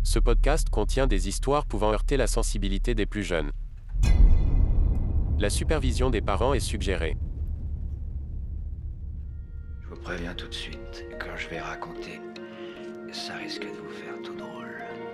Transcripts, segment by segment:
Ce podcast contient des histoires pouvant heurter la sensibilité des plus jeunes. La supervision des parents est suggérée. Je vous préviens tout de suite, quand je vais raconter, ça risque de vous faire tout drôle.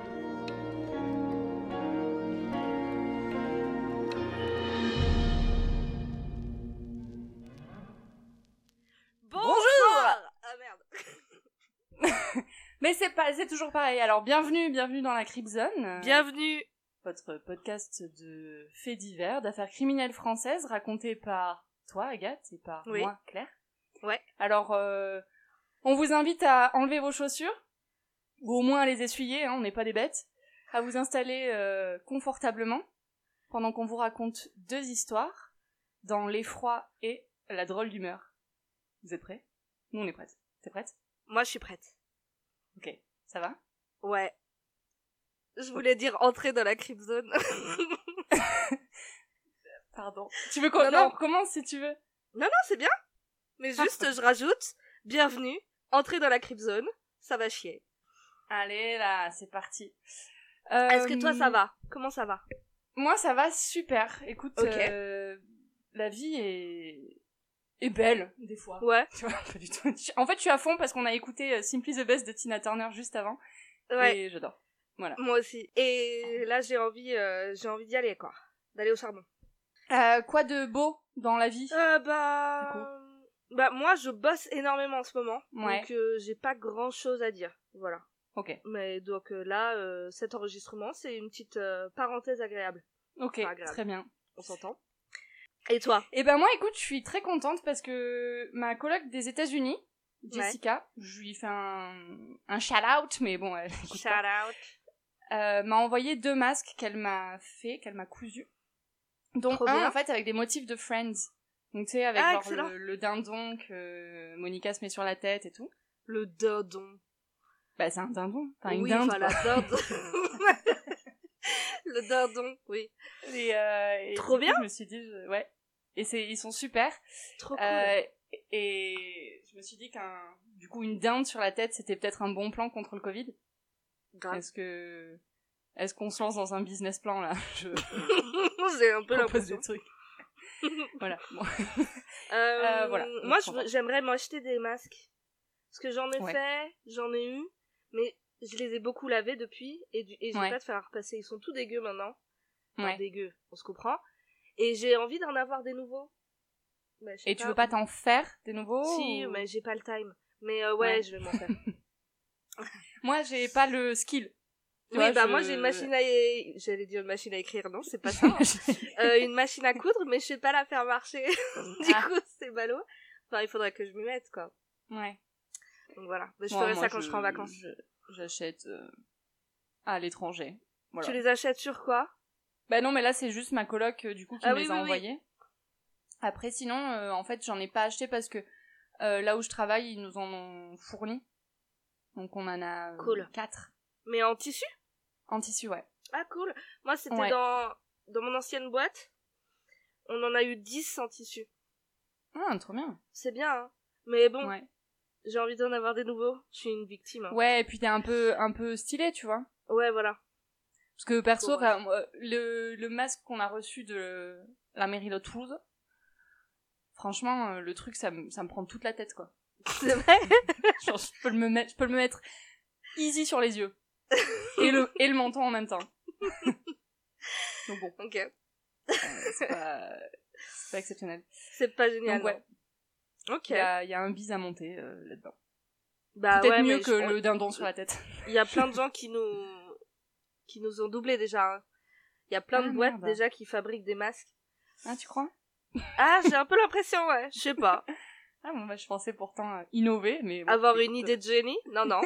Bonjour. Ah merde. Mais c'est toujours pareil. Alors bienvenue dans la Crip Zone. Bienvenue. Votre podcast de faits divers, d'affaires criminelles françaises racontées par toi Agathe et par moi Claire. Ouais. Alors on vous invite à enlever vos chaussures ou au moins à les essuyer, hein, on n'est pas des bêtes, à vous installer confortablement pendant qu'on vous raconte deux histoires dans l'effroi et la drôle d'humeur. Vous êtes prêts ? Nous on est prêtes. T'es prête ? Moi, je suis prête. Ok, ça va ? Ouais. Je voulais dire entrer dans la Crip Zone. Pardon. Tu veux qu'on recommence si tu veux ? Non, c'est bien. Mais juste, je rajoute, bienvenue, entrez dans la Crip Zone, ça va chier. Allez là, c'est parti. Est-ce que toi, ça va ? Comment ça va ? Moi, ça va super. Écoute, Ok. la vie est belle, des fois. Ouais. Tu vois, pas du tout. En fait, je suis à fond parce qu'on a écouté Simply the Best de Tina Turner juste avant. Ouais. Et j'adore. Voilà. Moi aussi. Et là, j'ai envie d'y aller, quoi. D'aller au charbon. Quoi de beau dans la vie ? Bah, moi, je bosse énormément en ce moment. Ouais. Donc, j'ai pas grand chose à dire. Voilà. Ok. Mais donc là, cet enregistrement, c'est une petite parenthèse agréable. Ok, agréable. très bien. On s'entend. Et toi ? Eh ben moi, écoute, je suis très contente parce que ma coloc des États-Unis, Jessica, je lui fais un shout-out, mais bon, elle écoute pas. Shout-out. M'a envoyé 2 masques qu'elle m'a cousus. Dont Trop un, bien. en fait, avec des motifs de Friends. Donc, tu sais, avec genre le dindon que Monica se met sur la tête et tout. Le dindon. Bah, c'est un dindon. Enfin, une Oui, dinde. enfin, la dinde. Le dindon, oui. Et Trop du coup, bien. je me suis dit, ouais. Et ils sont super. Trop cool. Et je me suis dit du coup, une dinde sur la tête, c'était peut-être un bon plan contre le Covid. Grave. Est-ce qu'on se lance dans un business plan, là? J'ai un peu propose l'impression. des trucs. Voilà. Bon. Voilà. Moi, j'aimerais m'acheter des masques. Parce que j'en ai Ouais. fait, j'en ai eu, mais je les ai beaucoup lavés depuis, et j'ai pas de faire repasser. Ils sont tout dégueux maintenant. Enfin, Ouais. dégueux, on se comprend. Et j'ai envie d'en avoir des nouveaux. Bah, Et tu veux pas t'en faire des nouveaux? Si, mais j'ai pas le time. Mais Ouais. je vais m'en faire. Moi, j'ai pas le skill. Tu Oui, vois, moi j'ai une machine à... J'allais dire une machine à écrire, non, c'est pas ça. Une machine à coudre, mais je sais pas la faire marcher. Du coup, c'est ballot. Enfin, il faudrait que je m'y mette, quoi. Ouais. Donc voilà, mais je ferai ça quand je serai en vacances. J'achète à l'étranger. Voilà. Tu les achètes sur quoi ? Bah non, mais là, c'est juste ma coloc, du coup, qui me les a envoyés. Oui. Après, sinon, en fait, j'en ai pas acheté parce que là où je travaille, ils nous en ont fourni. Donc, on en a Cool. 4. Mais en tissu ? En tissu, ouais. Ah, cool. Moi, c'était Ouais. dans mon ancienne boîte. On en a eu 10 en tissu. Ah, trop bien. C'est bien, hein. Mais bon, Ouais. j'ai envie d'en avoir des nouveaux. Je suis une victime. Hein. Ouais, et puis t'es un peu stylé, tu vois. Ouais, voilà. Parce que perso, Cool. moi, le masque qu'on a reçu de la mairie de Toulouse, franchement, le truc, ça me prend toute la tête, quoi. C'est vrai ? Genre, je peux le mettre easy sur les yeux. Et le menton en même temps. Donc bon. Ok. C'est pas exceptionnel. C'est pas génial. Donc ouais. Ok. Il y a un bise à monter là-dedans. Bah Peut-être ouais, mieux mais que le dindon sur la tête. il y a plein de gens qui nous ont doublé déjà. Hein. Il y a plein de boîtes merde. déjà qui fabriquent des masques. Ah, tu crois ? Ah, j'ai un peu l'impression, ouais. Je sais pas. Ah bon, bah je pensais pourtant innover, mais... Bon, Avoir écoute, une idée de génie ? Non.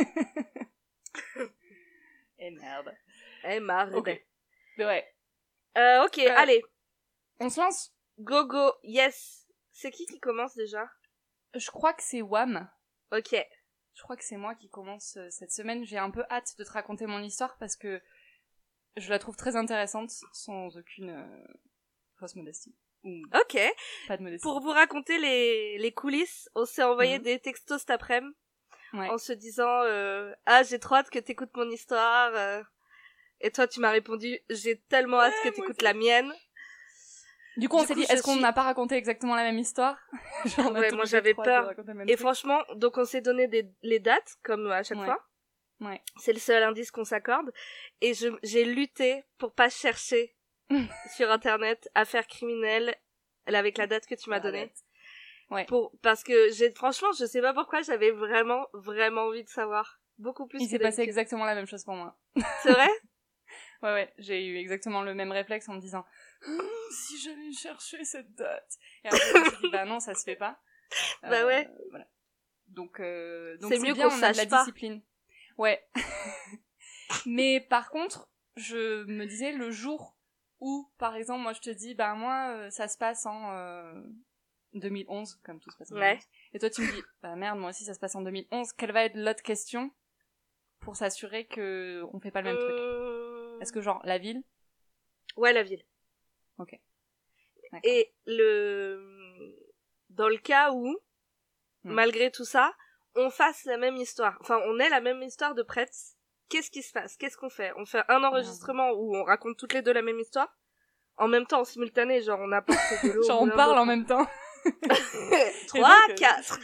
Eh merde. Eh, marre. Ok. Ouais. Ok, allez. On se lance ? Go, yes. C'est qui commence déjà ? Je crois que c'est Wham. Ok. Je crois que c'est moi qui commence cette semaine. J'ai un peu hâte de te raconter mon histoire parce que je la trouve très intéressante, sans aucune fausse modestie. Ou Ok. pas de modestie. Pour vous raconter les coulisses, on s'est envoyé Mhm. des textos cet après-midi Ouais. en se disant ah, j'ai trop hâte que t'écoutes mon histoire. Et toi, tu m'as répondu, j'ai tellement hâte que t'écoutes la mienne. Du coup, on s'est dit, est-ce qu'on n'a pas raconté exactement la même histoire? Ouais, moi j'avais peur. Et franchement, donc on s'est donné les dates, comme à chaque fois. Ouais. C'est le seul indice qu'on s'accorde. Et j'ai lutté pour pas chercher sur internet affaires criminelles avec la date que tu m'as donnée. Ouais. Parce que franchement, je sais pas pourquoi, j'avais vraiment, vraiment envie de savoir. Beaucoup plus. Il s'est passé exactement la même chose pour moi. C'est vrai? Ouais, j'ai eu exactement le même réflexe en me disant si j'allais chercher cette date. Et après, je me suis dit, bah non, ça se fait pas. Bah ouais. Voilà. Donc c'est mieux bien, qu'on on a de la sache pas. discipline. Ouais. Mais par contre, je me disais, le jour où, par exemple, moi je te dis, bah moi, ça se passe en 2011, comme tout se passe en 2011. Et toi tu me dis, bah merde, moi aussi ça se passe en 2011. Quelle va être l'autre question pour s'assurer que on fait pas le même truc? Est-ce que genre, la ville? Ouais, la ville. Ok. D'accord. Et dans le cas où, malgré tout ça, on fasse la même histoire. Enfin, on ait la même histoire de prête. Qu'est-ce qui se passe? Qu'est-ce qu'on fait? On fait un enregistrement où on raconte toutes les deux la même histoire? En même temps, en simultané, genre on apporte de l'eau. Genre on parle en même temps. 3, 4.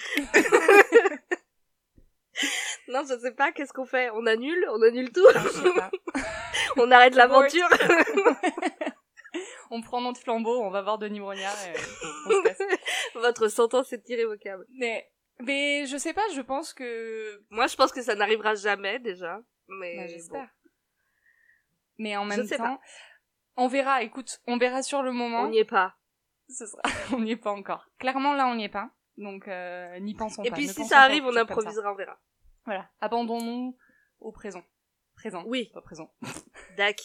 Non, je sais pas, qu'est-ce qu'on fait? On annule tout. Je sais pas. On arrête l'aventure. On prend notre flambeau, on va voir Denis Brognard et on se casse. Votre sentence est irrévocable. Mais je sais pas, je pense que... Moi, je pense que ça n'arrivera jamais, déjà. Mais bah, j'espère. Bon. Mais en même temps, on verra, écoute, on verra sur le moment. On n'y est pas. On n'y est pas encore. Clairement, là, on n'y est pas. Donc, n'y pensons pas. Et puis, si ça arrive, on improvisera, on verra. Voilà. Abandonnons-nous au présent. Présent. Oui. Pas présent. Dac.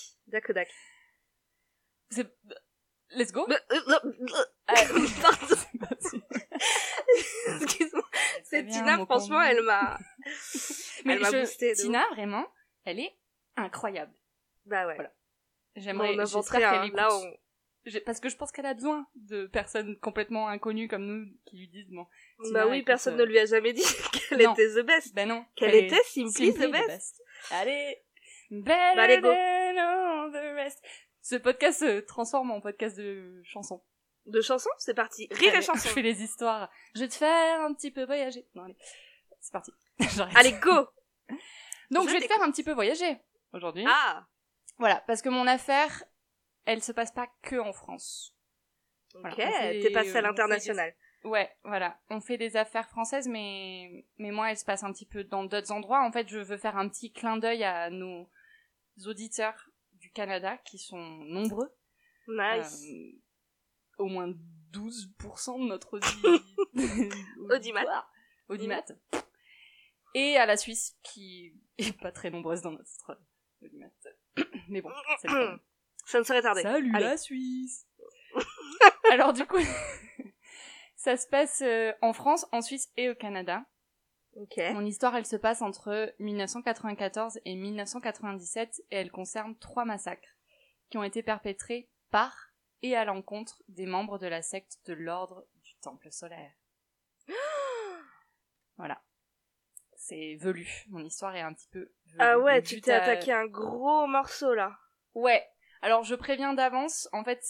Let's go. Pardon. Excuse-moi. C'est Tina, franchement, elle m'a boosté. Tina, vraiment, elle est incroyable. Bah ouais. Voilà. J'espère qu'elle écoute. Parce que je pense qu'elle a besoin de personnes complètement inconnues comme nous qui lui disent bon. Tina, bah oui, écoute, personne ne lui a jamais dit qu'elle était the best. Ben non. Qu'elle était simply the best. Allez. Better than all the rest. Ce podcast se transforme en podcast de chansons. De chansons? C'est parti. Rire et chansons. Je fais les histoires. Je vais te faire un petit peu voyager. Non, allez. C'est parti. Allez, go! Donc, je vais te faire un petit peu voyager aujourd'hui. Ah! Voilà, parce que mon affaire, elle se passe pas que en France. Ok, voilà, t'es passée à l'international. Ouais, voilà. On fait des affaires françaises, mais moi, elle se passe un petit peu dans d'autres endroits. En fait, je veux faire un petit clin d'œil à nos auditeurs du Canada, qui sont nombreux. Nice. Au moins 12% de notre audimat. Et à la Suisse, qui est pas très nombreuse dans notre audimat. Mais bon, c'est le problème. Ça ne serait tardé. Salut la Suisse. Alors du coup, ça se passe en France, en Suisse et au Canada. Ok. Mon histoire, elle se passe entre 1994 et 1997 et elle concerne 3 massacres qui ont été perpétrés par et à l'encontre des membres de la secte de l'ordre du Temple solaire. Voilà. C'est velu. Mon histoire est un petit peu velue. Ah ouais, tu t'es attaqué un gros morceau là. Ouais. Alors je préviens d'avance, en fait,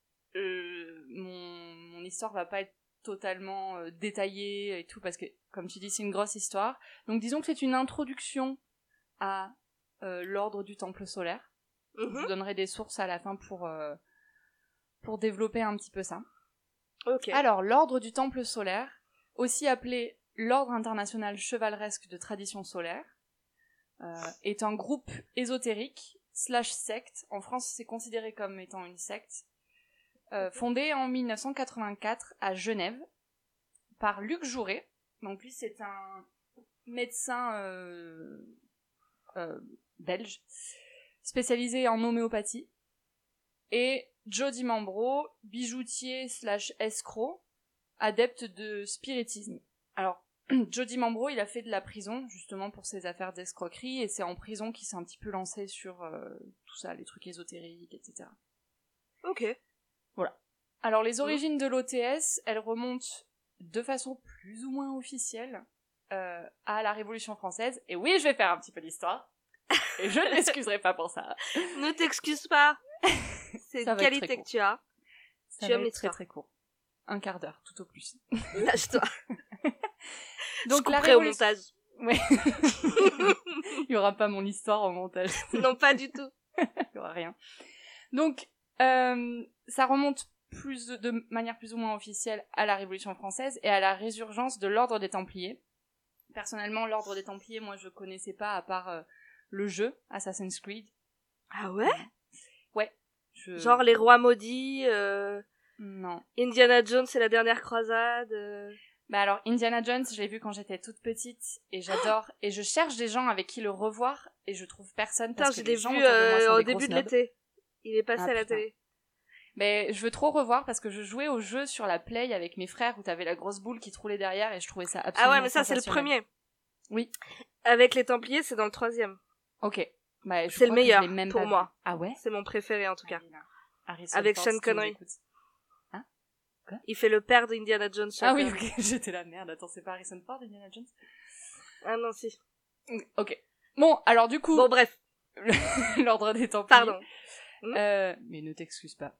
mon histoire va pas être totalement détaillée et tout, parce que, comme tu dis, c'est une grosse histoire. Donc disons que c'est une introduction à l'ordre du Temple solaire. Je vous donnerai des sources à la fin pour développer un petit peu ça. Ok. Alors, l'ordre du Temple solaire, aussi appelé l'Ordre international chevaleresque de tradition solaire, est un groupe ésotérique / secte. En France, c'est considéré comme étant une secte. Fondé en 1984 à Genève par Luc Jouret. Donc lui, c'est un médecin belge spécialisé en homéopathie. Et Jody Mambro, bijoutier / escroc, adepte de spiritisme. Alors, Jody Mambro, il a fait de la prison, justement, pour ses affaires d'escroquerie, et c'est en prison qu'il s'est un petit peu lancé sur tout ça, les trucs ésotériques, etc. Ok. Voilà. Alors, les origines de l'OTS, elles remontent de façon plus ou moins officielle à la Révolution française. Et oui, je vais faire un petit peu d'histoire. Et je ne m'excuserai pas pour ça. Ne t'excuse pas. C'est Ça une va être très qualité court. que tu as. Ça Tu va aimes être très l'histoire. très court. Un quart d'heure, tout au plus. Lâche-toi. Donc Je la couperai au révolution... montage. Ouais. Il y aura pas mon histoire en montage. Non, pas du tout. Il y aura rien. Donc, ça remonte de manière plus ou moins officielle à la Révolution française et à la résurgence de l'ordre des Templiers. Personnellement, l'ordre des Templiers, moi, je connaissais pas à part le jeu Assassin's Creed. Ah ouais? Ouais. Genre les rois maudits, Non. Indiana Jones et la dernière croisade. Bah alors, Indiana Jones, je l'ai vu quand j'étais toute petite et j'adore. Et je cherche des gens avec qui le revoir et je trouve personne Putain, parce je que l'ai les gens vu autour de moi sont au des début gros de snobs. l'été. Il est passé Ah, à la putain. télé. Mais je veux trop revoir parce que je jouais au jeu sur la Play avec mes frères où t'avais la grosse boule qui te roulait derrière et je trouvais ça absolument Ah ouais, mais ça c'est le sensationnel. premier. Oui. Avec les Templiers, c'est dans le 3e. Ok. Bah, je C'est le crois que je meilleur l'ai même pour pas moi. vu. Ah ouais? C'est mon préféré en tout cas. Harrison Avec Ford, Sean si tu nous Connery. écoutes. Il fait le père d'Indiana Jones. Ah Sean oui, Connery. ok. J'étais la merde. Attends, c'est pas Harrison Ford, Indiana Jones? Ah non, si. Ok. Bon, alors du coup, Bon, bref. l'ordre des Templiers. Pardon. Mais ne t'excuse pas.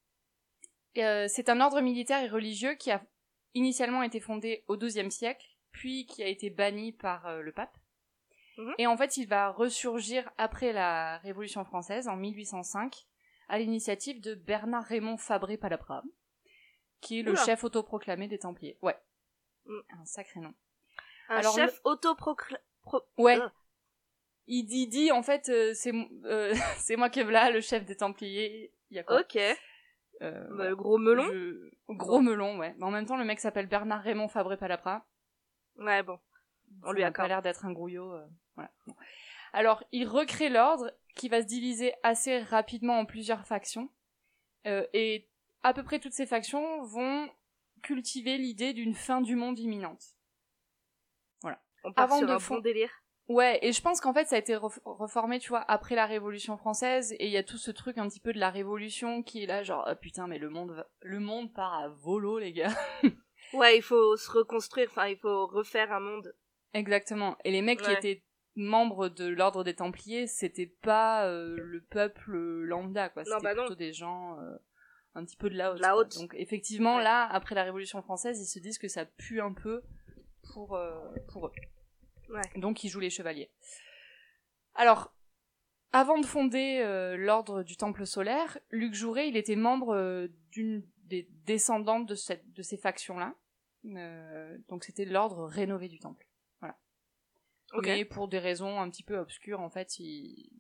C'est un ordre militaire et religieux qui a initialement été fondé au XIIe siècle, puis qui a été banni par le pape. Mhm. Et en fait, il va ressurgir après la Révolution française, en 1805, à l'initiative de Bernard Raymond Fabré-Palabra, qui est le Oula. chef autoproclamé des Templiers. Ouais. Un sacré nom. Alors, chef autoproclamé. Ouais. Il dit en fait, c'est moi qui est là, le chef des Templiers. Il y a quoi? Ok. Voilà. Gros melon. Gros melon, ouais. Mais en même temps, le mec s'appelle Bernard Raymond Fabré-Palabra. Ouais, bon. On lui Ça n'a pas accorde. l'air d'être un grouillot. Voilà. Bon. Alors, il recrée l'ordre qui va se diviser assez rapidement en plusieurs factions. Et à peu près toutes ces factions vont cultiver l'idée d'une fin du monde imminente. Voilà. On part Avant sur de un fond- bon délire. Ouais, et je pense qu'en fait, ça a été reformé, tu vois, après la Révolution française, et il y a tout ce truc un petit peu de la Révolution qui est là, genre, oh, putain, mais le monde part à volo, les gars. Ouais, il faut se reconstruire, enfin, il faut refaire un monde. Exactement. Et les mecs qui Ouais. étaient membres de l'ordre des Templiers, c'était pas le peuple lambda, quoi. Non, C'était bah non. plutôt des gens un petit peu de la haute. De la quoi. haute. Donc effectivement, Ouais. là, après la Révolution française, ils se disent que ça pue un peu pour eux. Ouais. Donc ils jouent les chevaliers. Alors, avant de fonder l'ordre du Temple solaire, Luc Jouret, il était membre d'une des descendantes de ces factions-là. Donc c'était l'ordre rénové du Temple. Voilà. Ok. Mais pour des raisons un petit peu obscures, en fait, il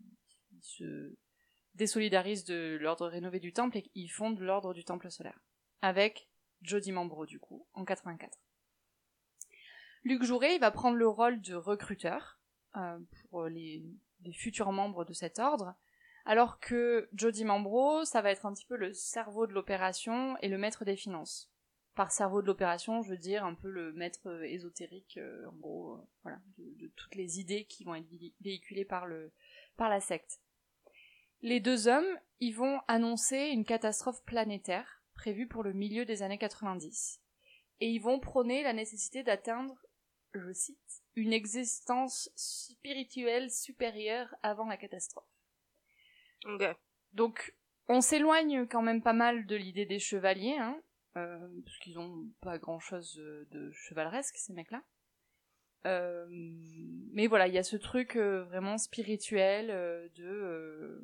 se désolidarise de l'ordre rénové du Temple et il fonde l'ordre du Temple solaire. Avec Jody Mambro, du coup, en 84. Luc Jouret, il va prendre le rôle de recruteur pour les futurs membres de cet ordre, alors que Jody Mambro, ça va être un petit peu le cerveau de l'opération et le maître des finances. Par cerveau de l'opération, je veux dire un peu le maître ésotérique, en gros, voilà, de toutes les idées qui vont être véhiculées par la secte. Les deux hommes, ils vont annoncer une catastrophe planétaire prévue pour le milieu des années 90. Et ils vont prôner la nécessité d'atteindre, je cite, une existence spirituelle supérieure avant la catastrophe. Ok. Donc, on s'éloigne quand même pas mal de l'idée des chevaliers, hein, parce qu'ils ont pas grand-chose de chevaleresque, ces mecs-là. Mais voilà, il y a ce truc vraiment spirituel de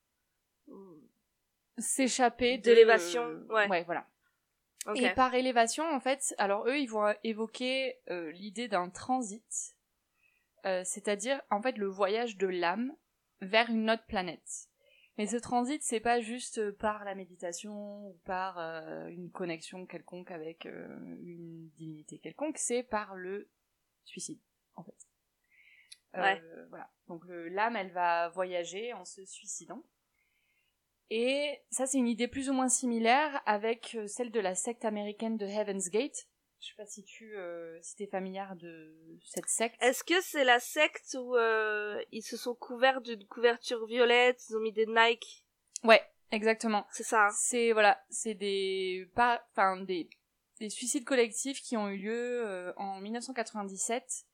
s'échapper D'élévation, ouais. Ouais, voilà. Ok. Et par élévation, en fait, alors eux, ils vont évoquer l'idée d'un transit, c'est-à-dire, en fait, le voyage de l'âme vers une autre planète. Mais ce transit, c'est pas juste par la méditation ou par une connexion quelconque avec une divinité quelconque, c'est par le suicide, en fait. Ouais. Voilà. Donc l'âme, elle va voyager en se suicidant. Et ça, c'est une idée plus ou moins similaire avec celle de la secte américaine de Heaven's Gate. Je sais pas si si t'es familière de cette secte. Est-ce que c'est la secte où ils se sont couverts d'une couverture violette, ils ont mis des Nike? Ouais, exactement. C'est ça, hein. C'est des suicides collectifs qui ont eu lieu en 1997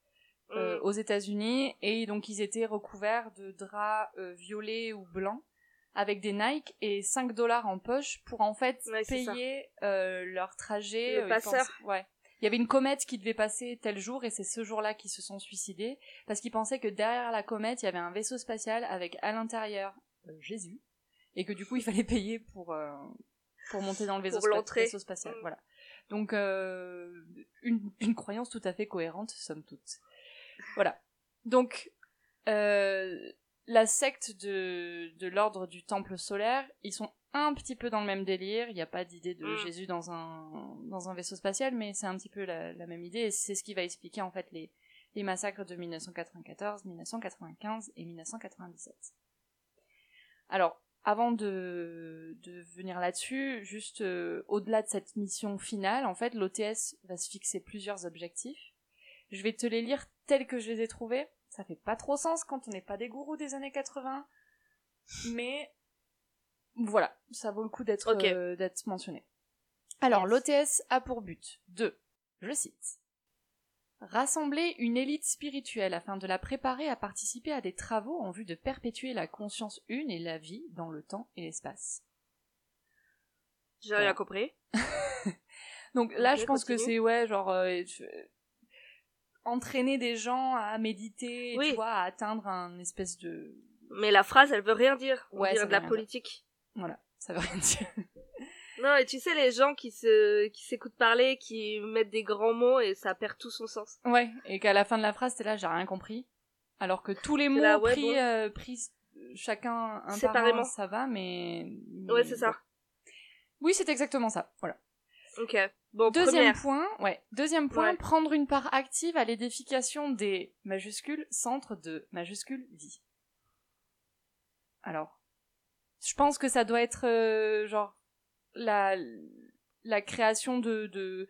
aux États-Unis, et donc ils étaient recouverts de draps violets ou blancs avec des Nike et $5 en poche pour en fait payer leur trajet. Le passeur. Ouais. Il y avait une comète qui devait passer tel jour et c'est ce jour-là qu'ils se sont suicidés parce qu'ils pensaient que derrière la comète il y avait un vaisseau spatial avec à l'intérieur Jésus et que du coup il fallait payer pour monter dans le vaisseau spatial. Voilà. Donc une croyance tout à fait cohérente somme toute. Voilà. Donc la secte de l'ordre du temple solaire, ils sont un petit peu dans le même délire. Il n'y a pas d'idée de Jésus dans un vaisseau spatial, mais c'est un petit peu la même idée, et c'est ce qui va expliquer en fait les massacres de 1994, 1995 et 1997. Alors, avant de venir là-dessus, juste au-delà de cette mission finale, en fait, l'OTS va se fixer plusieurs objectifs. Je vais te les lire tels que je les ai trouvés. Ça fait pas trop sens quand on n'est pas des gourous des années 80, mais voilà, ça vaut le coup d'être mentionné. Alors, l'OTS a pour but de, je cite, rassembler une élite spirituelle afin de la préparer à participer à des travaux en vue de perpétuer la conscience une et la vie dans le temps et l'espace. J'ai rien compris. Donc là, je pense que c'est, entraîner des gens à méditer, tu vois, à atteindre un espèce de... Mais la phrase, elle veut rien dire. On dirait de la politique. Voilà, ça veut rien dire. Non, et tu sais, les gens qui s'écoutent parler, qui mettent des grands mots et ça perd tout son sens. Ouais, et qu'à la fin de la phrase, t'es là, j'ai rien compris. Alors que tous les mots pris chacun un séparément, par un, ça va, mais... Ouais, c'est ça. Oui, c'est exactement ça, voilà. Ok. Bon, Deuxième point, prendre une part active à l'édification des majuscules centres de majuscules vie. Alors, je pense que ça doit être la création de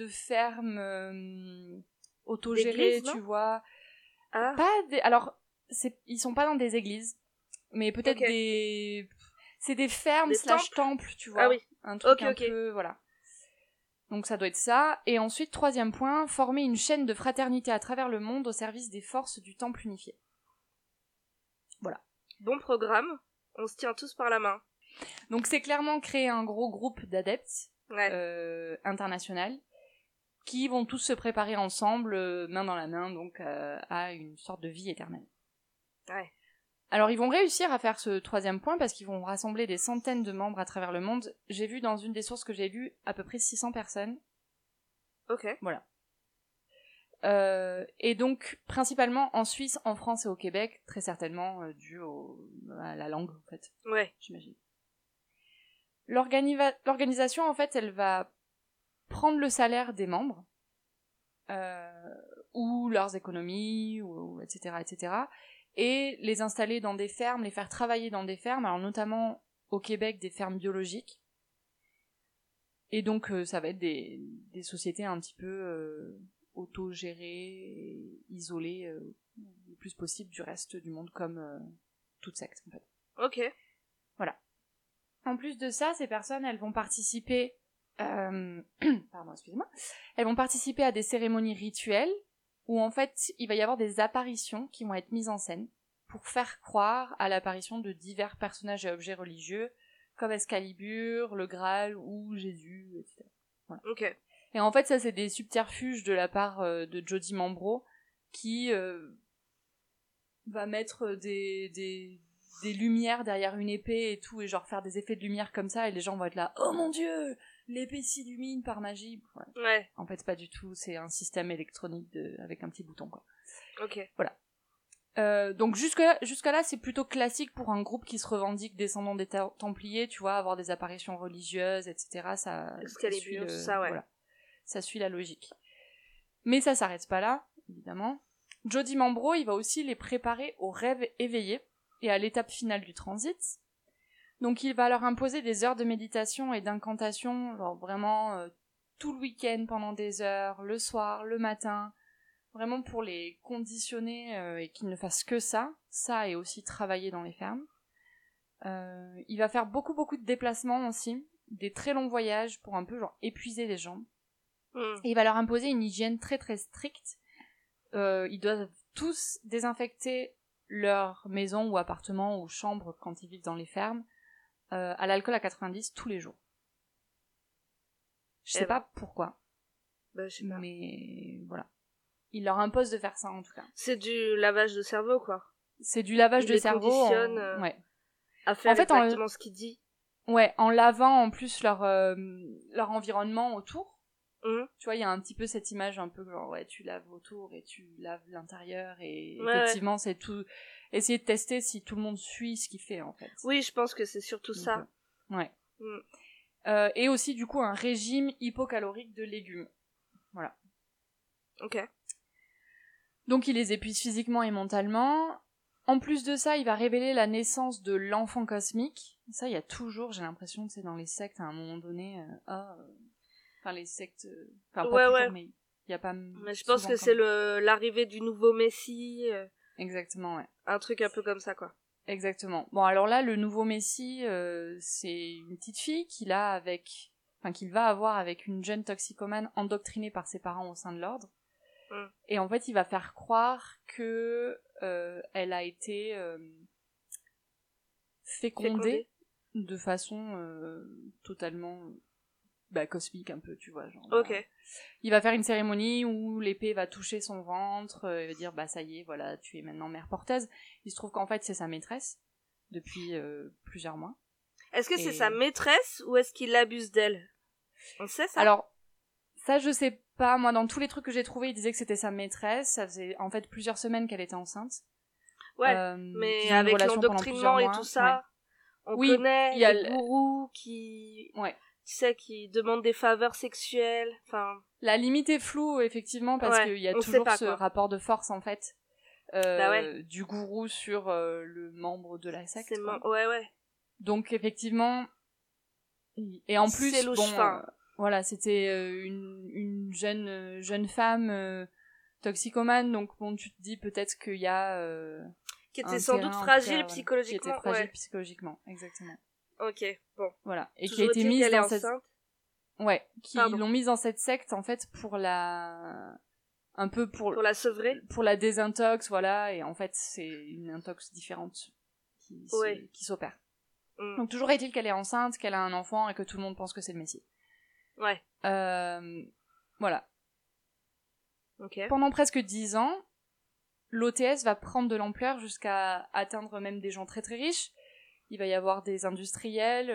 fermes autogérées, tu vois. Ah. Alors, ils sont pas dans des églises, mais peut-être c'est des fermes / temples, tu vois. Ah oui. Un truc un peu, voilà. Donc ça doit être ça. Et ensuite, troisième point, former une chaîne de fraternité à travers le monde au service des forces du temple unifié. Voilà. Bon programme, on se tient tous par la main. Donc c'est clairement créer un gros groupe d'adeptes international qui vont tous se préparer ensemble, main dans la main, donc à une sorte de vie éternelle. Ouais. Alors ils vont réussir à faire ce troisième point parce qu'ils vont rassembler des centaines de membres à travers le monde. J'ai vu dans une des sources que j'ai lues à peu près 600 personnes. Ok. Voilà. Et donc principalement en Suisse, en France et au Québec, très certainement dû à la langue en fait. Ouais. J'imagine. L'organisation en fait, elle va prendre le salaire des membres ou leurs économies, ou etc., etc., et les installer dans des fermes, les faire travailler dans des fermes, alors notamment au Québec des fermes biologiques. Et donc ça va être des sociétés un petit peu autogérées, isolées le plus possible du reste du monde, comme toute secte en fait. Ok. Voilà. En plus de ça, ces personnes, elles vont participer elles vont participer à des cérémonies rituelles où en fait il va y avoir des apparitions qui vont être mises en scène pour faire croire à l'apparition de divers personnages et objets religieux comme Excalibur, le Graal ou Jésus, etc. Voilà. Ok. Et en fait ça c'est des subterfuges de la part de Jody Mambro qui va mettre des lumières derrière une épée et tout, et genre faire des effets de lumière comme ça, et les gens vont être là, oh mon dieu, l'épée s'illumine par magie. Ouais. En fait, pas du tout, c'est un système électronique avec un petit bouton, quoi. Ok. Voilà. Donc jusqu'à là, c'est plutôt classique pour un groupe qui se revendique descendant des Templiers, tu vois, avoir des apparitions religieuses, etc. Ça suit voilà. Ça suit la logique. Mais ça s'arrête pas là, évidemment. Jody Mambro, il va aussi les préparer au rêve éveillé et à l'étape finale du transit. Donc il va leur imposer des heures de méditation et d'incantation, genre vraiment tout le week-end pendant des heures, le soir, le matin, vraiment pour les conditionner et qu'ils ne fassent que ça et aussi travailler dans les fermes. Il va faire beaucoup de déplacements aussi, des très longs voyages pour un peu genre épuiser les gens. Et il va leur imposer une hygiène très très stricte, ils doivent tous désinfecter leur maison ou appartement ou chambre quand ils vivent dans les fermes à l'alcool à 90 tous les jours. Je sais pas pourquoi. Bah, je sais pas. Mais voilà. Il leur impose de faire ça en tout cas. C'est du lavage de cerveau, quoi. C'est du lavage Il de les cerveau. conditionne, Ouais. à faire En fait, exactement ce qu'il dit. Ouais, en lavant en plus leur environnement autour. Tu vois, il y a un petit peu cette image un peu genre, ouais, tu laves autour et tu laves l'intérieur et effectivement, c'est tout. Essayer de tester si tout le monde suit ce qu'il fait en fait. Oui, je pense que c'est surtout Donc, ça. Ouais. Et aussi du coup un régime hypocalorique de légumes. Voilà. Ok. Donc il les épuise physiquement et mentalement. En plus de ça, il va révéler la naissance de l'enfant cosmique. Ça, il y a toujours, j'ai l'impression, c'est dans les sectes à un moment donné. Enfin, les sectes. Enfin, pas toujours, mais il y a pas. Mais je pense que c'est l'arrivée du nouveau Messie. Exactement, ouais. Un truc un peu comme ça, quoi. Exactement. Bon, alors là, le nouveau Messie, c'est une petite fille qu'il va avoir avec une jeune toxicomane endoctrinée par ses parents au sein de l'ordre. Et en fait, il va faire croire que elle a été fécondée de façon totalement cosmique un peu, tu vois. Genre, ok. Il va faire une cérémonie où l'épée va toucher son ventre, il va dire ça y est, voilà, tu es maintenant mère porteuse. Il se trouve qu'en fait c'est sa maîtresse depuis plusieurs mois. Est-ce que c'est sa maîtresse ou est-ce qu'il abuse d'elle? On sait ça? Alors, ça je sais pas, moi dans tous les trucs que j'ai trouvés, il disait que c'était sa maîtresse, ça faisait en fait plusieurs semaines qu'elle était enceinte. Ouais, mais avec l'endoctrinement et tout ça, on connaît les gourous qui... Ouais. Tu sais, qui demandent des faveurs sexuelles, enfin... La limite est floue, effectivement, parce qu'il y a toujours ce rapport de force, en fait, du gourou sur le membre de la secte. Ouais. Donc, effectivement... Et en plus, c'est louche, voilà, c'était une jeune femme toxicomane, donc bon, tu te dis peut-être qu'il y a... qui était sans doute fragile psychologiquement. Qui était fragile psychologiquement, exactement. Ok, bon. Voilà. Et qui a été mise dans cette... Ouais, qui Pardon. l'ont mise dans cette secte, en fait, pour la sevrer. Pour la désintox, voilà, et en fait, c'est une intox différente qui s'opère. Donc, toujours est-il qu'elle est enceinte, qu'elle a un enfant, et que tout le monde pense que c'est le Messie. Ouais. Voilà. Ok. Pendant presque 10 ans, l'OTS va prendre de l'ampleur jusqu'à atteindre même des gens très très riches. Il va y avoir des industriels,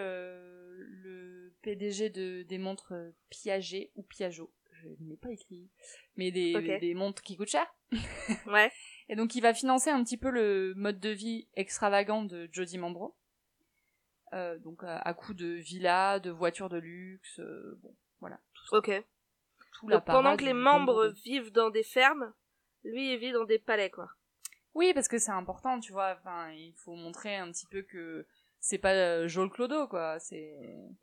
le PDG des montres Piaget ou Piaget, je ne l'ai pas écrit, mais des montres qui coûtent cher. Ouais. Et donc il va financer un petit peu le mode de vie extravagant de Jody Mambro. Donc à coup de villas, de voitures de luxe, bon, voilà. Tout ça. Ok. Donc pendant que les membres vivent dans des fermes, lui il vit dans des palais, quoi. Oui, parce que c'est important, tu vois. Enfin, il faut montrer un petit peu que c'est pas Joel Clodo, quoi. C'est.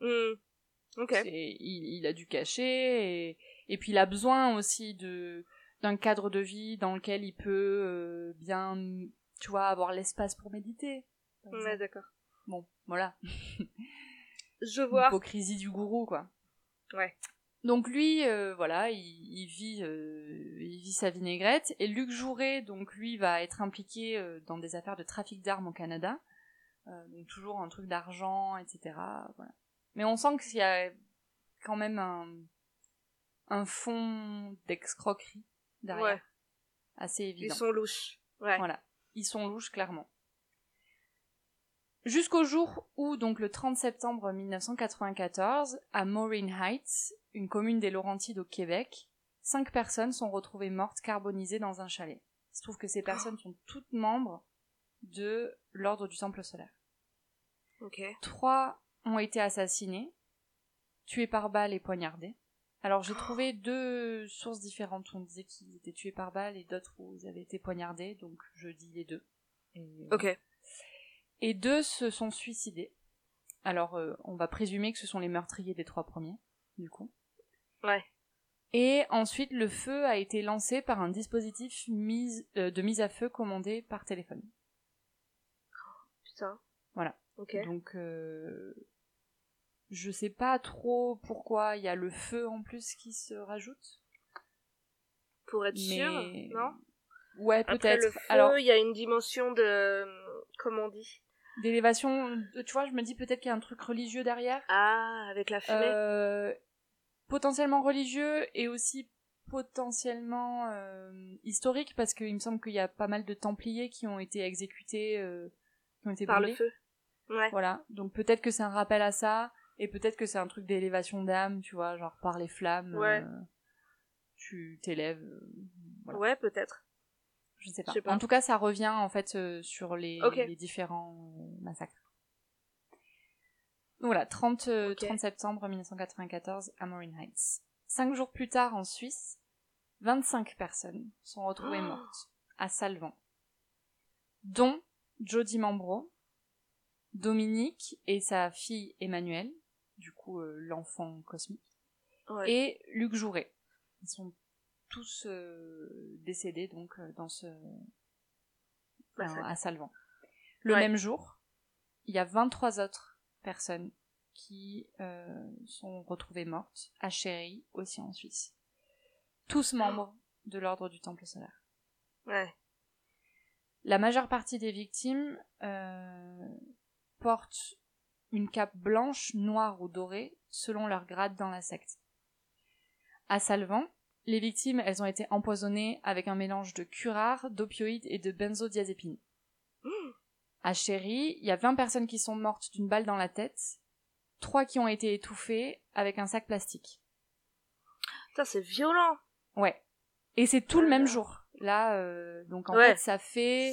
Ok. Il a du cachet et puis il a besoin aussi d'un cadre de vie dans lequel il peut bien, tu vois, avoir l'espace pour méditer. Ouais, d'accord. Bon, voilà. Je vois. L'hypocrisie du gourou, quoi. Ouais. Donc lui, voilà, il vit sa vinaigrette. Et Luc Jouret, donc lui, va être impliqué dans des affaires de trafic d'armes au Canada. Donc toujours un truc d'argent, etc. Voilà. Mais on sent qu'il y a quand même un fond d'escroquerie derrière. Ouais. Assez évident. Ils sont louches. Ouais. Voilà. Ils sont louches, clairement. Jusqu'au jour où, donc le 30 septembre 1994, à Maureen Heights, une commune des Laurentides au Québec, 5 personnes sont retrouvées mortes carbonisées dans un chalet. Il se trouve que ces personnes sont toutes membres de l'ordre du Temple solaire. Ok. 3 ont été assassinés, tués par balle et poignardés. Alors j'ai trouvé 2 sources différentes où on disait qu'ils étaient tués par balle et d'autres où ils avaient été poignardés, donc je dis les 2. Ok. Et 2 se sont suicidés. Alors, on va présumer que ce sont les meurtriers des 3 premiers, du coup. Ouais. Et ensuite, le feu a été lancé par un dispositif de mise à feu commandé par téléphone. Putain. Voilà. Ok. Donc, je sais pas trop pourquoi il y a le feu en plus qui se rajoute. Pour être sûr, non ? Ouais, Après peut-être. le feu, Alors, il y a une dimension de... Comment on dit? d'élévation, tu vois, je me dis peut-être qu'il y a un truc religieux derrière. Ah, avec la fumée. Potentiellement religieux et aussi potentiellement historique, parce qu'il me semble qu'il y a pas mal de Templiers qui ont été exécutés, qui ont été Par le brûlés. feu. Ouais. Voilà, donc peut-être que c'est un rappel à ça, et peut-être que c'est un truc d'élévation d'âme, tu vois, genre par les flammes, Ouais. tu t'élèves, voilà. Ouais, peut-être. Je sais Je pas. sais pas. En tout cas, ça revient en fait sur Ok. les différents massacres. Donc voilà, 30 septembre 1994 à Maureen Heights. 5 jours plus tard, en Suisse, 25 personnes sont retrouvées mortes à Salvan, dont Jody Mambro, Dominique et sa fille Emmanuelle, du coup l'enfant cosmique, Ouais. et Luc Jouret. Ils sont tous décédés donc à Salvan. Le même jour, il y a 23 autres personnes qui sont retrouvées mortes à Chéry, aussi en Suisse. Tous membres de l'ordre du Temple solaire. Ouais. La majeure partie des victimes portent une cape blanche, noire ou dorée, selon leur grade dans la secte. À Salvan, les victimes, elles ont été empoisonnées avec un mélange de curare, d'opioïdes et de benzodiazépines. À Chéry, il y a 20 personnes qui sont mortes d'une balle dans la tête, 3 qui ont été étouffées avec un sac plastique. Putain, c'est violent. Ouais. Et c'est tout le même jour. Là, donc en fait, ça fait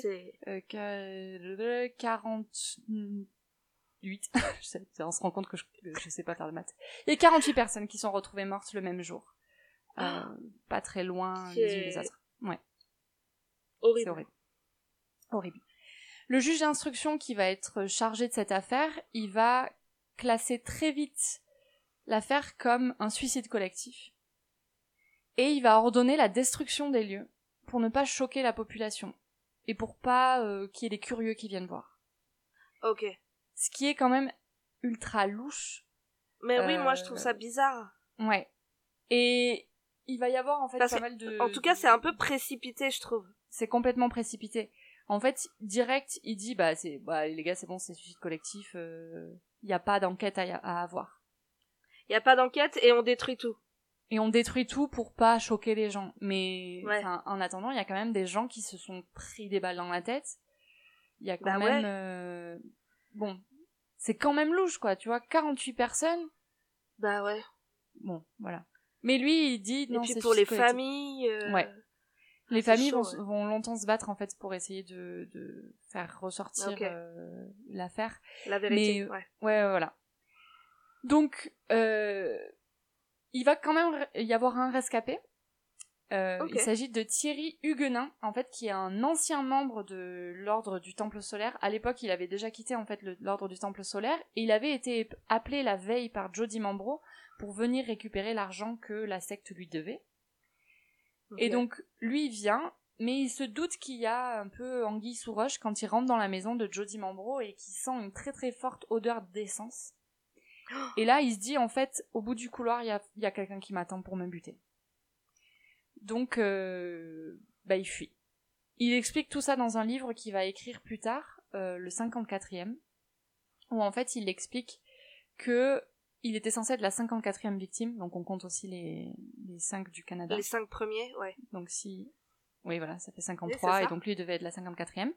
48. On se rend compte que je sais pas faire de maths. Il y a 48 personnes qui sont retrouvées mortes le même jour. Pas très loin les unes des autres. Ouais. Horrible. C'est horrible. Horrible. Le juge d'instruction qui va être chargé de cette affaire, il va classer très vite l'affaire comme un suicide collectif. Et il va ordonner la destruction des lieux pour ne pas choquer la population et pour pas qu'il y ait des curieux qui viennent voir. Ok. Ce qui est quand même ultra louche. Mais oui, moi je trouve ça bizarre. Ouais. Et il va y avoir en fait pas mal de... En tout cas, c'est un peu précipité, je trouve. C'est complètement précipité. En fait, direct, il dit les gars, c'est bon, c'est suicide collectif, il y a pas d'enquête à avoir. Il y a pas d'enquête et on détruit tout. Et on détruit tout pour pas choquer les gens. Mais en attendant, il y a quand même des gens qui se sont pris des balles dans la tête. Il y a quand même... Bon, c'est quand même louche, quoi, tu vois, 48 personnes. Bah ouais. Bon, voilà. Mais lui, il dit... non, et puis c'est pour les collectif. familles... Ouais. Les familles chaud, vont longtemps se battre, en fait, pour essayer de faire ressortir l'affaire. La vérité, ouais, voilà. Donc, il va quand même y avoir un rescapé. Il s'agit de Thierry Huguenin, en fait, qui est un ancien membre de l'ordre du Temple solaire. À l'époque, il avait déjà quitté, en fait, l'ordre du Temple solaire, et il avait été appelé la veille par Jody Mambro pour venir récupérer l'argent que la secte lui devait. Et donc, lui, il vient, mais il se doute qu'il y a un peu anguille sous roche quand il rentre dans la maison de Jody Mambro et qu'il sent une très très forte odeur d'essence. Et là, il se dit, en fait, au bout du couloir, il y a quelqu'un qui m'attend pour me buter. Donc, il fuit. Il explique tout ça dans un livre qu'il va écrire plus tard, le 54e, où en fait, il explique que il était censé être la 54e victime, donc on compte aussi les 5 du Canada. Les 5 premiers, ouais. Donc oui, voilà, ça fait 53, et donc lui, il devait être la 54e.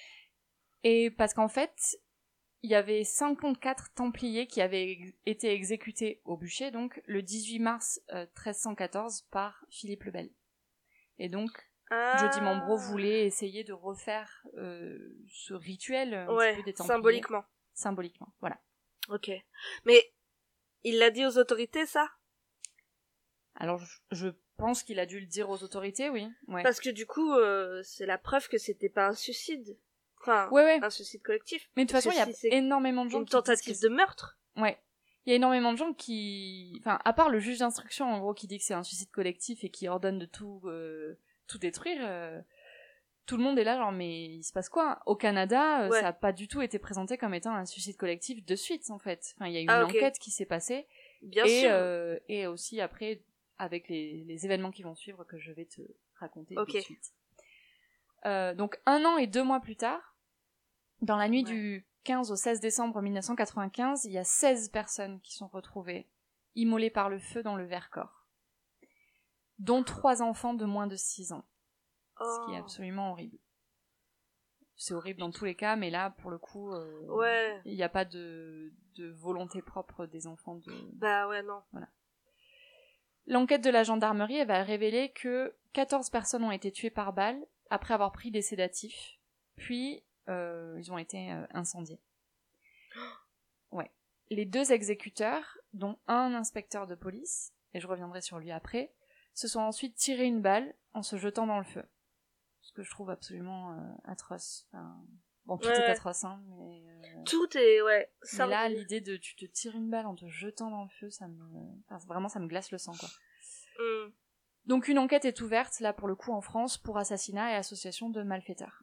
Et parce qu'en fait, il y avait 54 Templiers qui avaient été exécutés au bûcher, donc le 18 mars 1314 par Philippe le Bel. Et donc, Jody Mambro voulait essayer de refaire ce rituel un petit peu des Templiers. Symboliquement, voilà. Ok. Mais il l'a dit aux autorités, ça ? Alors, je pense qu'il a dû le dire aux autorités, oui. Ouais. Parce que du coup, c'est la preuve que c'était pas un suicide. Enfin, un suicide collectif. Mais de toute façon, il y a énormément de gens qui disent une tentative de meurtre. Ouais. Il y a énormément de gens qui... Enfin, à part le juge d'instruction, en gros, qui dit que c'est un suicide collectif et qui ordonne de tout détruire, tout le monde est là, genre, mais il se passe quoi ? Au Canada, ça a pas du tout été présenté comme étant un suicide collectif de suite, en fait. Enfin, il y a eu une enquête qui s'est passée. Bien sûr. Et aussi, après, avec les événements qui vont suivre, que je vais te raconter de suite. Donc 1 an et 2 mois plus tard, dans la nuit du 15 au 16 décembre 1995, il y a 16 personnes qui sont retrouvées immolées par le feu dans le Vercors, dont 3 enfants de moins de 6 ans. Ce qui est absolument horrible. C'est horrible dans tous les cas, mais là, pour le coup, il n'y a pas de volonté propre des enfants de... Bah ouais, non. Voilà. L'enquête de la gendarmerie, elle va révéler que 14 personnes ont été tuées par balle après avoir pris des sédatifs, puis ils ont été incendiés. Ouais. Les 2 exécuteurs, dont un inspecteur de police, et je reviendrai sur lui après, se sont ensuite tiré une balle en se jetant dans le feu. Ce que je trouve absolument atroce. Enfin, bon, tout est atroce, hein, mais... Tout est, mais là, l'idée de tu te tires une balle en te jetant dans le feu, ça me glace le sang, quoi. Donc une enquête est ouverte, là, pour le coup, en France, pour assassinat et association de malfaiteurs.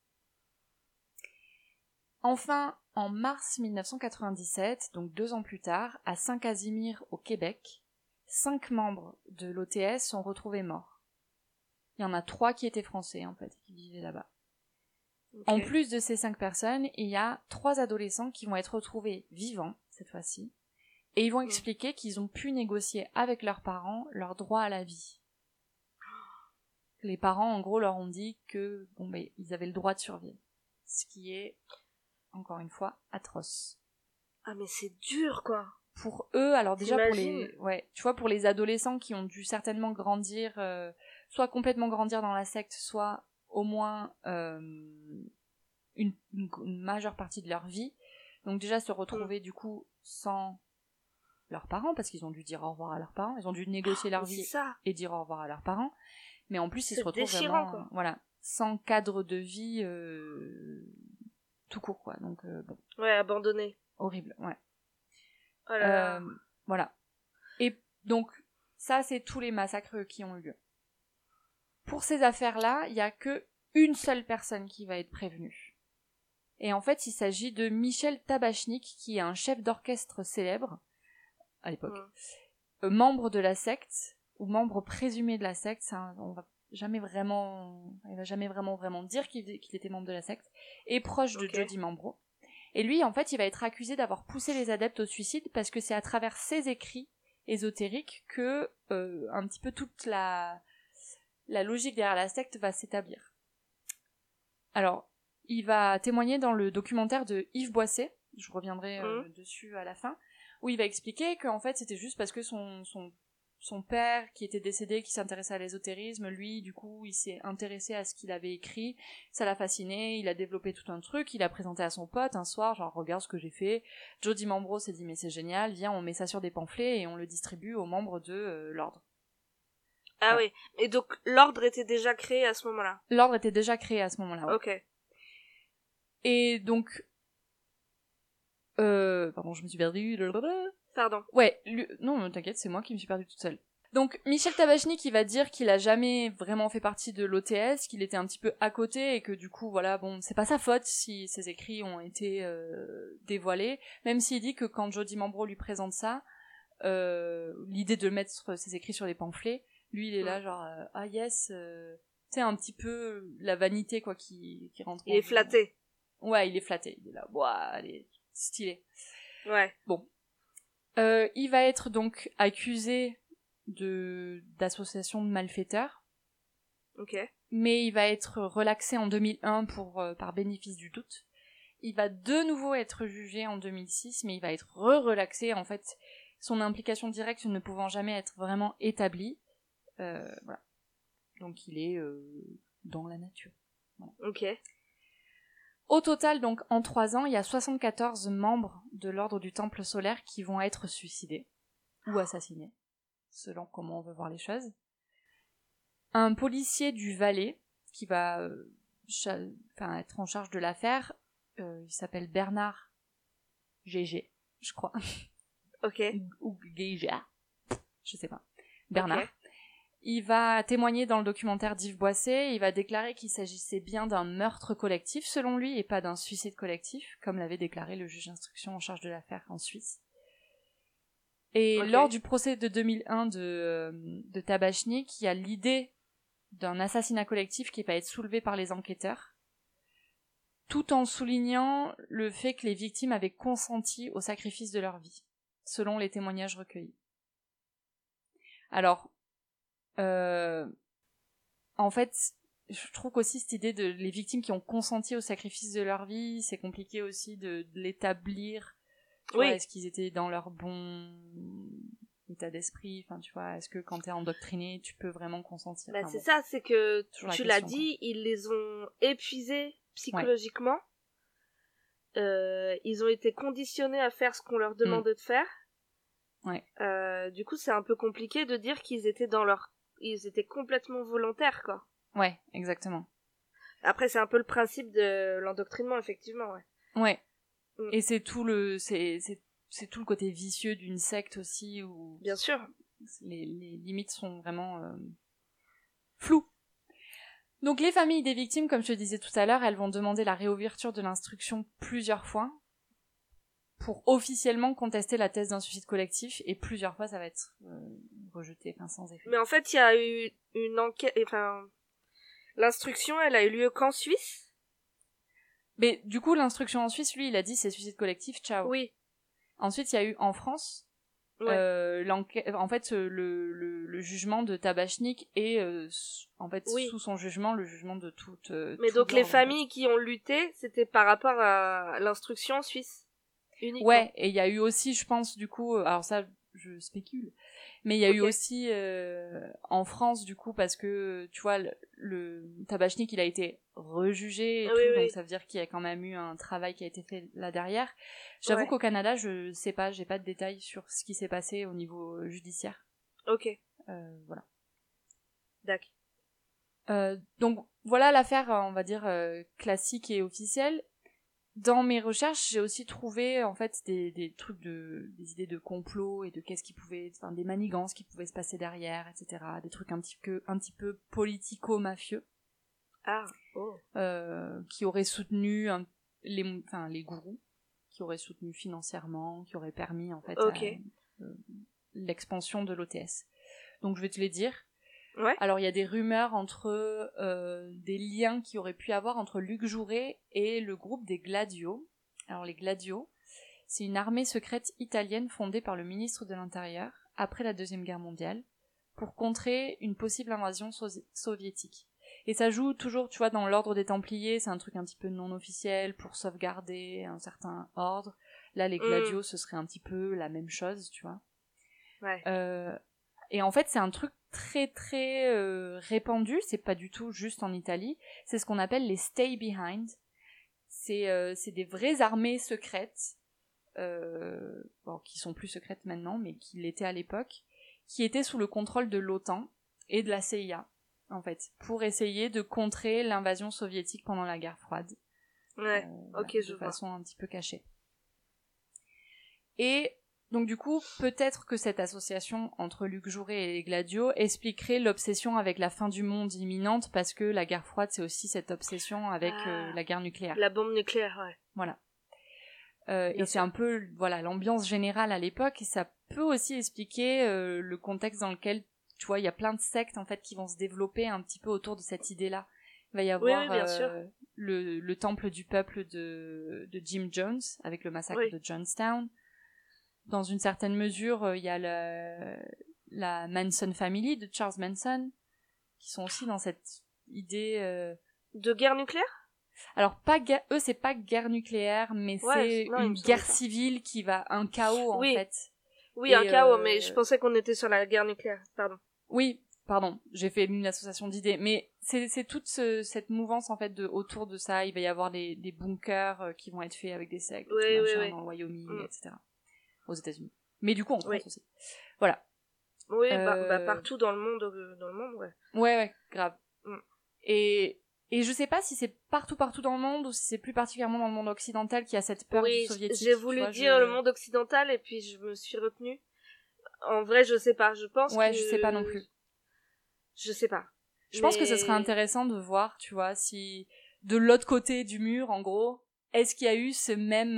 Enfin, en mars 1997, donc 2 ans plus tard, à Saint-Casimir, au Québec, 5 membres de l'OTS sont retrouvés morts. Il y en a 3 qui étaient français, en fait, qui vivaient là-bas. Okay. En plus de ces 5 personnes, il y a 3 adolescents qui vont être retrouvés vivants, cette fois-ci, et ils vont expliquer qu'ils ont pu négocier avec leurs parents leur droit à la vie. Les parents, en gros, leur ont dit que, ils avaient le droit de survivre. Ce qui est, encore une fois, atroce. Ah, mais c'est dur, quoi. Pour eux, alors déjà pour les adolescents qui ont dû certainement grandir, soit complètement grandir dans la secte, soit au moins une majeure partie de leur vie. Donc déjà se retrouver du coup sans leurs parents, parce qu'ils ont dû dire au revoir à leurs parents, ils ont dû négocier leur vie et dire au revoir à leurs parents. Mais en plus ils se retrouvent vraiment sans cadre de vie tout court, quoi. Donc bon. Ouais, abandonné. Horrible, ouais. Oh là là. Voilà. Et donc, ça, c'est tous les massacres qui ont eu lieu. Pour ces affaires-là, il n'y a que une seule personne qui va être prévenue. Et en fait, il s'agit de Michel Tabachnik, qui est un chef d'orchestre célèbre, à l'époque, membre de la secte, ou membre présumé de la secte. Il va jamais vraiment dire qu'il était membre de la secte, et proche de Jody Mambro. Et lui, en fait, il va être accusé d'avoir poussé les adeptes au suicide parce que c'est à travers ses écrits ésotériques que un petit peu toute la logique derrière la secte va s'établir. Alors, il va témoigner dans le documentaire de Yves Boisset, je reviendrai dessus à la fin, où il va expliquer qu'en fait, c'était juste parce que son père, qui était décédé, qui s'intéressait à l'ésotérisme, lui, du coup, il s'est intéressé à ce qu'il avait écrit, ça l'a fasciné, il a développé tout un truc, il a présenté à son pote un soir, genre, regarde ce que j'ai fait. Jody Mambro s'est dit, mais c'est génial, viens, on met ça sur des pamphlets et on le distribue aux membres de l'ordre. Ah oui, et donc l'ordre était déjà créé à ce moment-là. L'ordre était déjà créé à ce moment-là, ouais. Ok. Et donc... Pardon, je me suis perdue... Pardon. Ouais, non, t'inquiète, c'est moi qui me suis perdue toute seule. Donc, Michel Tabachnik, il va dire qu'il a jamais vraiment fait partie de l'OTS, qu'il était un petit peu à côté, et que du coup, voilà, bon, c'est pas sa faute si ses écrits ont été dévoilés, même s'il dit que quand Jody Mambro lui présente ça, l'idée de mettre ses écrits sur des pamphlets, lui, il est là, genre, ah yes, tu sais, un petit peu la vanité, quoi, qui rentre. Il est flatté. Ouais, il est flatté, il est là, ouah, allez, stylé. Ouais. Bon. Il va être donc accusé d'association de malfaiteurs. Ok. Mais il va être relaxé en 2001 par bénéfice du doute. Il va de nouveau être jugé en 2006, mais il va être relaxé. En fait, son implication directe ne pouvant jamais être vraiment établie. Voilà. Donc il est dans la nature. Voilà. Ok. Au total, donc, en 3 ans, il y a 74 membres de l'ordre du Temple solaire qui vont être suicidés ou assassinés, selon comment on veut voir les choses. Un policier du Valais, qui va être en charge de l'affaire, il s'appelle Bernard Gégé, je crois. Ok. Ou Géja, je sais pas. Bernard. Okay. Il va témoigner dans le documentaire d'Yves Boisset, il va déclarer qu'il s'agissait bien d'un meurtre collectif selon lui et pas d'un suicide collectif, comme l'avait déclaré le juge d'instruction en charge de l'affaire en Suisse. Et lors du procès de 2001 de Tabachnik, il y a l'idée d'un assassinat collectif qui va être soulevé par les enquêteurs, tout en soulignant le fait que les victimes avaient consenti au sacrifice de leur vie, selon les témoignages recueillis. Alors, en fait, je trouve qu'aussi cette idée de les victimes qui ont consenti au sacrifice de leur vie, c'est compliqué aussi de l'établir. Tu vois, est-ce qu'ils étaient dans leur bon état d'esprit, enfin tu vois, est-ce que quand t'es endoctriné, tu peux vraiment consentir? Bah, c'est ça, c'est que tu l'as dit, quoi. Ils les ont épuisés psychologiquement. Ils ont été conditionnés à faire ce qu'on leur demandait de faire. Ouais. Du coup, c'est un peu compliqué de dire qu'ils étaient ils étaient complètement volontaires, quoi. Ouais, exactement. Après, c'est un peu le principe de l'endoctrinement, effectivement, ouais. Ouais. Et c'est tout le tout le côté vicieux d'une secte aussi où bien sûr les limites sont vraiment floues. Donc les familles des victimes, comme je te disais tout à l'heure, elles vont demander la réouverture de l'instruction plusieurs fois pour officiellement contester la thèse d'un suicide collectif, et plusieurs fois ça va être rejeté, enfin sans effet. Mais en fait, il y a eu une enquête, enfin l'instruction, elle a eu lieu qu'en Suisse. Mais du coup, l'instruction en Suisse, lui, il a dit c'est suicide collectif, ciao. Oui. Ensuite, il y a eu en France, en fait, le jugement de Tabachnik et en fait sous son jugement, le jugement de toute. Mais donc les familles qui ont lutté, c'était par rapport à l'instruction en Suisse uniquement. Ouais, et il y a eu aussi, je pense, du coup, alors ça, je spécule, mais il y a eu aussi en France, du coup, parce que tu vois, le Tabachnik, il a été rejugé et tout, donc ça veut dire qu'il y a quand même eu un travail qui a été fait là derrière. J'avoue qu'au Canada, je sais pas, j'ai pas de détails sur ce qui s'est passé au niveau judiciaire. Ok. Voilà. D'accord. Donc voilà l'affaire, on va dire, classique et officielle. Dans mes recherches, j'ai aussi trouvé en fait des trucs des idées de complot et de qu'est-ce qui pouvait, enfin des manigances qui pouvaient se passer derrière, etc. Des trucs un petit peu politico-mafieux. Qui auraient soutenu les gourous, qui auraient soutenu financièrement, qui auraient permis en fait l'expansion de l'OTS. Donc je vais te les dire. Ouais. Alors il y a des rumeurs entre des liens qui auraient pu avoir entre Luc Jouret et le groupe des Gladios. Alors les Gladios, c'est une armée secrète italienne fondée par le ministre de l'Intérieur après la Deuxième Guerre mondiale pour contrer une possible invasion soviétique. Et ça joue toujours, tu vois, dans l'ordre des Templiers, c'est un truc un petit peu non officiel pour sauvegarder un certain ordre. Là les Gladios, ce serait un petit peu la même chose, tu vois. Ouais. Et en fait, c'est un truc très très répandu, c'est pas du tout juste en Italie, c'est ce qu'on appelle les stay behind. C'est des vraies armées secrètes, qui sont plus secrètes maintenant, mais qui l'étaient à l'époque, qui étaient sous le contrôle de l'OTAN et de la CIA, en fait, pour essayer de contrer l'invasion soviétique pendant la guerre froide. Ouais, de façon un petit peu cachée. Et donc du coup, peut-être que cette association entre Luc Jouret et les Gladios expliquerait l'obsession avec la fin du monde imminente, parce que la guerre froide, c'est aussi cette obsession avec la guerre nucléaire. La bombe nucléaire, ouais. Voilà. Et c'est un peu l'ambiance générale à l'époque, et ça peut aussi expliquer le contexte dans lequel, tu vois, il y a plein de sectes en fait qui vont se développer un petit peu autour de cette idée-là. Il va y avoir le temple du peuple de Jim Jones avec le massacre de Jonestown. Dans une certaine mesure, il y a la Manson Family de Charles Manson, qui sont aussi dans cette idée de guerre nucléaire. Alors eux c'est pas guerre nucléaire, mais c'est une guerre civile qui va un chaos en fait. Oui, un chaos, mais je pensais qu'on était sur la guerre nucléaire. Pardon. Oui, pardon, j'ai fait une association d'idées, mais c'est toute cette mouvance en fait autour de ça. Il va y avoir des bunkers qui vont être faits avec des sectes, dans le Wyoming, etc. Aux États-Unis. Mais du coup en France aussi. Voilà. Oui, partout dans le monde, ouais. Ouais, grave. Et je sais pas si c'est partout dans le monde ou si c'est plus particulièrement dans le monde occidental qu'il y a cette peur du soviétique. J'ai voulu dire le monde occidental et puis je me suis retenue. En vrai, je sais pas, je pense que... je sais pas non plus. Je sais pas. Je pense que ce serait intéressant de voir, tu vois, si de l'autre côté du mur, en gros, est-ce qu'il y a eu cette même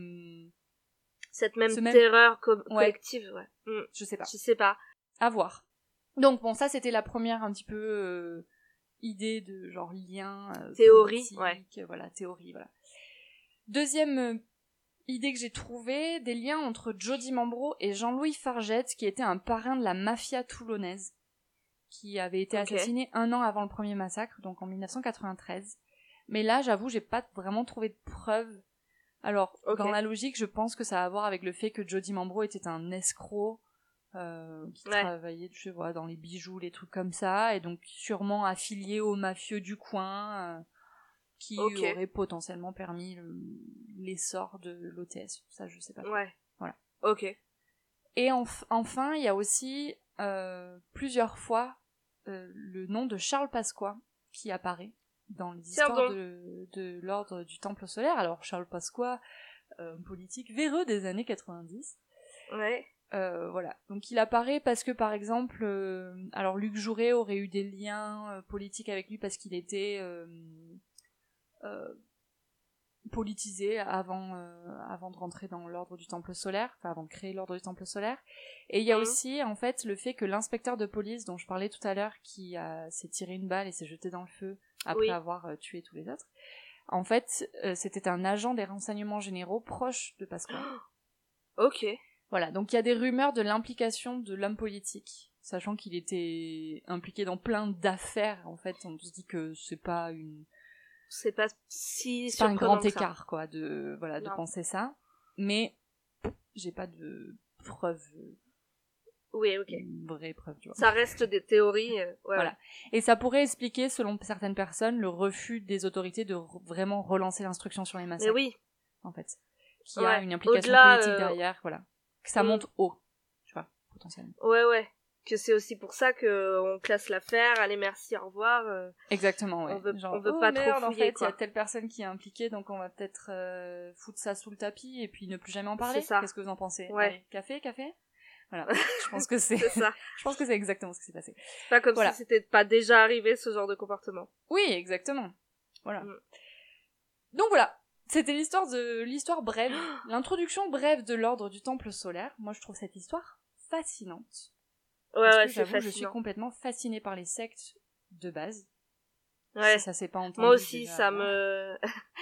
terreur collective, ouais. Je sais pas. Je sais pas. À voir. Donc bon, ça c'était la première un petit peu idée de genre lien théorie, politique, voilà, théorie, voilà. Deuxième idée que j'ai trouvée, des liens entre Jody Mambro et Jean-Louis Fargette, qui était un parrain de la mafia toulonnaise, qui avait été assassiné 1 an avant le premier massacre, donc en 1993. Mais là, j'avoue, j'ai pas vraiment trouvé de preuves. Alors, dans la logique, je pense que ça a à voir avec le fait que Jody Mambro était un escroc qui travaillait, je vois, dans les bijoux, les trucs comme ça, et donc sûrement affilié aux mafieux du coin, qui aurait potentiellement permis l'essor de l'OTS. Ça, je sais pas. Ouais. Voilà. Ok. Et enfin, il y a aussi plusieurs fois le nom de Charles Pasqua qui apparaît dans les histoires de l'ordre du Temple solaire. Alors, Charles Pasqua, politique véreux des années 90. Ouais. Voilà. Donc il apparaît parce que par exemple, alors Luc Jouret aurait eu des liens politiques avec lui parce qu'il était politisé avant de rentrer dans l'ordre du Temple solaire, enfin avant de créer l'ordre du Temple solaire. Et il y a aussi en fait le fait que l'inspecteur de police dont je parlais tout à l'heure, qui s'est tiré une balle et s'est jeté dans le feu après avoir tué tous les autres, en fait c'était un agent des renseignements généraux proche de Pasqua. Ok. Voilà, donc il y a des rumeurs de l'implication de l'homme politique, sachant qu'il était impliqué dans plein d'affaires. En fait, on se dit que c'est pas si c'est pas un grand écart, quoi, de penser ça. Mais j'ai pas de preuves. Oui, ok. Vraie preuve, tu vois. Ça reste des théories. Voilà. Et ça pourrait expliquer, selon certaines personnes, le refus des autorités de vraiment relancer l'instruction sur les massacres. Mais oui. En fait. Qui a une implication politique derrière, voilà. Que ça monte haut, tu vois, potentiellement. Ouais. Que c'est aussi pour ça qu'on classe l'affaire, allez merci, au revoir. Exactement, ouais. On veut pas trop fouiller, en fait, quoi. Il y a telle personne qui est impliquée, donc on va peut-être foutre ça sous le tapis et puis ne plus jamais en parler. C'est ça. Qu'est-ce que vous en pensez? Ouais. Allez, café? Voilà. Je pense que c'est ça. Je pense que c'est exactement ce qui s'est passé. C'est pas comme si c'était pas déjà arrivé, ce genre de comportement. Oui, exactement. Voilà. Donc voilà. C'était l'histoire brève, l'introduction brève de l'ordre du Temple solaire. Moi, je trouve cette histoire fascinante. Parce que j'avoue, je suis complètement fascinée par les sectes de base. Ouais. Si ça s'est pas entendu. Moi aussi, déjà, ça me...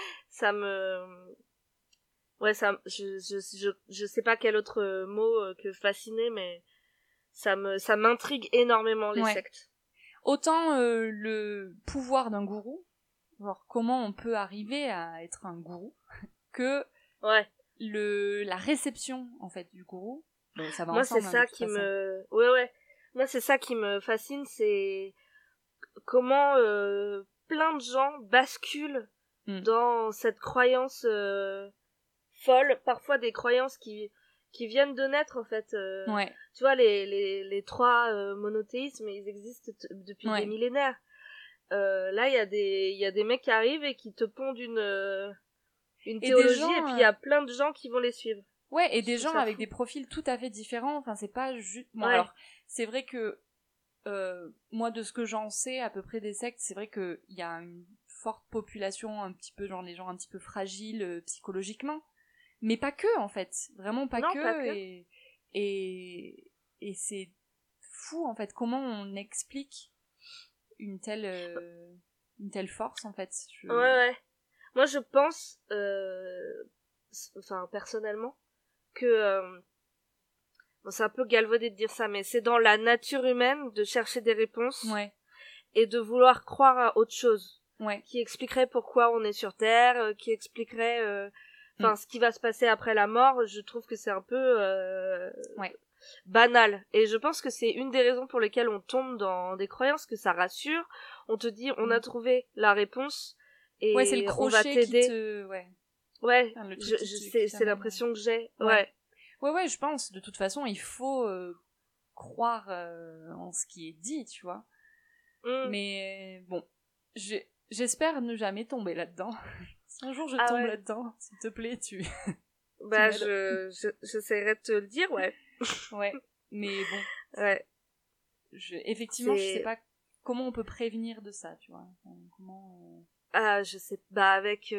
Ouais, je sais pas quel autre mot que fasciné, mais ça m'intrigue énormément, les sectes. Autant le pouvoir d'un gourou, genre comment on peut arriver à être un gourou, que la réception, en fait, du gourou. Donc, ça va moi, ensemble, c'est ça qui me... Ouais. Moi, c'est ça qui me fascine, c'est comment plein de gens basculent dans cette croyance folle, parfois des croyances qui viennent de naître, en fait. Tu vois, les 3 monothéismes, ils existent depuis des millénaires. Là, il y a des mecs qui arrivent et qui te pondent une théologie, et puis il y a plein de gens qui vont les suivre. Ouais, et des gens avec des profils tout à fait différents. Enfin, c'est pas juste... Bon, alors, c'est vrai que moi, de ce que j'en sais, à peu près des sectes, c'est vrai qu'il y a une forte population, un petit peu, genre les gens un petit peu fragiles psychologiquement. Mais pas que, en fait. Vraiment pas que. Et c'est fou, en fait, comment on explique une telle force, en fait. Ouais. Moi, je pense, personnellement, que bon, c'est un peu galvaudé de dire ça, mais c'est dans la nature humaine de chercher des réponses et de vouloir croire à autre chose qui expliquerait pourquoi on est sur Terre, qui expliquerait ce qui va se passer après la mort. Je trouve que c'est un peu banal, et je pense que c'est une des raisons pour lesquelles on tombe dans des croyances, que ça rassure. On te dit on a trouvé la réponse et c'est le crochet on va t'aider. Qui te... c'est l'impression que j'ai. Ouais, je pense. De toute façon, il faut croire en ce qui est dit, tu vois. Mais bon, j'espère ne jamais tomber là-dedans. Si un jour je tombe là-dedans, s'il te plaît, tu... Bah, j'essaierai de te le dire, ouais. Ouais, mais bon. Ouais. Effectivement, je sais pas comment on peut prévenir de ça, tu vois. Comment... Ah, je sais, bah, avec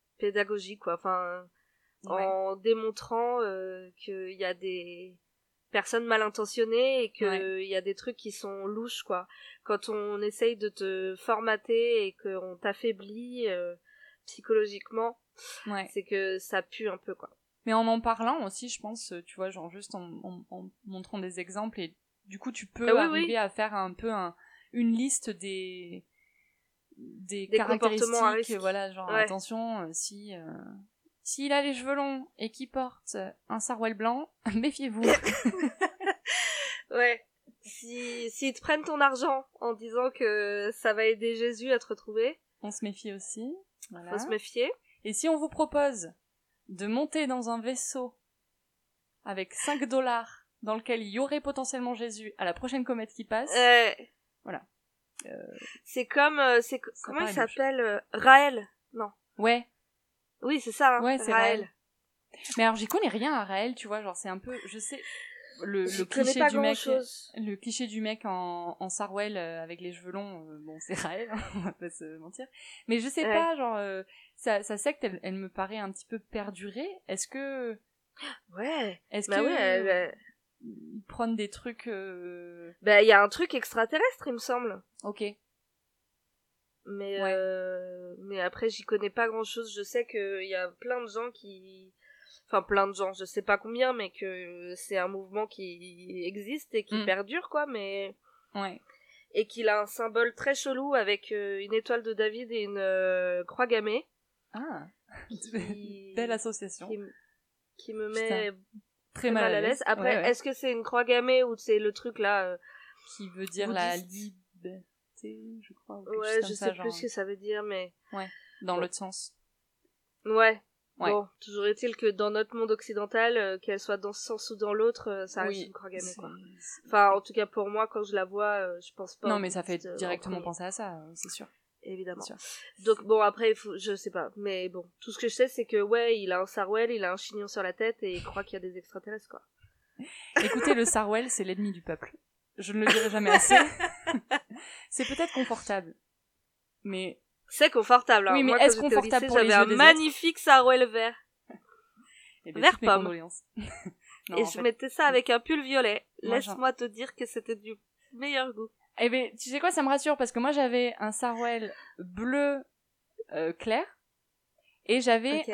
pédagogie, quoi. Enfin, en démontrant qu'il y a des personne mal intentionnée et que y a des trucs qui sont louches, quoi. Quand on essaye de te formater et qu'on t'affaiblit psychologiquement, c'est que ça pue un peu, quoi. Mais en parlant aussi, je pense, tu vois, genre juste en montrant des exemples, et du coup, tu peux arriver à faire un peu une liste des caractéristiques, voilà, genre, attention, s'il a les cheveux longs et qu'il porte un sarouel blanc, méfiez-vous. Ouais. S'ils te prennent ton argent en disant que ça va aider Jésus à te retrouver, on se méfie aussi. Voilà. Faut se méfier. Et si on vous propose de monter dans un vaisseau avec 5 $ dans lequel il y aurait potentiellement Jésus à la prochaine comète qui passe, voilà. C'est comme, comment il s'appelle, Raël? Non. Ouais. Oui, c'est ça, hein. Ouais, c'est Raël. Mais alors, j'y connais rien à Raël, tu vois, genre, c'est un peu, je sais, le cliché du mec en Sarwell avec les cheveux longs, bon, c'est Raël, on va pas se mentir. Mais je sais pas, genre, sa secte, elle me paraît un petit peu perdurée. Est-ce que... Ouais. Est-ce que... Ils prennent des trucs... Bah, il y a un truc extraterrestre, il me semble. Ok. Mais mais après, j'y connais pas grand-chose. Je sais qu'il y a plein de gens qui... Enfin, plein de gens, je sais pas combien, mais que c'est un mouvement qui existe et qui perdure, quoi, mais... Ouais. Et qu'il a un symbole très chelou avec une étoile de David et une croix gammée. Ah, belle association. Qui me met très mal à l'aise. Après, est-ce que c'est une croix gammée ou c'est le truc là qui veut dire la liberté, je crois. Ouais, je sais plus ce que ça veut dire, mais... Ouais, dans l'autre sens. Ouais. Bon, toujours est-il que dans notre monde occidental, qu'elle soit dans ce sens ou dans l'autre, ça reste une croix gammée, quoi. Enfin, en tout cas pour moi, quand je la vois, je pense pas... Non, mais ça fait directement penser à ça, c'est sûr. Évidemment. Sûr. Donc bon, après, je sais pas. Mais bon, tout ce que je sais, c'est que il a un Sarwell, il a un chignon sur la tête et il croit qu'il y a des extraterrestres, quoi. Écoutez, le Sarwell, c'est l'ennemi du peuple. Je ne le dirai jamais assez. C'est peut-être confortable, mais... C'est confortable, hein. Oui, mais moi, est-ce confortable pour les yeux des autres ? J'avais un magnifique Sarwell vert. Vert pomme. Non, et je mettais ça avec un pull violet. Laisse-moi te dire que c'était du meilleur goût. Eh ben, tu sais quoi, ça me rassure, parce que moi, j'avais un Sarwell bleu clair, et j'avais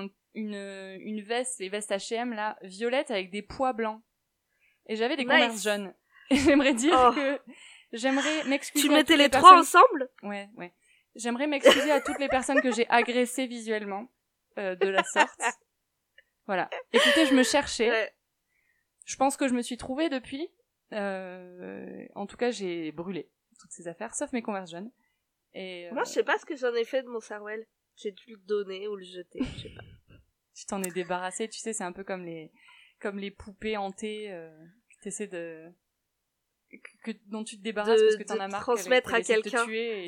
une veste, les vestes H&M, là, violette, avec des pois blancs. Et j'avais des Converse jaunes. Et j'aimerais dire que... J'aimerais m'excuser. Tu mettais les trois ensemble ? Ouais. J'aimerais m'excuser à toutes les personnes que j'ai agressées visuellement, de la sorte. Voilà. Écoutez, je me cherchais. Ouais. Je pense que je me suis trouvée depuis. En tout cas, j'ai brûlé toutes ces affaires, sauf mes Converse jaunes. Et moi, je sais pas ce que j'en ai fait de mon Sarwell. J'ai dû le donner ou le jeter, je sais pas. Tu t'en es débarrassé, tu sais, c'est un peu comme les poupées hantées que t'essaies de... dont tu te débarrasses parce que t'en as marre transmettre à quelqu'un. Te tuer et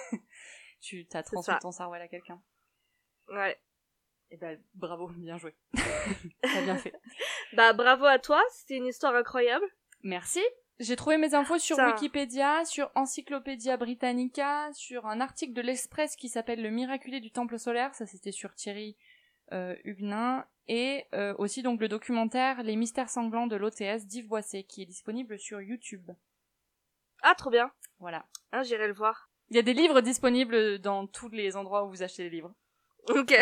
tu t'as transmis ton Sarwell à quelqu'un. Ouais. Et ben bravo, bien joué. T'as bien fait. Bah bravo à toi, c'était une histoire incroyable. Merci. J'ai trouvé mes infos sur Wikipédia, sur Encyclopédia Britannica, sur un article de l'Express qui s'appelle Le Miraculé du Temple solaire, ça c'était sur Thierry Huguenin, et aussi donc le documentaire Les mystères sanglants de l'OTS d'Yves Boisset qui est disponible sur YouTube. Ah, trop bien. Voilà. Hein, j'irai le voir. Il y a des livres disponibles dans tous les endroits où vous achetez les livres. Ok.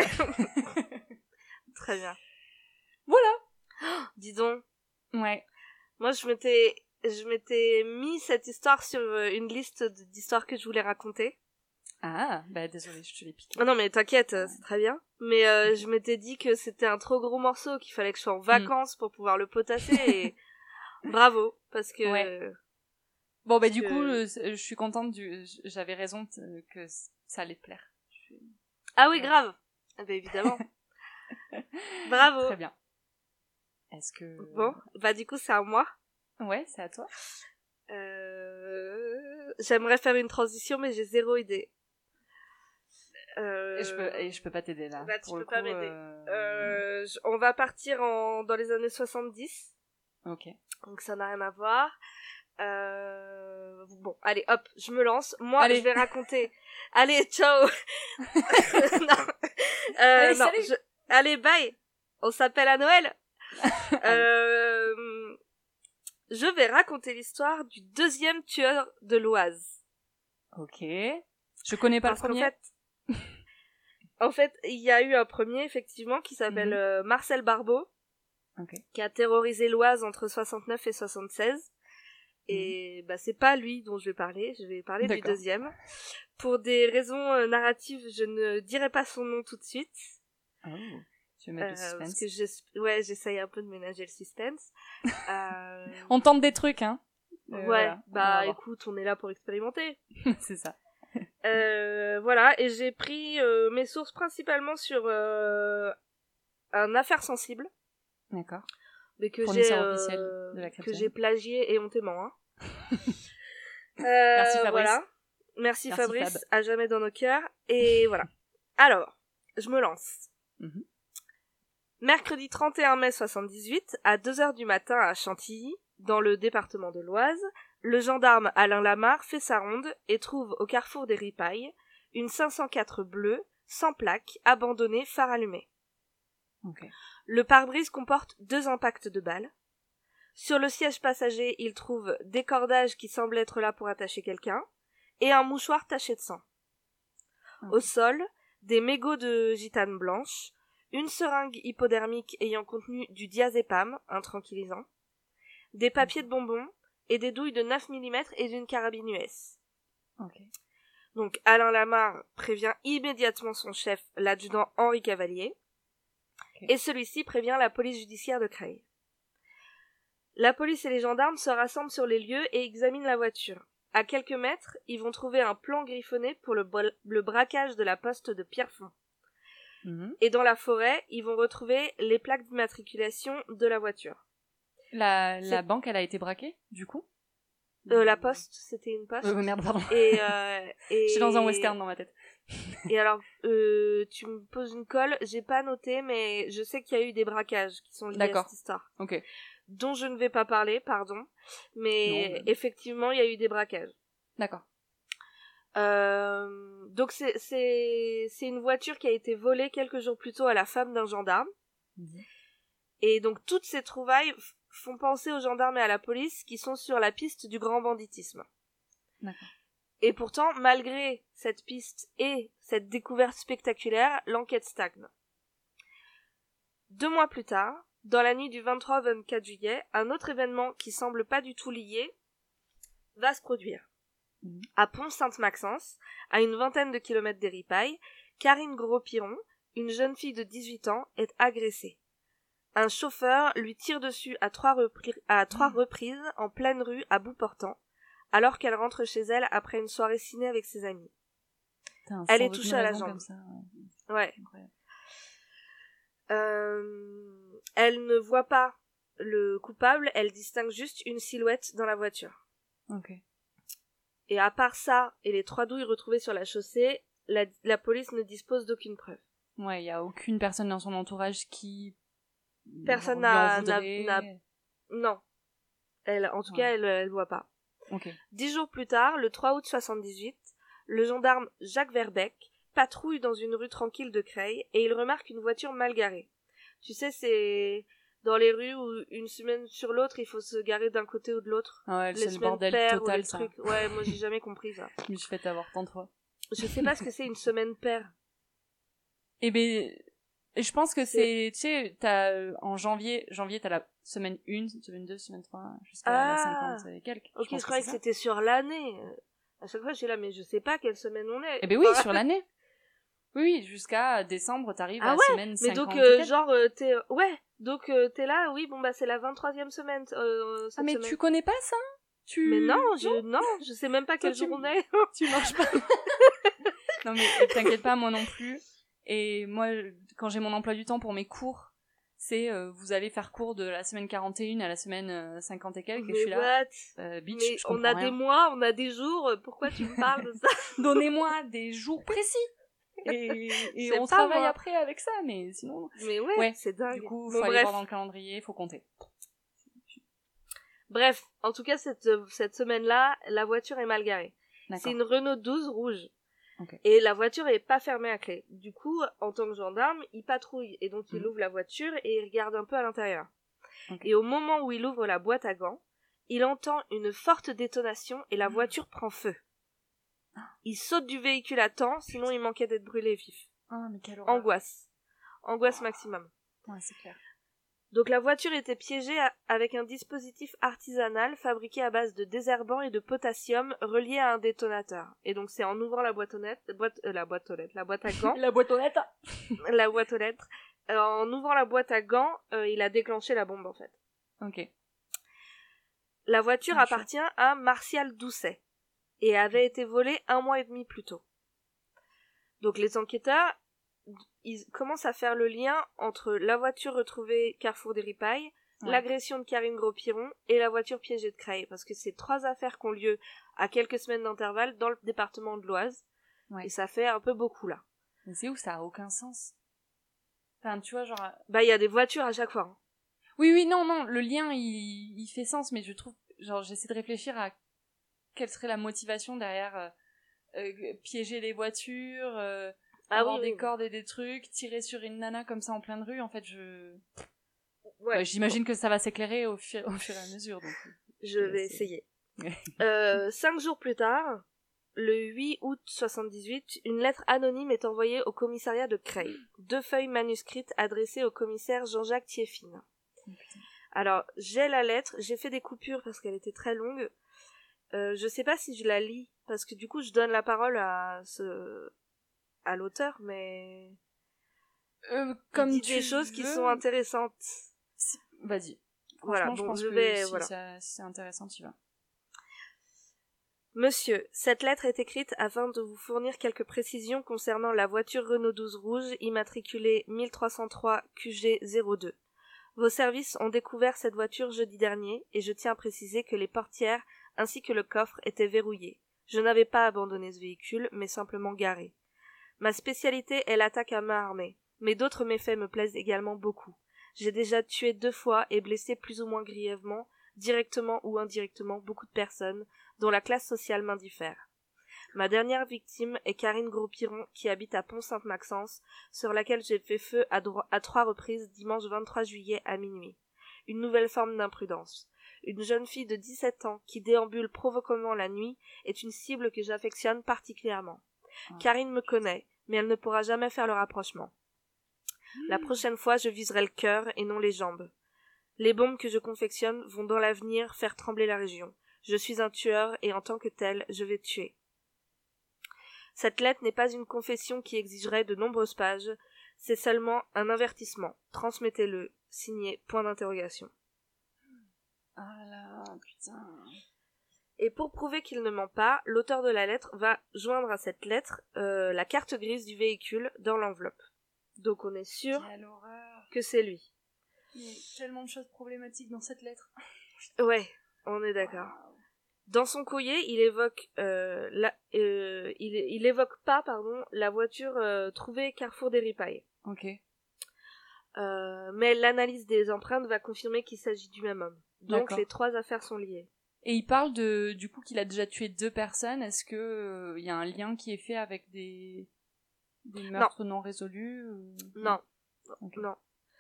Très bien. Voilà. Oh, dis donc. Ouais. Moi, je m'étais mis cette histoire sur une liste d'histoires que je voulais raconter. Ah, bah désolée, je te l'ai piqué. Oh non, mais t'inquiète, c'est très bien. Mais je m'étais dit que c'était un trop gros morceau, qu'il fallait que je sois en vacances pour pouvoir le potasser, et bravo, parce que... Ouais. Bon, bah du coup, je suis contente, j'avais raison que ça allait te plaire. Ah oui, grave. Ah bah évidemment. Bravo. Très bien. Est-ce que... Bon, bah du coup, c'est à moi. Ouais, c'est à toi. J'aimerais faire une transition, mais j'ai zéro idée. Et je peux pas t'aider là. Bah, tu peux pas m'aider. On va partir dans les années 70. Ok. Donc ça n'a rien à voir. Bon, allez, hop, je me lance. Moi, je vais raconter. Allez, ciao. Non. Allez, non, salut. Allez, bye. On s'appelle à Noël. je vais raconter l'histoire du deuxième tueur de l'Oise. Ok. Je connais pas Parce le premier. En fait, il y a eu un premier, effectivement, qui s'appelle Marcel Barbeau, qui a terrorisé l'Oise entre 69 et 76. Et c'est pas lui dont je vais parler du deuxième. Pour des raisons narratives, je ne dirai pas son nom tout de suite. Oh, tu veux mettre le suspense. Parce que j'essaye un peu de ménager le suspense. On tente des trucs, hein. Voilà. Écoute, on est là pour expérimenter. C'est ça. Voilà, et j'ai pris mes sources principalement sur un affaire sensible. D'accord. Mais que j'ai plagié éhontément. Hein. Merci Fabrice. Voilà. Merci Fabrice, Fab. À jamais dans nos cœurs. Et voilà. Alors, je me lance. Mercredi 31 mai 78, à 2h du matin à Chantilly, dans le département de l'Oise, le gendarme Alain Lamarre fait sa ronde et trouve au carrefour des Ripailles une 504 bleue, sans plaque, abandonnée, phare allumé. Le pare-brise comporte 2 impacts de balles. Sur le siège passager, il trouve des cordages qui semblent être là pour attacher quelqu'un, et un mouchoir taché de sang. Au sol, des mégots de gitane blanche, une seringue hypodermique ayant contenu du diazépam, un tranquillisant, des papiers de bonbons, et des douilles de 9 mm et d'une carabine US. Donc Alain Lamarre prévient immédiatement son chef, l'adjudant Henri Cavalier, et celui-ci prévient la police judiciaire de Creil. La police et les gendarmes se rassemblent sur les lieux et examinent la voiture. À quelques mètres, ils vont trouver un plan griffonné pour le braquage de la poste de Pierrefonds. Et dans la forêt, ils vont retrouver les plaques d'immatriculation de la voiture. La banque, elle a été braquée, du coup La poste, c'était une poste. Merde, pardon. Et j'étais dans un western dans ma tête. Et alors, tu me poses une colle, j'ai pas noté, mais je sais qu'il y a eu des braquages qui sont liés à cette histoire. Dont je ne vais pas parler, pardon. Mais effectivement, il y a eu des braquages. D'accord. Donc c'est une voiture qui a été volée quelques jours plus tôt à la femme d'un gendarme. Et donc toutes ces trouvailles font penser aux gendarmes et à la police qui sont sur la piste du grand banditisme. D'accord. Et pourtant, malgré cette piste et cette découverte spectaculaire, l'enquête stagne. 2 mois plus tard, dans la nuit du 23 au 24 juillet, un autre événement qui semble pas du tout lié va se produire. À Pont-Sainte-Maxence, à une vingtaine de kilomètres des Ripailles, Karine Gros-Piron, une jeune fille de 18 ans, est agressée. Un chauffeur lui tire dessus à 3 reprises en pleine rue à bout portant, alors qu'elle rentre chez elle après une soirée ciné avec ses amis. Elle est touchée à la jambe. Ouais. Elle ne voit pas le coupable, elle distingue juste une silhouette dans la voiture. Et à part ça et les 3 douilles retrouvées sur la chaussée, la police ne dispose d'aucune preuve. Ouais, il y a aucune personne dans son entourage qui... Personne n'a... Non. En tout cas, elle voit pas. 10 jours plus tard, le 3 août 78, le gendarme Jacques Verbeck patrouille dans une rue tranquille de Creil et il remarque une voiture mal garée. Tu sais, c'est dans les rues où une semaine sur l'autre, il faut se garer d'un côté ou de l'autre. Ouais, c'est le bordel total, ça. Trucs. Ouais, moi j'ai jamais compris ça. Je me suis fait avoir tant de fois. Je sais pas ce que c'est une semaine paire. Eh ben, je pense que c'est, tu sais, en janvier, t'as la semaine 1, semaine 2, semaine 3, jusqu'à la 50 et quelques. Ok, je croyais que c'était sur l'année. À chaque fois, je suis là, mais je sais pas quelle semaine on est. Eh ben oui, sur l'année. Oui, jusqu'à décembre, t'arrives à la semaine 50. Mais donc, t'es... Ouais, donc t'es là, oui, bon, c'est la 23e semaine, cette mais semaine. tu connais pas ça? Mais non, je sais même pas quelle jour on est. Tu manges pas. Non, mais t'inquiète pas, moi non plus. Et moi, quand j'ai mon emploi du temps pour mes cours, c'est vous allez faire cours de la semaine 41 à la semaine 50 et quelques, et je suis là. Bitch, mais je comprends on a rien. des mois, on a des jours, pourquoi tu me parles de ça? Donnez-moi des jours précis. Et on travaille après avec ça, mais sinon... Mais ouais, c'est dingue. Du coup, faut aller voir dans le calendrier, faut compter. Bref, en tout cas, cette semaine-là, la voiture est mal garée. D'accord. C'est une Renault 12 rouge. Et la voiture est pas fermée à clé. Du coup, en tant que gendarme, il patrouille. Et donc, il ouvre la voiture et il regarde un peu à l'intérieur. Et au moment où il ouvre la boîte à gants, il entend une forte détonation et la voiture prend feu. Il saute du véhicule à temps, sinon il manquait d'être brûlé vif. Ah, mais quelle horreur. Angoisse maximum. Ouais, c'est clair. Donc la voiture était piégée avec un dispositif artisanal fabriqué à base de désherbant et de potassium relié à un détonateur. Et donc c'est en ouvrant la boîte à gants, La boîte aux lettres. la boîte aux lettres, en ouvrant la boîte à gants, il a déclenché la bombe en fait. Ok. La voiture appartient à Martial Doucet et avait été volée 1 mois et demi plus tôt. Donc les enquêteurs, ils commencent à faire le lien entre la voiture retrouvée Carrefour des Ripailles, l'agression de Karine Gros-Piron et la voiture piégée de Creil, parce que c'est 3 affaires qui ont lieu à quelques semaines d'intervalle dans le département de l'Oise, et ça fait un peu beaucoup là. Mais c'est où ça a aucun sens. Enfin, tu vois, genre... Bah, il y a des voitures à chaque fois. Hein. Oui, non, le lien, il fait sens, mais je trouve... Genre, j'essaie de réfléchir à quelle serait la motivation derrière piéger les voitures, avoir des cordes et des trucs, tirer sur une nana comme ça en pleine rue. En fait, j'imagine que ça va s'éclairer au fur et à mesure. Donc, je vais essayer. 5 jours plus tard, le 8 août 78, une lettre anonyme est envoyée au commissariat de Creil. 2 feuilles manuscrites adressées au commissaire Jean-Jacques Thieffine. Alors, j'ai la lettre, j'ai fait des coupures parce qu'elle était très longue. Je sais pas si je la lis, parce que du coup, je donne la parole à l'auteur, mais... comme il dit tu des choses veux... qui sont intéressantes. Vas-y. Voilà, je pense que si c'est intéressant, tu vas. Monsieur, cette lettre est écrite afin de vous fournir quelques précisions concernant la voiture Renault 12 rouge immatriculée 1303 QG02. Vos services ont découvert cette voiture jeudi dernier et je tiens à préciser que les portières ainsi que le coffre étaient verrouillés. Je n'avais pas abandonné ce véhicule, mais simplement garé. Ma spécialité est l'attaque à main armée, mais d'autres méfaits me plaisent également beaucoup. J'ai déjà tué 2 fois et blessé plus ou moins grièvement, directement ou indirectement, beaucoup de personnes, dont la classe sociale m'indiffère. Ma dernière victime est Karine Gros-Piron, qui habite à Pont-Sainte-Maxence, sur laquelle j'ai fait feu à 3 reprises dimanche 23 juillet à minuit. Une nouvelle forme d'imprudence. Une jeune fille de 17 ans qui déambule provoquement la nuit est une cible que j'affectionne particulièrement. Karine me connaît, mais elle ne pourra jamais faire le rapprochement. La prochaine fois, je viserai le cœur et non les jambes. Les bombes que je confectionne vont dans l'avenir faire trembler la région. Je suis un tueur et en tant que tel, je vais tuer. Cette lettre n'est pas une confession qui exigerait de nombreuses pages, c'est seulement un avertissement. Transmettez-le, signé point d'interrogation. Ah là, putain. Et pour prouver qu'il ne ment pas, l'auteur de la lettre va joindre à cette lettre la carte grise du véhicule dans l'enveloppe. Donc on est sûr que c'est lui. Il y a tellement de choses problématiques dans cette lettre. Ouais, on est d'accord. Wow. Dans son courrier, il évoque il évoque pas la voiture trouvée Carrefour des Ripailles. Ok. Mais l'analyse des empreintes va confirmer qu'il s'agit du même homme. Donc les 3 affaires sont liées. Et il parle du coup qu'il a déjà tué 2 personnes. Est-ce que y a un lien qui est fait avec des meurtres non résolus Non. Okay. Non.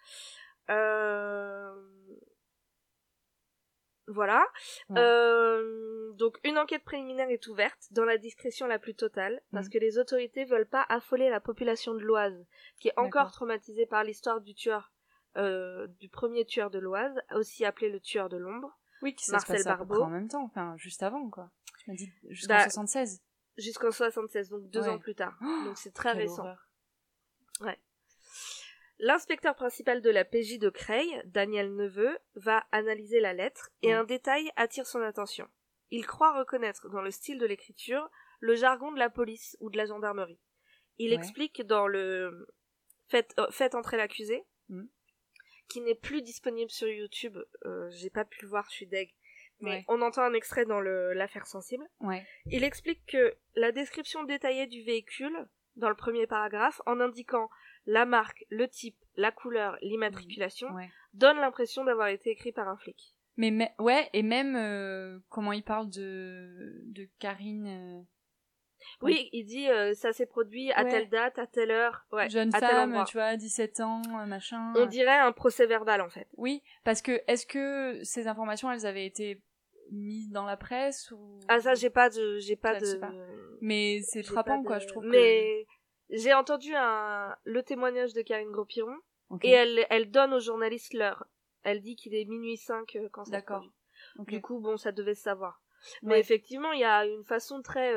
Voilà. Ouais. Donc une enquête préliminaire est ouverte dans la discrétion la plus totale parce que les autorités veulent pas affoler la population de l'Oise qui est encore traumatisée par l'histoire du tueur du premier tueur de l'Oise, aussi appelé le tueur de l'ombre. Oui, qui Marcel se Barbeau. À peu près en même temps, enfin juste avant quoi. Tu m'as dit jusqu'en 76. Jusqu'en 76, donc 2 ans plus tard. Donc c'est très récent. Horreur. Ouais. L'inspecteur principal de la PJ de Creil, Daniel Neveu, va analyser la lettre et un détail attire son attention. Il croit reconnaître dans le style de l'écriture le jargon de la police ou de la gendarmerie. Il explique dans le Faites entrer l'accusé, qui n'est plus disponible sur YouTube, j'ai pas pu le voir, je suis deg, mais on entend un extrait dans l'affaire sensible. Il explique que la description détaillée du véhicule, dans le premier paragraphe, en indiquant la marque, le type, la couleur, l'immatriculation, donne l'impression d'avoir été écrit par un flic. Et même comment il parle de Karine. Oui, il dit ça s'est produit à telle date, à telle heure, jeune à femme, tel endroit. tu vois, 17 ans, machin. On dirait un procès verbal en fait. Oui, parce que est-ce que ces informations elles avaient été mis dans la presse ou... Ah ça, j'ai pas Ça, de... je sais pas. Mais c'est j'ai frappant, pas quoi, de- je trouve. Mais j'ai entendu le témoignage de Karine Gros-Piron, Ok. et elle donne aux journalistes l'heure. Elle dit qu'il est minuit 5 quand ça se D'accord. produit. Ok. Du coup, bon, ça devait se savoir. Mais Ouais. effectivement, il y a une façon très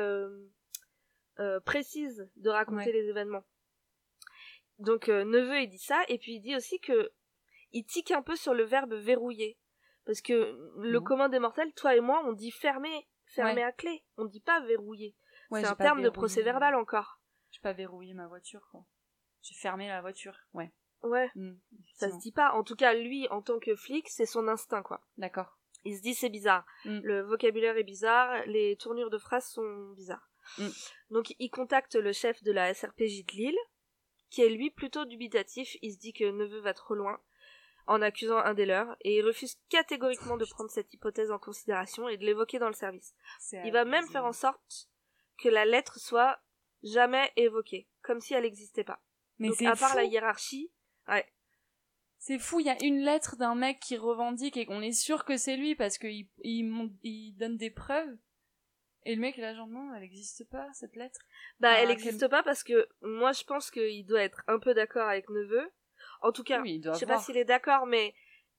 précise de raconter Ouais. les événements. Donc, Neveu, il dit ça, et puis il dit aussi que il tique un peu sur le verbe verrouiller. Parce que le commun des mortels, toi et moi, on dit fermer Ouais. à clé. On dit pas verrouiller. Ouais, C'est j'ai un pas terme de verrouillé- procès-verbal encore. J'ai pas verrouillé ma voiture, quoi. J'ai fermé la voiture, ouais. Ouais, ça Effectivement. se dit pas. En tout cas, lui, en tant que flic, c'est son instinct, quoi. D'accord. Il se dit c'est bizarre. Le vocabulaire est bizarre, les tournures de phrases sont bizarres. Donc il contacte le chef de la SRPJ de Lille, qui est lui plutôt dubitatif. Il se dit que Neveu va trop loin en accusant un des leurs, et il refuse catégoriquement de prendre cette hypothèse en considération et de l'évoquer dans le service. Il va même faire en sorte que la lettre soit jamais évoquée, comme si elle n'existait pas. Mais Donc c'est à part fou. la hiérarchie, ouais. C'est fou, il y a une lettre d'un mec qui revendique et qu'on est sûr que c'est lui parce qu'il donne des preuves. Et le mec, là, genre, non, elle n'existe pas, cette lettre. Elle n'existe pas parce que moi, je pense qu'il doit être un peu d'accord avec Neveu. En tout cas, Oui, il doit je sais pas voir. s'il est d'accord, mais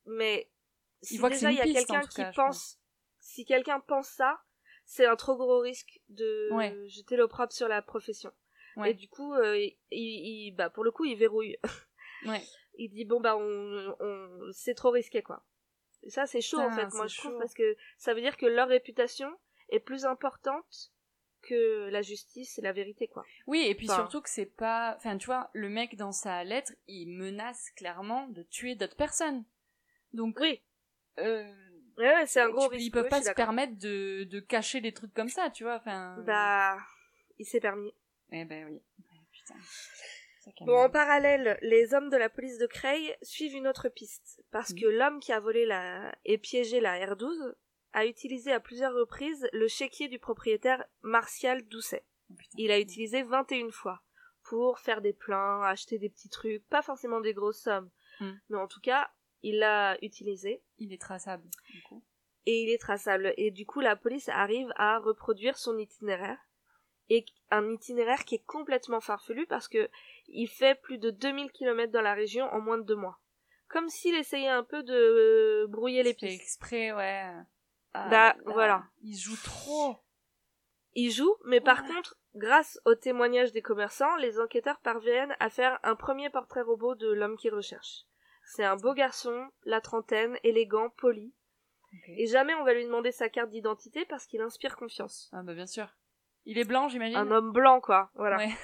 si voit que déjà c'est il y a une piste, quelqu'un en tout qui cas, je pense, si quelqu'un pense ça, c'est un trop gros risque de jeter l'opprobre sur la profession. Ouais. Et du coup, pour le coup, il verrouille. Ouais. Il dit bon c'est trop risqué, quoi. Et ça, c'est chaud, en fait, moi je trouve, parce que ça veut dire que leur réputation est plus importante que la justice et la vérité, quoi. Oui, et puis surtout que c'est pas... Enfin, tu vois, le mec, dans sa lettre, il menace clairement de tuer d'autres personnes. Donc... Oui. Ouais, c'est un gros risque. Ils peuvent pas se permettre de cacher des trucs comme ça, tu vois, enfin... il s'est permis. Eh ben oui. Putain. Bon, en parallèle, les hommes de la police de Creil suivent une autre piste, parce que l'homme qui a volé et piégé la R12 a utilisé à plusieurs reprises le chéquier du propriétaire Martial Doucet. Il a utilisé 21 fois pour faire des pleins, acheter des petits trucs, pas forcément des grosses sommes, mais en tout cas, il l'a utilisé. Il est traçable, du coup. Et il est traçable. Et du coup, la police arrive à reproduire son itinéraire. Et un itinéraire qui est complètement farfelu parce que il fait plus de 2000 km dans la région en moins de 2 mois. Comme s'il essayait un peu de brouiller les pistes. Fait exprès, ouais. Voilà. Il joue trop. Il joue, mais par contre, grâce au témoignage des commerçants, les enquêteurs parviennent à faire un premier portrait robot de l'homme qu'ils recherchent. C'est un beau garçon, la trentaine, élégant, poli. Okay. Et jamais on va lui demander sa carte d'identité parce qu'il inspire confiance. Ah bah bien sûr. Il est blanc, j'imagine. Un homme blanc, quoi. Voilà. Ouais.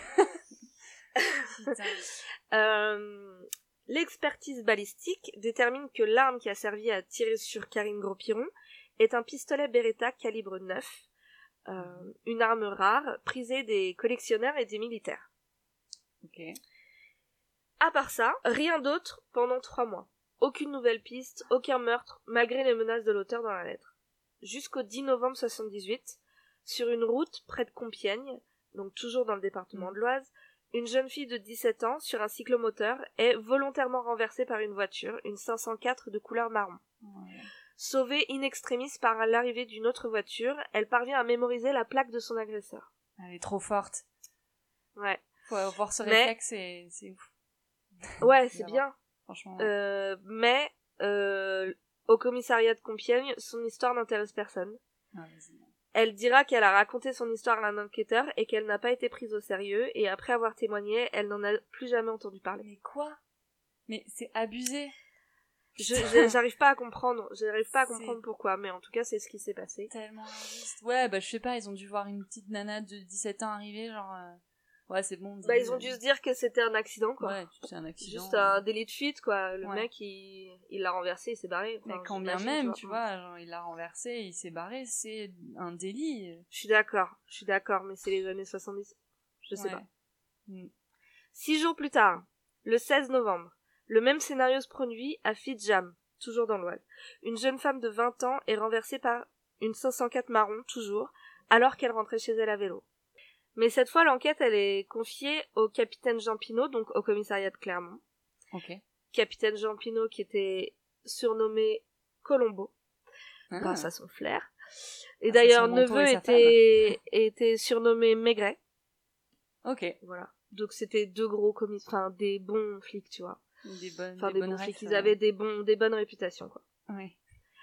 L'expertise balistique détermine que l'arme qui a servi à tirer sur Karine Gros-Piron est un pistolet Beretta calibre 9, une arme rare, prisée des collectionneurs et des militaires. Ok. À part ça, rien d'autre pendant 3 mois. Aucune nouvelle piste, aucun meurtre, malgré les menaces de l'auteur dans la lettre. Jusqu'au 10 novembre 78, sur une route près de Compiègne, donc toujours dans le département de l'Oise, une jeune fille de 17 ans, sur un cyclomoteur, est volontairement renversée par une voiture, une 504 de couleur marron. Sauvée in extremis par l'arrivée d'une autre voiture, elle parvient à mémoriser la plaque de son agresseur. Elle est trop forte. Ouais. Faut voir ce réflexe, c'est ouf. Ouais, c'est bien. Franchement. Au commissariat de Compiègne, son histoire n'intéresse personne. Ah, elle dira qu'elle a raconté son histoire à un enquêteur et qu'elle n'a pas été prise au sérieux, et après avoir témoigné, elle n'en a plus jamais entendu parler. Mais quoi ? Mais c'est abusé. J'arrive pas à comprendre. J'arrive pas à comprendre pourquoi, mais en tout cas, c'est ce qui s'est passé. Tellement injuste. Ouais, bah je sais pas, ils ont dû voir une petite nana de 17 ans arriver, genre... Ouais, c'est bon. Ils ont dû se dire que c'était un accident, quoi. Ouais, c'est un accident. Juste un délit de fuite, quoi. Le mec, il l'a renversé, il s'est barré. Mais quand bien même, tu vois, genre, il l'a renversé, il s'est barré, c'est un délit. Je suis d'accord, mais c'est les années 70. Je sais pas. 6 jours plus tard, le 16 novembre, le même scénario se produit à Fitjam, toujours dans l'Oise. Une jeune femme de 20 ans est renversée par une 504 marron, toujours, alors qu'elle rentrait chez elle à vélo. Mais cette fois, l'enquête, elle est confiée au capitaine Jean Pinault, donc au commissariat de Clermont. Ok. Capitaine Jean Pinault qui était surnommé Colombo, grâce à son flair. Et c'est d'ailleurs, son manteau Neveu et sa était surnommé Maigret. Ok. Voilà. Donc c'était deux gros des bons flics, tu vois. Des bonnes Bons flics, refs, ils avaient des bonnes réputations, quoi. Ouais.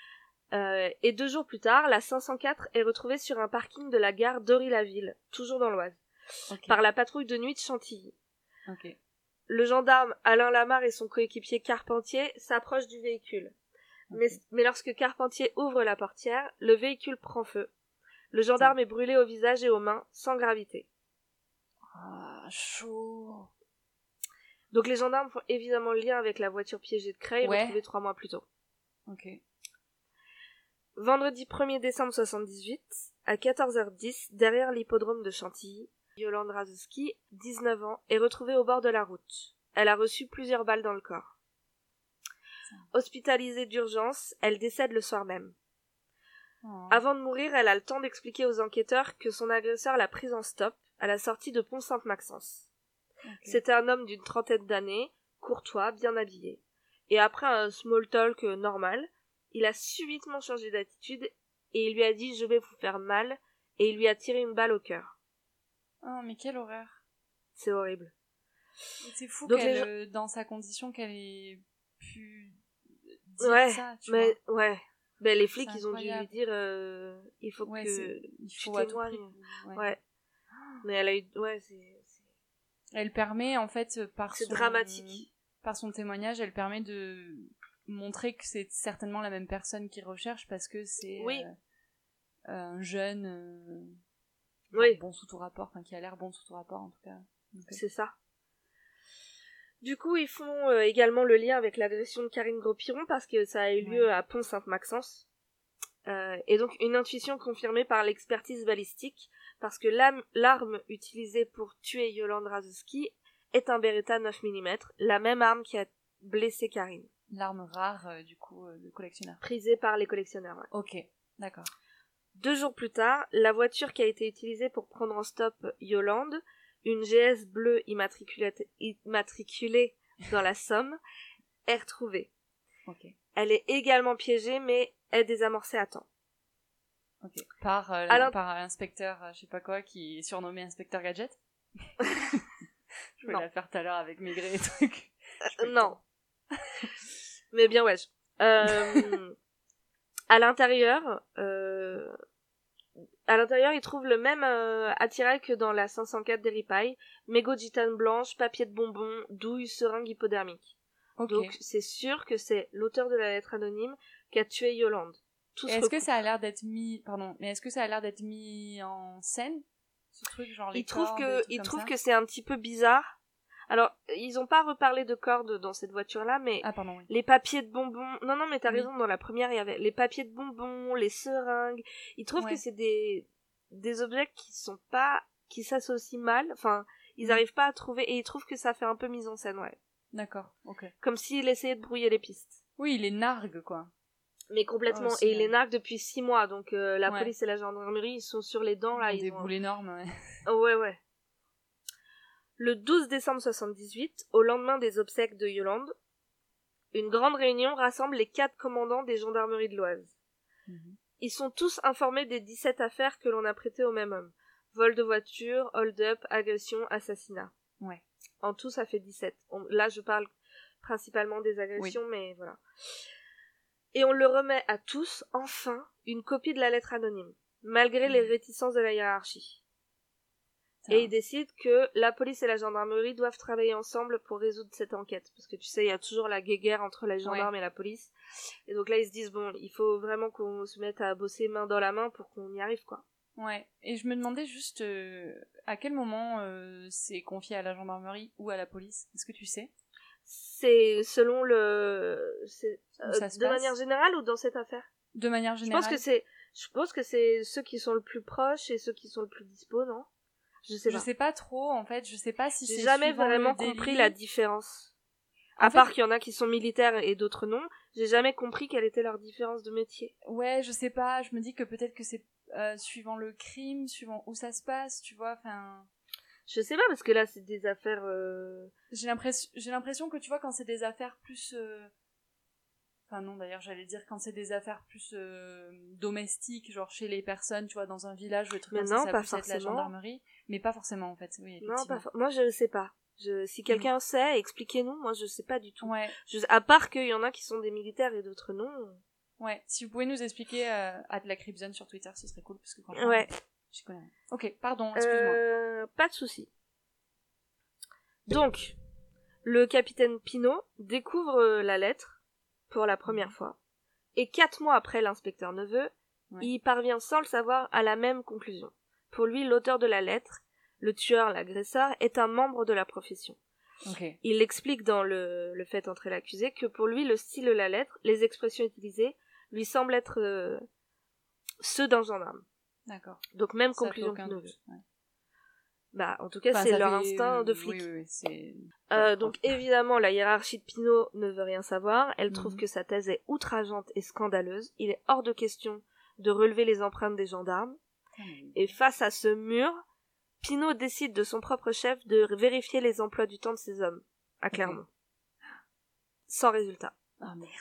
Et 2 jours plus tard, la 504 est retrouvée sur un parking de la gare d'Ory-la-Ville, toujours dans l'Oise, par la patrouille de nuit de Chantilly. Ok. Le gendarme Alain Lamarre et son coéquipier Carpentier s'approchent du véhicule. Okay. Mais lorsque Carpentier ouvre la portière, le véhicule prend feu. Le gendarme est brûlé au visage et aux mains, sans gravité. Ah, chaud. Donc les gendarmes font évidemment le lien avec la voiture piégée de Creil, retrouvée 3 mois plus tôt. Ok. Vendredi 1er décembre 78, à 14h10, derrière l'hippodrome de Chantilly, Yolande Razowski, 19 ans, est retrouvée au bord de la route. Elle a reçu plusieurs balles dans le corps. Hospitalisée d'urgence, elle décède le soir même. Oh. Avant de mourir, elle a le temps d'expliquer aux enquêteurs que son agresseur l'a prise en stop à la sortie de Pont-Sainte-Maxence. Okay. C'était un homme d'une trentaine d'années, courtois, bien habillé. Et après un small talk normal, il a subitement changé d'attitude et il lui a dit « Je vais vous faire mal » et il lui a tiré une balle au cœur. Oh, mais quelle horreur. C'est horrible. C'est fou dans sa condition, qu'elle ait pu dire ça, tu vois. Ouais. Ben, les flics, ils ont dû lui dire il faut que tu témoignes. Ouais. Mais elle a eu... Ouais, Elle permet, en fait, dramatique. Par son témoignage, elle permet de montrer que c'est certainement la même personne qui recherche parce que c'est un jeune bon sous tout rapport, qui a l'air bon sous tout rapport, en tout cas. Okay. C'est ça. Du coup, ils font également le lien avec l'agression de Karine Gros-Piron parce que ça a eu lieu à Pont-Sainte-Maxence. Et donc une intuition confirmée par l'expertise balistique parce que l'arme utilisée pour tuer Yolande Razowski est un Beretta 9 mm, la même arme qui a blessé Karine. L'arme rare, du coup, de collectionneur. Prisée par les collectionneurs, ouais. Ok, d'accord. 2 jours plus tard, la voiture qui a été utilisée pour prendre en stop Yolande, une GS bleue immatriculée dans la Somme, est retrouvée. Okay. Elle est également piégée, mais est désamorcée à temps. Ok. Par l'inspecteur, je sais pas quoi, qui est surnommé inspecteur Gadget. Je voulais la faire tout à l'heure avec Maigret et trucs. Non. Mais bien ouais. À l'intérieur, ils trouvent le même attirail que dans la 504 des Ripailles, mégots de gitane blanche, papier de bonbons, douille, seringue hypodermique. Okay. Donc c'est sûr que c'est l'auteur de la lettre anonyme qui a tué Yolande. Est-ce que ça a l'air d'être mis en scène, ce truc, genre les cordes, ils trouvent que c'est un petit peu bizarre. Alors, ils ont pas reparlé de cordes dans cette voiture-là, mais les papiers de bonbons... Non, mais t'as raison, dans la première, il y avait les papiers de bonbons, les seringues. Ils trouvent que c'est des objets qui s'associent mal. Enfin, ils arrivent pas à trouver, et ils trouvent que ça fait un peu mise en scène, ouais. D'accord, ok. Comme s'il essayait de brouiller les pistes. Oui, il les nargue, quoi. Mais complètement. Et il les nargue depuis 6 mois, donc la police et la gendarmerie, ils sont sur les dents, là. Ils ont des boules énormes, ouais. Ouais. Le 12 décembre 78, au lendemain des obsèques de Yolande, une grande réunion rassemble les 4 commandants des gendarmeries de l'Oise. Mm-hmm. Ils sont tous informés des 17 affaires que l'on a prêtées au même homme. Vol de voiture, hold-up, agression, assassinat. Ouais. En tout, ça fait 17. Là, je parle principalement des agressions, mais voilà. Et on le remet à tous, enfin, une copie de la lettre anonyme, malgré les réticences de la hiérarchie. Et ils décident que la police et la gendarmerie doivent travailler ensemble pour résoudre cette enquête. Parce que tu sais, il y a toujours la guéguerre entre les gendarmes et la police. Et donc là, ils se disent, bon, il faut vraiment qu'on se mette à bosser main dans la main pour qu'on y arrive, quoi. Ouais. Et je me demandais juste à quel moment c'est confié à la gendarmerie ou à la police. Est-ce que tu sais ? C'est selon de manière générale ou dans cette affaire ? De manière générale. Je pense que c'est ceux qui sont le plus proches et ceux qui sont le plus dispo, non ? Je sais pas trop, en fait. Je sais pas si j'ai jamais vraiment compris la différence. À part qu'il y en a qui sont militaires et d'autres non, j'ai jamais compris quelle était leur différence de métier. Ouais, je sais pas. Je me dis que peut-être que c'est suivant le crime, suivant où ça se passe, tu vois. Enfin. Je sais pas parce que là c'est des affaires. J'ai l'impression que tu vois quand c'est des affaires plus Enfin non, d'ailleurs, j'allais dire quand c'est des affaires plus domestiques, genre chez les personnes, tu vois, dans un village ou des trucs Mais comme non, ça pas peut être la forcément. gendarmerie, mais pas forcément en fait, oui, Non, effectivement. moi je sais pas. Si quelqu'un sait, expliquez-nous, moi je sais pas du tout. Ouais, À part qu'il y en a qui sont des militaires et d'autres non. ouais, si vous pouvez nous expliquer à de la Cripzone sur Twitter, ce serait cool, parce que franchement, Ouais. j'y connais rien. Ok, pardon, excuse-moi. Pas de souci. Donc, le capitaine Pinault découvre la lettre pour la première fois. Et 4 mois après l'inspecteur Neveu, il parvient sans le savoir à la même conclusion. Pour lui, l'auteur de la lettre, le tueur, l'agresseur, est un membre de la profession. Ok. Il explique dans le fait entrer l'accusé que pour lui, le style de la lettre, les expressions utilisées, lui semblent être ceux d'un gendarme. D'accord. Donc même Ça fait conclusion aucun que doute. Neveu. Ouais. Bah, en tout cas, Enfin, c'est ça leur fait- instinct de flic. Oui, c'est... Donc évidemment, la hiérarchie de Pinault ne veut rien savoir. Elle trouve Mhm. que sa thèse est outrageante et scandaleuse. Il est hors de question de relever les empreintes des gendarmes. Et face à ce mur, Pinault décide de son propre chef de vérifier les emplois du temps de ses hommes, à Clermont. Sans résultat. Ah merde.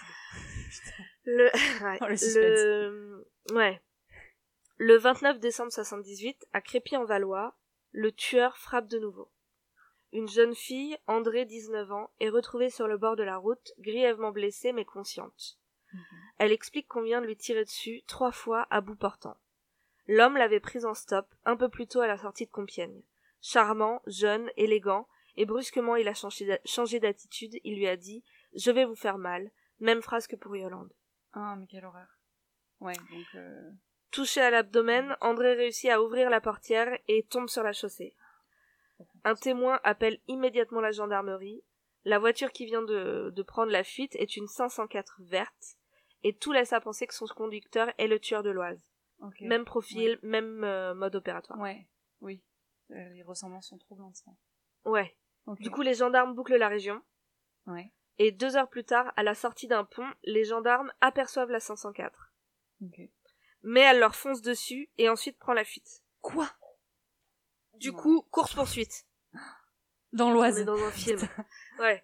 Ouais, Oh, le suspense. Ouais. Le 29 décembre 78, à Crépy-en-Valois, le tueur frappe de nouveau. Une jeune fille, André, 19 ans, est retrouvée sur le bord de la route, grièvement blessée mais consciente. Elle explique qu'on vient de lui tirer dessus 3 fois à bout portant. L'homme l'avait prise en stop un peu plus tôt à la sortie de Compiègne. Charmant, jeune, élégant, et brusquement il a changé d'attitude, il lui a dit « Je vais vous faire mal », même phrase que pour Yolande. Ah, mais quelle horreur. Ouais, donc... Touché à l'abdomen, André réussit à ouvrir la portière et tombe sur la chaussée. Un témoin appelle immédiatement la gendarmerie. La voiture qui vient de prendre la fuite est une 504 verte, et tout laisse à penser que son conducteur est le tueur de l'Oise. Okay. Même profil, même mode opératoire. Ouais, oui. Les ressemblances sont troublantes, ça. Ouais. Okay. Du coup, les gendarmes bouclent la région. Ouais. Et 2 heures plus tard, à la sortie d'un pont, les gendarmes aperçoivent la 504. Okay. Mais elle leur fonce dessus et ensuite prend la fuite. Quoi? Du coup, course-poursuite. Dans l'Oise. On est dans un film. Ouais.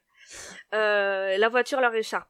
La voiture leur échappe.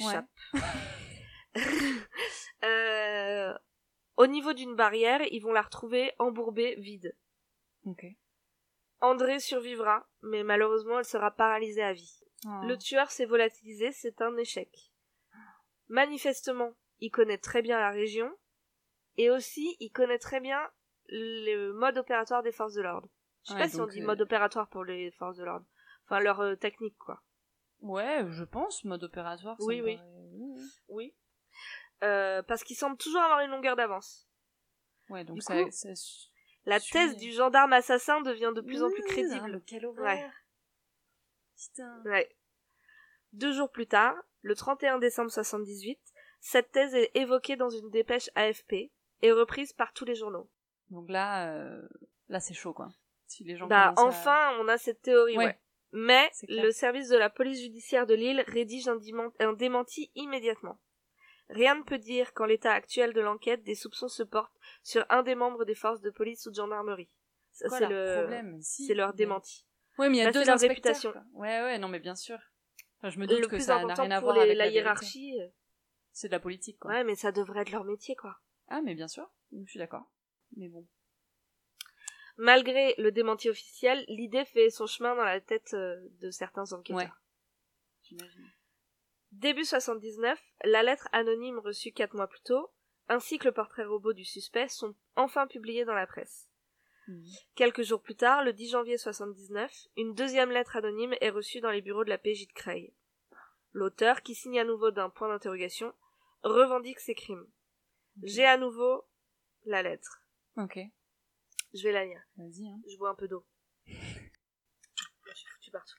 Ouais. Au niveau d'une barrière, ils vont la retrouver embourbée, vide. Ok. André survivra, mais malheureusement, elle sera paralysée à vie. Oh. Le tueur s'est volatilisé, c'est un échec. Manifestement, il connaît très bien la région, et aussi, il connaît très bien le mode opératoire des forces de l'ordre. Je sais pas si on dit mode opératoire pour les forces de l'ordre. Enfin, leur technique, quoi. Ouais, je pense, mode opératoire. Oui. Paraît... Oui. Parce qu'il semble toujours avoir une longueur d'avance. Ouais, donc du ça, coup, ça la thèse du gendarme assassin devient de plus en plus crédible. Ah, quelle horreur. Ouais. Putain. Ouais. 2 jours plus tard, le 31 décembre 78, cette thèse est évoquée dans une dépêche AFP et reprise par tous les journaux. Donc là c'est chaud, quoi. Si les gens enfin, on a cette théorie, ouais. Mais le service de la police judiciaire de Lille rédige un démenti immédiatement. Rien ne peut dire qu'en l'état actuel de l'enquête, des soupçons se portent sur un des membres des forces de police ou de gendarmerie. Ça, c'est leur démenti. Ouais, mais il y a 2 leur inspecteurs. réputation. Quoi. Ouais, non, mais bien sûr. Enfin, je me doute le que plus ça n'a important rien à pour voir avec la la hiérarchie. C'est de la politique, quoi. Ouais, mais ça devrait être leur métier, quoi. Ah, mais bien sûr. Je suis d'accord. Mais bon. Malgré le démenti officiel, l'idée fait son chemin dans la tête de certains enquêteurs. Ouais. J'imagine. Début 79, la lettre anonyme reçue 4 mois plus tôt, ainsi que le portrait robot du suspect sont enfin publiés dans la presse. Quelques jours plus tard, le 10 janvier 79, une deuxième lettre anonyme est reçue dans les bureaux de la PJ de Creil. L'auteur, qui signe à nouveau d'un point d'interrogation, revendique ses crimes. J'ai à nouveau la lettre. Ok. Je vais la lire. Vas-y, hein. Je bois un peu d'eau. Je suis foutu partout.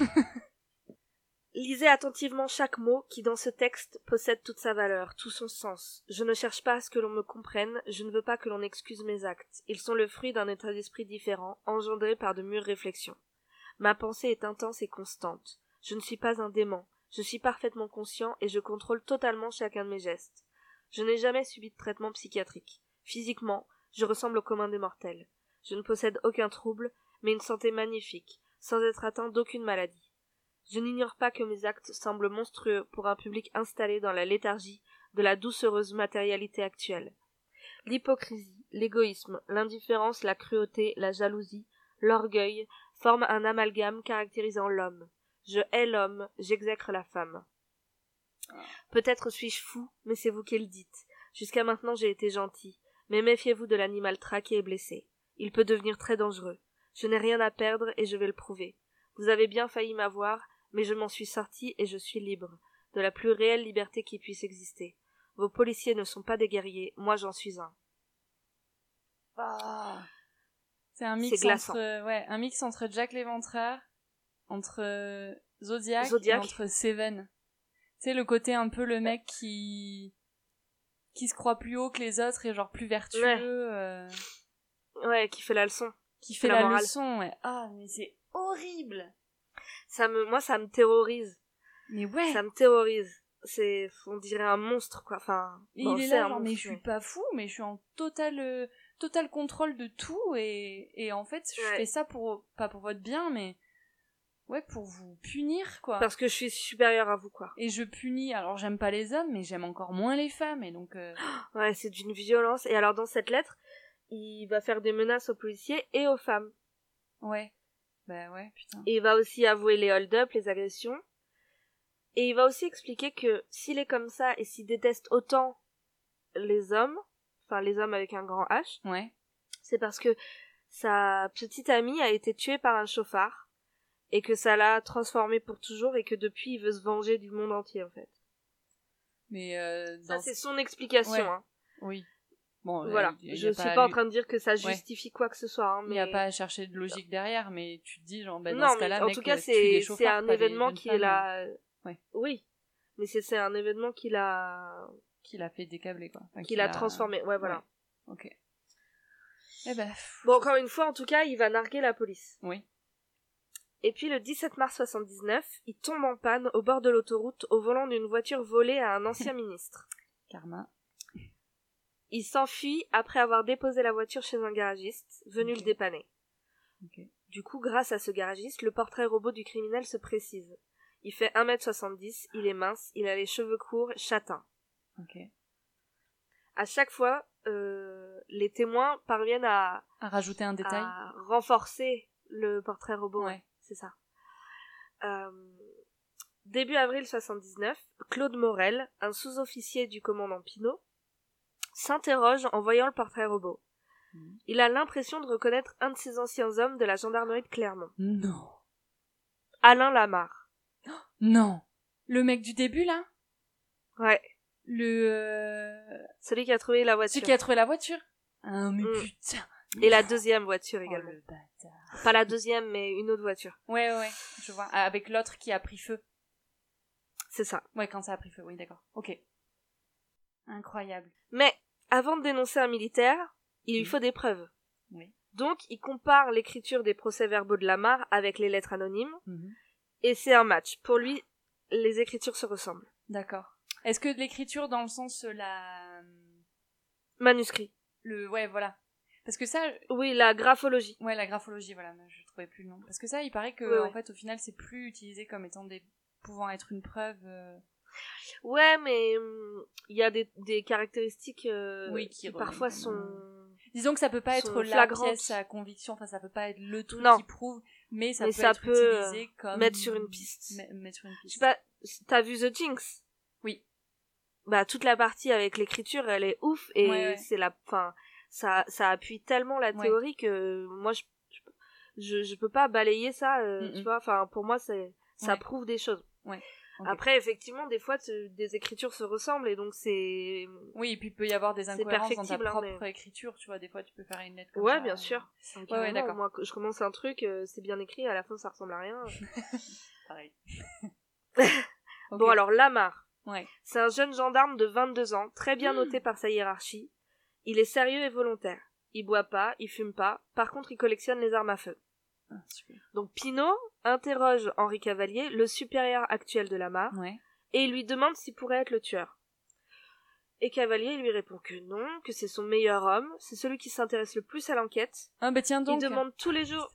Lisez attentivement chaque mot qui dans ce texte possède toute sa valeur, tout son sens. Je ne cherche pas à ce que l'on me comprenne, je ne veux pas que l'on excuse mes actes. Ils sont le fruit d'un état d'esprit différent, engendré par de mûres réflexions. Ma pensée est intense et constante. Je ne suis pas un dément. Je suis parfaitement conscient et je contrôle totalement chacun de mes gestes. Je n'ai jamais subi de traitement psychiatrique. Physiquement, je ressemble au commun des mortels. Je ne possède aucun trouble, mais une santé magnifique, sans être atteint d'aucune maladie. Je n'ignore pas que mes actes semblent monstrueux pour un public installé dans la léthargie de la doucereuse matérialité actuelle. L'hypocrisie, l'égoïsme, l'indifférence, la cruauté, la jalousie, l'orgueil forment un amalgame caractérisant l'homme. Je hais l'homme, j'exècre la femme. Peut-être suis-je fou, mais c'est vous qui le dites. Jusqu'à maintenant j'ai été gentil, mais méfiez-vous de l'animal traqué et blessé. Il peut devenir très dangereux. Je n'ai rien à perdre et je vais le prouver. Vous avez bien failli m'avoir, mais je m'en suis sorti et je suis libre, de la plus réelle liberté qui puisse exister. Vos policiers ne sont pas des guerriers, moi j'en suis un. C'est un mix glaçant. un mix entre Jack l'Éventreur, entre Zodiac et entre Seven. Tu sais, le côté un peu le mec qui se croit plus haut que les autres et genre plus vertueux. Ouais, qui fait la leçon. Qui fait la leçon, ouais. Ah, mais c'est horrible. Moi, ça me terrorise. Mais ouais. Ça me terrorise. On dirait un monstre, quoi. Enfin, et il est là, genre, mais je suis pas fou, mais je suis en total contrôle de tout et en fait, je fais ça pas pour votre bien, mais ouais, pour vous punir, quoi. Parce que je suis supérieure à vous, quoi. Et je punis, alors j'aime pas les hommes, mais j'aime encore moins les femmes, et donc... Ouais, c'est d'une violence. Et alors, dans cette lettre, il va faire des menaces aux policiers et aux femmes. Ouais. Bah ouais, putain. Et il va aussi avouer les hold-up, les agressions. Et il va aussi expliquer que s'il est comme ça et s'il déteste autant les hommes, enfin les hommes avec un grand H, ouais, c'est parce que sa petite amie a été tuée par un chauffard et que ça l'a transformé pour toujours et que depuis il veut se venger du monde entier en fait. Mais ça c'est son explication. Ouais. Hein. Oui. Bon, voilà, je suis pas en train de dire que ça justifie quoi que ce soit. Hein, mais... Il n'y a pas à chercher de logique derrière, mais tu te dis genre, dans non, ce cas-là, en mec, tout cas, c'est un événement qui l'a... Ouais. Oui, mais c'est un événement qui l'a... Qui l'a fait décabler, quoi. Enfin, qui l'a transformé, ouais, voilà. Ouais. Ok. Eh ben... Bon, encore une fois, en tout cas, il va narguer la police. Oui. Et puis, le 17 mars 79, il tombe en panne au bord de l'autoroute au volant d'une voiture volée à un ancien ministre. Karma. Il s'enfuit après avoir déposé la voiture chez un garagiste, venu le dépanner. Okay. Du coup, grâce à ce garagiste, le portrait robot du criminel se précise. Il fait 1m70, il est mince, il a les cheveux courts, châtains. Okay. À chaque fois, les témoins parviennent à rajouter un détail, à renforcer le portrait robot. Ouais. C'est ça. Début avril 79, Claude Morel, un sous-officier du commandant Pinault, s'interroge en voyant le portrait robot. Il a l'impression de reconnaître un de ses anciens hommes de la gendarmerie de Clermont. Non. Alain Lamarre. Oh, non. Le mec du début, là? Ouais. Celui qui a trouvé la voiture. Celui qui a trouvé la voiture? Ah, mais putain. Et la deuxième voiture également. Oh, le bâtard. Pas la deuxième, mais une autre voiture. Ouais, je vois. Avec l'autre qui a pris feu. C'est ça. Ouais, quand ça a pris feu, oui, d'accord. Ok. Incroyable. Mais, avant de dénoncer un militaire, il lui faut des preuves. Oui. Donc, il compare l'écriture des procès-verbaux de Lamarre avec les lettres anonymes, et c'est un match. Pour lui, les écritures se ressemblent. D'accord. Est-ce que l'écriture dans le sens manuscrit. Ouais, voilà. Parce que ça... Oui, la graphologie. Ouais, la graphologie, voilà, je trouvais plus le nom. Parce que ça, il paraît que, en fait, au final, c'est plus utilisé comme étant pouvant être une preuve... Ouais, mais il y a des caractéristiques qui parfois sont... Disons que ça peut pas être la pièce à conviction, enfin ça peut pas être le truc qui prouve, mais ça peut être utilisé comme... mettre sur une piste. Mettre sur une piste. Je sais pas, t'as vu The Jinx? Oui. Bah, toute la partie avec l'écriture, elle est ouf, et c'est enfin, ça appuie tellement la théorie que moi, je peux pas balayer ça, tu vois, enfin, pour moi, ça prouve des choses. Ouais. Okay. Après, effectivement, des fois, des écritures se ressemblent, et donc c'est... Oui, et puis il peut y avoir des incohérences dans ta propre écriture, tu vois, des fois tu peux faire une lettre comme ça. Ouais, bien sûr. Ouais, d'accord. Moi, je commence un truc, c'est bien écrit, à la fin ça ressemble à rien. Pareil. Bon, alors, Lamarre. Ouais. C'est un jeune gendarme de 22 ans, très bien noté par sa hiérarchie. Il est sérieux et volontaire. Il boit pas, il fume pas, par contre il collectionne les armes à feu. Ah, super. Donc Pinault interroge Henri Cavalier, le supérieur actuel de Lamarre, et il lui demande s'il pourrait être le tueur. Et Cavalier lui répond que non, que c'est son meilleur homme, c'est celui qui s'intéresse le plus à l'enquête. Ah bah tiens donc. Il demande tous les jours...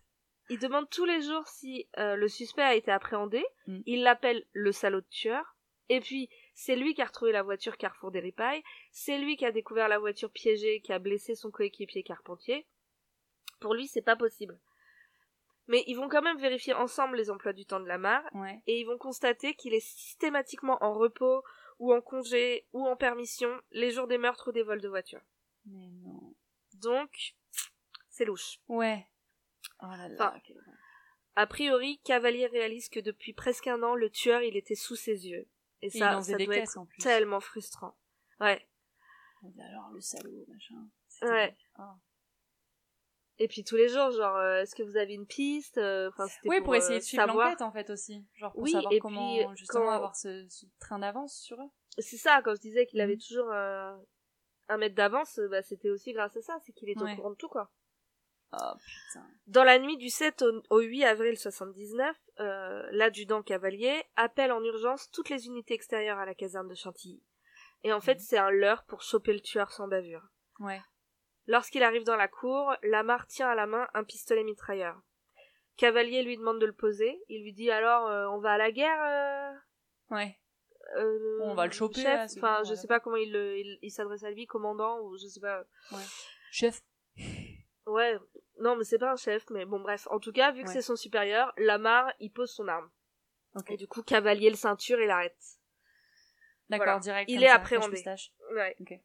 Il demande tous les jours si le suspect a été appréhendé. Mm. Il l'appelle le salaud de tueur. Et puis, c'est lui qui a retrouvé la voiture Carrefour des Ripailles. C'est lui qui a découvert la voiture piégée qui a blessé son coéquipier Carpentier. Pour lui, c'est pas possible. Mais ils vont quand même vérifier ensemble les emplois du temps de Lamar. Ouais. Et ils vont constater qu'il est systématiquement en repos, ou en congé, ou en permission, les jours des meurtres ou des vols de voiture. Mais non. Donc, c'est louche. Ouais. Oh là là. Enfin, a priori, Cavalier réalise que depuis presque un an, le tueur, il était sous ses yeux. Et il ça, en faisait ça des doit caisses être en plus. tellement frustrant. Ouais. Alors le salaud, machin. Ouais. Oh. Et puis tous les jours, genre, est-ce que vous avez une piste c'était Oui, pour essayer de suivre savoir. l'enquête en fait aussi. Genre pour Oui, savoir et comment puis, justement quand- avoir ce train d'avance sur eux. C'est ça, quand je disais qu'il avait Mhm. toujours un mètre d'avance, c'était aussi grâce à ça, c'est qu'il est au Ouais. courant de tout, quoi. Oh putain. Dans la nuit du 7 au 8 avril 79, l'adjudant Cavalier appelle en urgence toutes les unités extérieures à la caserne de Chantilly. Et en fait, c'est un leurre pour choper le tueur sans bavure. Ouais. Lorsqu'il arrive dans la cour, Lamar tient à la main un pistolet mitrailleur. Cavalier lui demande de le poser. Il lui dit alors, on va à la guerre Ouais. On va le choper, chef. là, c'est Enfin, bon, je voilà. sais pas comment il s'adresse à lui, commandant, ou je sais pas. Chef. Ouais, non, mais c'est pas un chef, mais bon, bref. En tout cas, vu que Ouais. c'est son supérieur, Lamar, il pose son arme. Ok. Et du coup, Cavalier le ceinture et l'arrête. D'accord, Voilà. direct. Il comme est ça, appréhendé. cache-pistache. Ouais. Ok.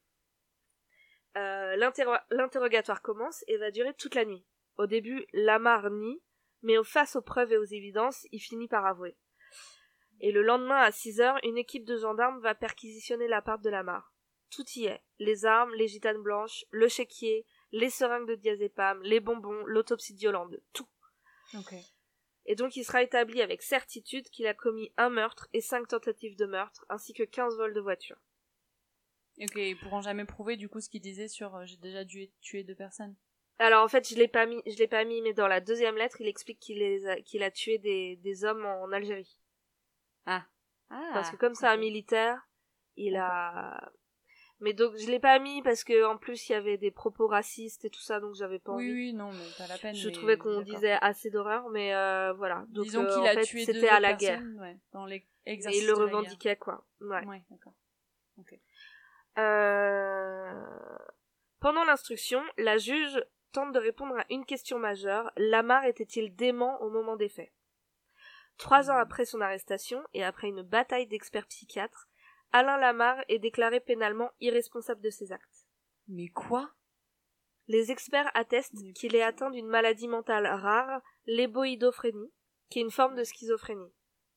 L'interrogatoire commence et va durer toute la nuit. Au début, Lamar nie, mais face aux preuves et aux évidences, il finit par avouer. Et le lendemain à 6h, une équipe de gendarmes va perquisitionner l'appart de Lamar. Tout y est. Les armes, les gitanes blanches, le chéquier, les seringues de diazépam, les bonbons, l'autopsie de Yolande, tout. Ok. Et donc il sera établi avec certitude qu'il a commis un meurtre et 5 tentatives de meurtre, ainsi que 15 vols de voiture. Ok, ils pourront jamais prouver du coup ce qu'il disait sur j'ai déjà tué 2 personnes. Alors en fait, je l'ai pas mis, mais dans la deuxième lettre, il explique qu'il a tué des hommes en Algérie. Ah. Parce que comme c'est un militaire, il a... Mais donc je l'ai pas mis parce que en plus il y avait des propos racistes et tout ça, donc j'avais pas envie. Oui, non, mais pas la peine. Je mais trouvais qu'on d'accord. disait assez d'horreur, mais voilà. Donc disons qu'il en a fait, tué c'était 2 à autres la guerre. personnes, ouais, dans Et l'exercice il le de la guerre. revendiquait, quoi. Ouais. Ouais, d'accord. Ok. Pendant l'instruction, la juge tente de répondre à une question majeure. Lamar était-il dément au moment des faits? 3 ans après son arrestation, et après une bataille d'experts psychiatres, Alain Lamar est déclaré pénalement irresponsable de ses actes. Mais quoi? Les experts attestent Mais qu'il est atteint d'une maladie mentale rare, l'éboïdophrénie, qui est une forme de schizophrénie.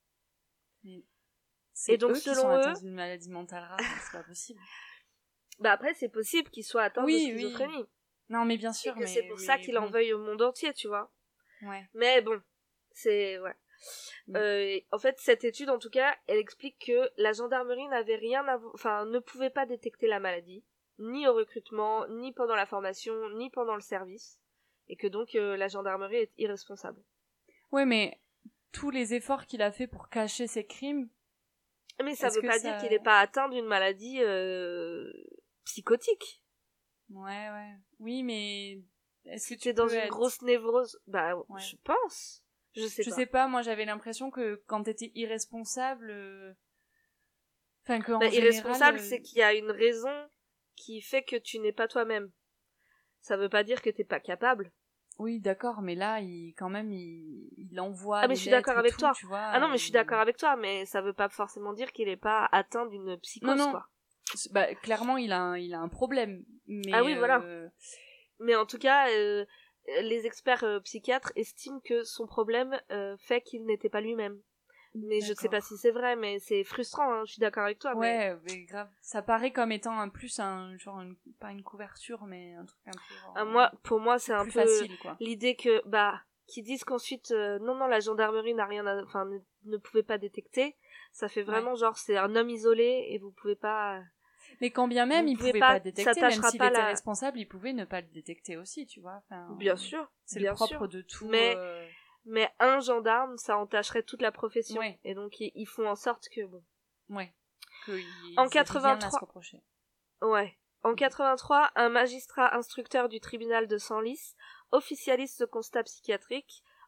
C'est Et donc, eux qui selon sont eux- atteints d'une maladie mentale rare, c'est pas possible. Bah après, c'est possible qu'il soit atteint Oui, de schizophrénie. Non, mais bien Et sûr, que mais... c'est pour ça qu'il en veuille au monde entier, tu vois. Ouais. Mais bon, c'est... ouais. En fait, cette étude, en tout cas, elle explique que la gendarmerie n'avait rien à... Enfin, ne pouvait pas détecter la maladie, ni au recrutement, ni pendant la formation, ni pendant le service, et que donc la gendarmerie est irresponsable. Ouais, mais tous les efforts qu'il a fait pour cacher ses crimes... Mais ça Est-ce veut que pas ça- dire qu'il n'est pas atteint d'une maladie psychotique. Ouais. Oui, mais... Est-ce que Tu es tu dans peux une être... grosse névrose. Bah, Ouais. je pense. Je sais Je pas. sais pas, moi j'avais l'impression que quand t'étais irresponsable... Enfin, que en Bah, général... irresponsable, c'est qu'il y a une raison qui fait que tu n'es pas toi-même. Ça veut pas dire que t'es pas capable. Oui, d'accord, mais là, quand même, il envoie Ah, mais des je suis lettres d'accord et avec tout, toi. tu vois. Ah non, mais je suis d'accord avec toi, mais ça veut pas forcément dire qu'il est pas atteint d'une psychose, Non. quoi. Bah, clairement, il a un problème. Mais, Ah oui, voilà. Mais en tout cas, les experts psychiatres estiment que son problème fait qu'il n'était pas lui-même. Mais je ne sais pas si c'est vrai, mais c'est frustrant, hein, je suis d'accord avec toi. Ouais, mais grave. Ça paraît comme étant pas une couverture, mais un truc un peu... Pour moi, c'est un plus peu facile, quoi. l'idée que, qu'ils disent qu'ensuite, non, la gendarmerie n'a rien ne pouvait pas détecter. Ça fait vraiment genre, c'est un homme isolé et vous pouvez pas... Mais quand bien même, Vous il pouvez pouvait pas- pas détecter, même s'attachera s'il pas était responsable, il pouvait ne pas le détecter aussi, tu vois. Enfin, Bien sûr, c'est bien le propre sûr. de tout. Mais un gendarme, ça entacherait toute la profession. Ouais. Et donc, ils font en sorte que, bon... Ouais. En Rien à 83. se reprocher. Ouais. En 83, un magistrat instructeur du tribunal de Senlis officialise ce constat psychiatrique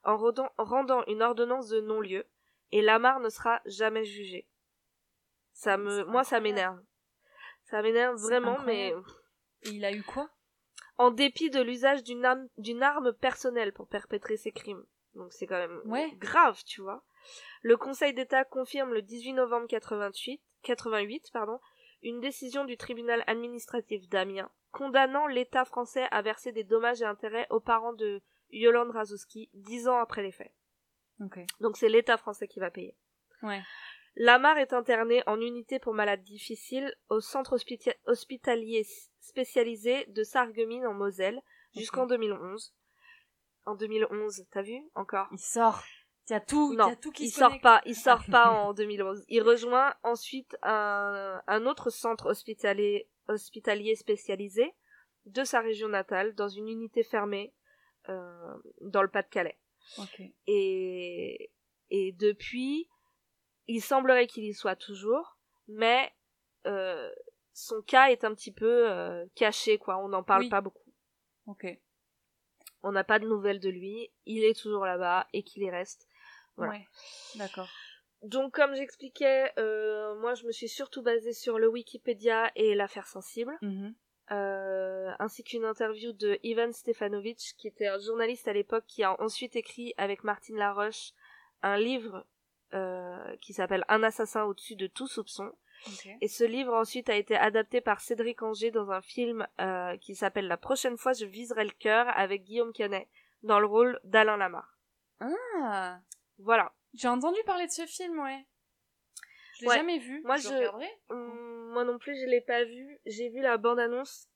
en rendant une ordonnance de non-lieu, et Lamar ne sera jamais jugé. Moi, ça m'énerve. Ça m'énerve vraiment, mais... Et il a eu quoi? En dépit de l'usage d'une arme personnelle pour perpétrer ses crimes. Donc c'est quand même grave, tu vois. Le Conseil d'État confirme le 18 novembre 88, une décision du tribunal administratif d'Amiens condamnant l'État français à verser des dommages et intérêts aux parents de Yolande Razowski 10 ans après les faits. Okay. Donc c'est l'État français qui va payer. Ouais. Lamar est interné en unité pour malades difficiles au centre hospitalier spécialisé de Sarreguemines en Moselle jusqu'en 2011. En 2011, t'as vu encore? Il sort. Il y a tout qui se connecte. Il sort pas en 2011. Il rejoint ensuite un autre centre hospitalier spécialisé de sa région natale dans une unité fermée dans le Pas-de-Calais. Okay. Et depuis, il semblerait qu'il y soit toujours, mais son cas est un petit peu caché, quoi. On n'en parle pas beaucoup. Ok. On n'a pas de nouvelles de lui. Il est toujours là-bas et qu'il y reste. Voilà. Ouais, d'accord. Donc, comme j'expliquais, moi, je me suis surtout basée sur le Wikipédia et l'affaire sensible, ainsi qu'une interview de Ivan Stefanovic, qui était un journaliste à l'époque, qui a ensuite écrit avec Martine Laroche un livre qui s'appelle Un assassin au-dessus de tout soupçon. Okay. Et ce livre ensuite a été adapté par Cédric Anger dans un film qui s'appelle La prochaine fois je viserai le cœur avec Guillaume Canet dans le rôle d'Alain Lamar. Ah, voilà. J'ai entendu parler de ce film, ouais. Je l'ai jamais vu. Moi, je regarderai. Moi non plus, je l'ai pas vu. J'ai vu la bande-annonce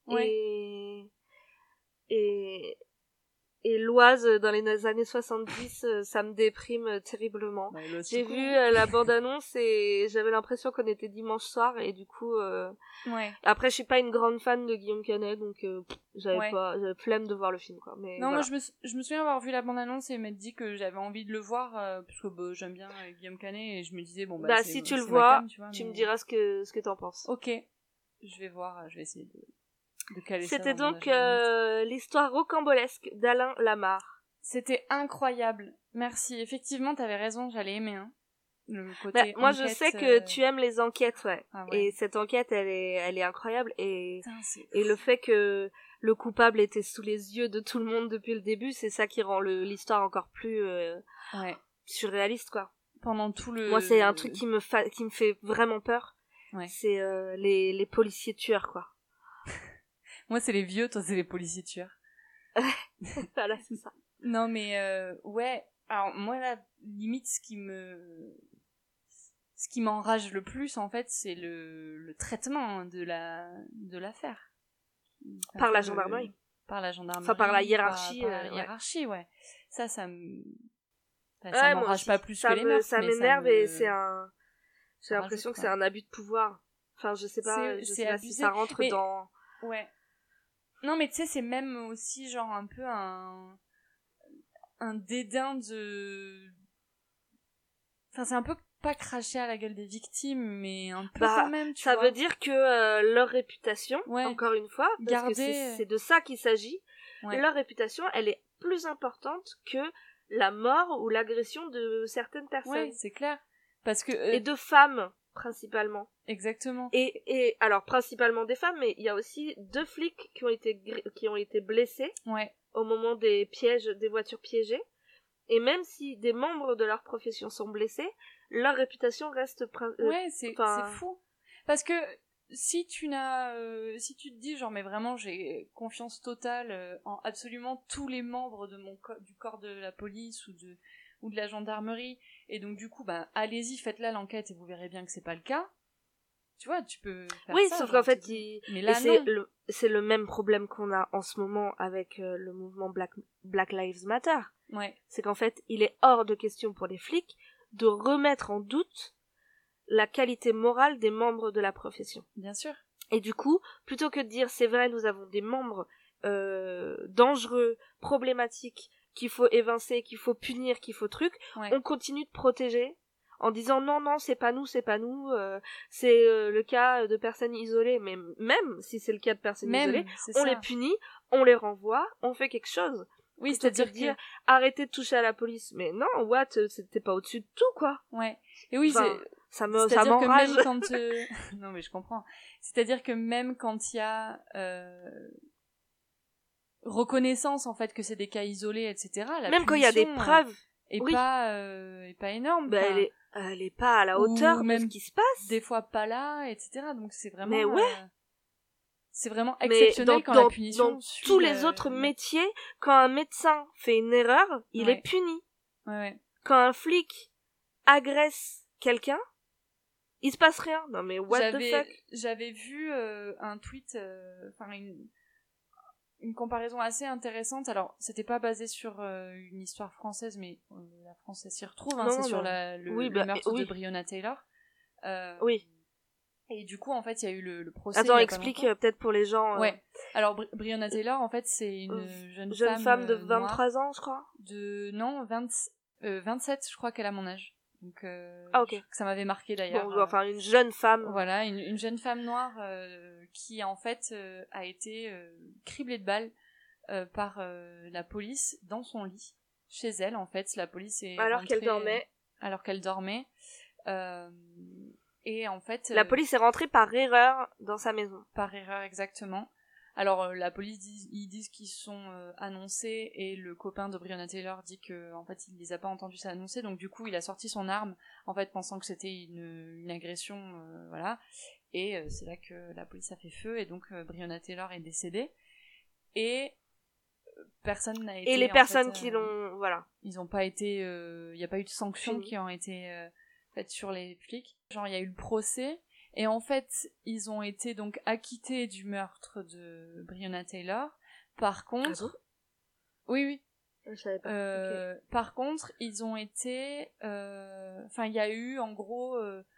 et l'Oise dans les années 70, ça me déprime terriblement. Bah, j'ai vu la bande-annonce et j'avais l'impression qu'on était dimanche soir et du coup après je suis pas une grande fan de Guillaume Canet, donc j'avais flemme de voir le film, quoi. Mais non, voilà. moi je me souviens avoir vu la bande-annonce et m'être dit que j'avais envie de le voir parce que j'aime bien Guillaume Canet et je me disais bon bah si tu le vois, cam, tu me diras ce que t'en penses. Ok, je vais voir, je vais essayer de caler ça. C'était donc l'histoire rocambolesque d'Alain Lamar. C'était incroyable. Merci. Effectivement, t'avais raison, j'allais aimer. Hein. Le côté moi, enquête, je sais que tu aimes les enquêtes, ouais. Ah ouais. Et cette enquête, elle est incroyable. Et Putain, le fait que le coupable était sous les yeux de tout le monde depuis le début, c'est ça qui rend l'histoire encore plus surréaliste, quoi. Pendant tout le... Moi, c'est un truc qui me fait vraiment peur. Ouais. C'est les policiers tueurs, quoi. Moi, c'est les vieux, toi, c'est les policiers tueurs. Voilà, c'est ça. Non, mais ouais. Alors, moi, là, limite, ce qui m'enrage le plus, en fait, c'est le traitement de l'affaire. Par la gendarmerie. Par la gendarmerie. Enfin, par la hiérarchie. Par la hiérarchie, ouais. Ça me... Enfin, ça m'enrage pas plus que les meurtres. Ça m'énerve et c'est un... J'ai l'impression que c'est un abus de pouvoir. Enfin, je sais pas si ça rentre dans... Ouais. Non, mais tu sais, c'est même aussi genre un peu un dédain de... Enfin, c'est un peu pas cracher à la gueule des victimes, mais un peu quand même, tu vois. Ça veut dire que leur réputation, encore une fois, parce que c'est de ça qu'il s'agit, leur réputation, elle est plus importante que la mort ou l'agression de certaines personnes. Ouais, c'est clair. Parce que... Et de femmes, principalement. Exactement. Et alors, principalement des femmes, mais il y a aussi 2 flics qui ont été blessés au moment des voitures piégées. Et même si des membres de leur profession sont blessés, leur réputation reste... c'est fou. Parce que si tu te dis genre mais vraiment j'ai confiance totale en absolument tous les membres de du corps de la police ou de la gendarmerie, et donc du coup allez-y, faites-là l'enquête et vous verrez bien que c'est pas le cas. Tu vois, tu peux faire ça. Sauf qu'en fait, mais là, c'est le même problème qu'on a en ce moment avec le mouvement Black Lives Matter. Ouais. C'est qu'en fait, il est hors de question pour les flics de remettre en doute la qualité morale des membres de la profession. Bien sûr. Et du coup, plutôt que de dire c'est vrai, nous avons des membres dangereux, problématiques, qu'il faut évincer, qu'il faut punir, qu'il faut on continue de protéger en disant non, c'est pas nous, c'est le cas de personnes isolées. Mais même si c'est le cas de personnes isolées, on les punit, on les renvoie, on fait quelque chose. Oui, Plutôt que c'est-à-dire de dire arrêtez de toucher à la police. Mais non, what, t'es pas au-dessus de tout, quoi. Ouais. Et oui, Enfin, ça c'est-à-dire m'enrage. que même quand non mais je comprends. C'est-à-dire que même quand il y a reconnaissance en fait que c'est des cas isolés, etc. La Même quand il y a des punition, preuves, est oui. pas énorme. Bah, enfin, elle est pas à la hauteur ou de même ce qui se passe. des fois pas là, etc. Donc c'est vraiment. Mais ouais. C'est vraiment Mais exceptionnel quand la punition dans suit tous les autres métiers, quand un médecin fait une erreur, il Ouais. est puni. Ouais. Quand un flic agresse quelqu'un, il se passe rien. Non mais what the fuck. J'avais vu un tweet, enfin une comparaison assez intéressante. Alors c'était pas basé sur une histoire française, mais la France elle s'y retrouve. Hein, Non, c'est non, sur bah, le meurtre oui. de Breonna Taylor. Oui. Et du coup en fait il y a eu le procès. Attends, il y a pas explique longtemps. peut-être pour les gens. Ouais. Alors Breonna Taylor en fait c'est une jeune femme de noire 23 ans, je crois. Non 27, je crois qu'elle a mon âge. Donc Ah, ok. ça m'avait marqué d'ailleurs. Bon, enfin une jeune femme. Voilà, une jeune femme noire qui en fait a été criblée de balles par la police dans son lit, chez elle en fait. La police est alors rentrée, qu'elle dormait. Alors qu'elle dormait. Et en fait... la police est rentrée par erreur dans sa maison. Par erreur, exactement. Alors la police ils disent qu'ils sont annoncés et le copain de Breonna Taylor dit que en fait il les a pas entendus s'annoncer, donc du coup il a sorti son arme en fait pensant que c'était une agression, voilà, et c'est là que la police a fait feu et donc Breonna Taylor est décédée et personne n'a été. Et les personnes qui l'ont, voilà, ils ont pas été, il y a pas eu de sanctions Fini. qui ont été faites sur les flics. Genre il y a eu le procès. Et en fait, ils ont été donc acquittés du meurtre de Breonna Taylor. Par contre... Ah bon ? Oui. Je savais pas. Okay. Par contre, ils ont été... Enfin, il y a eu, en gros,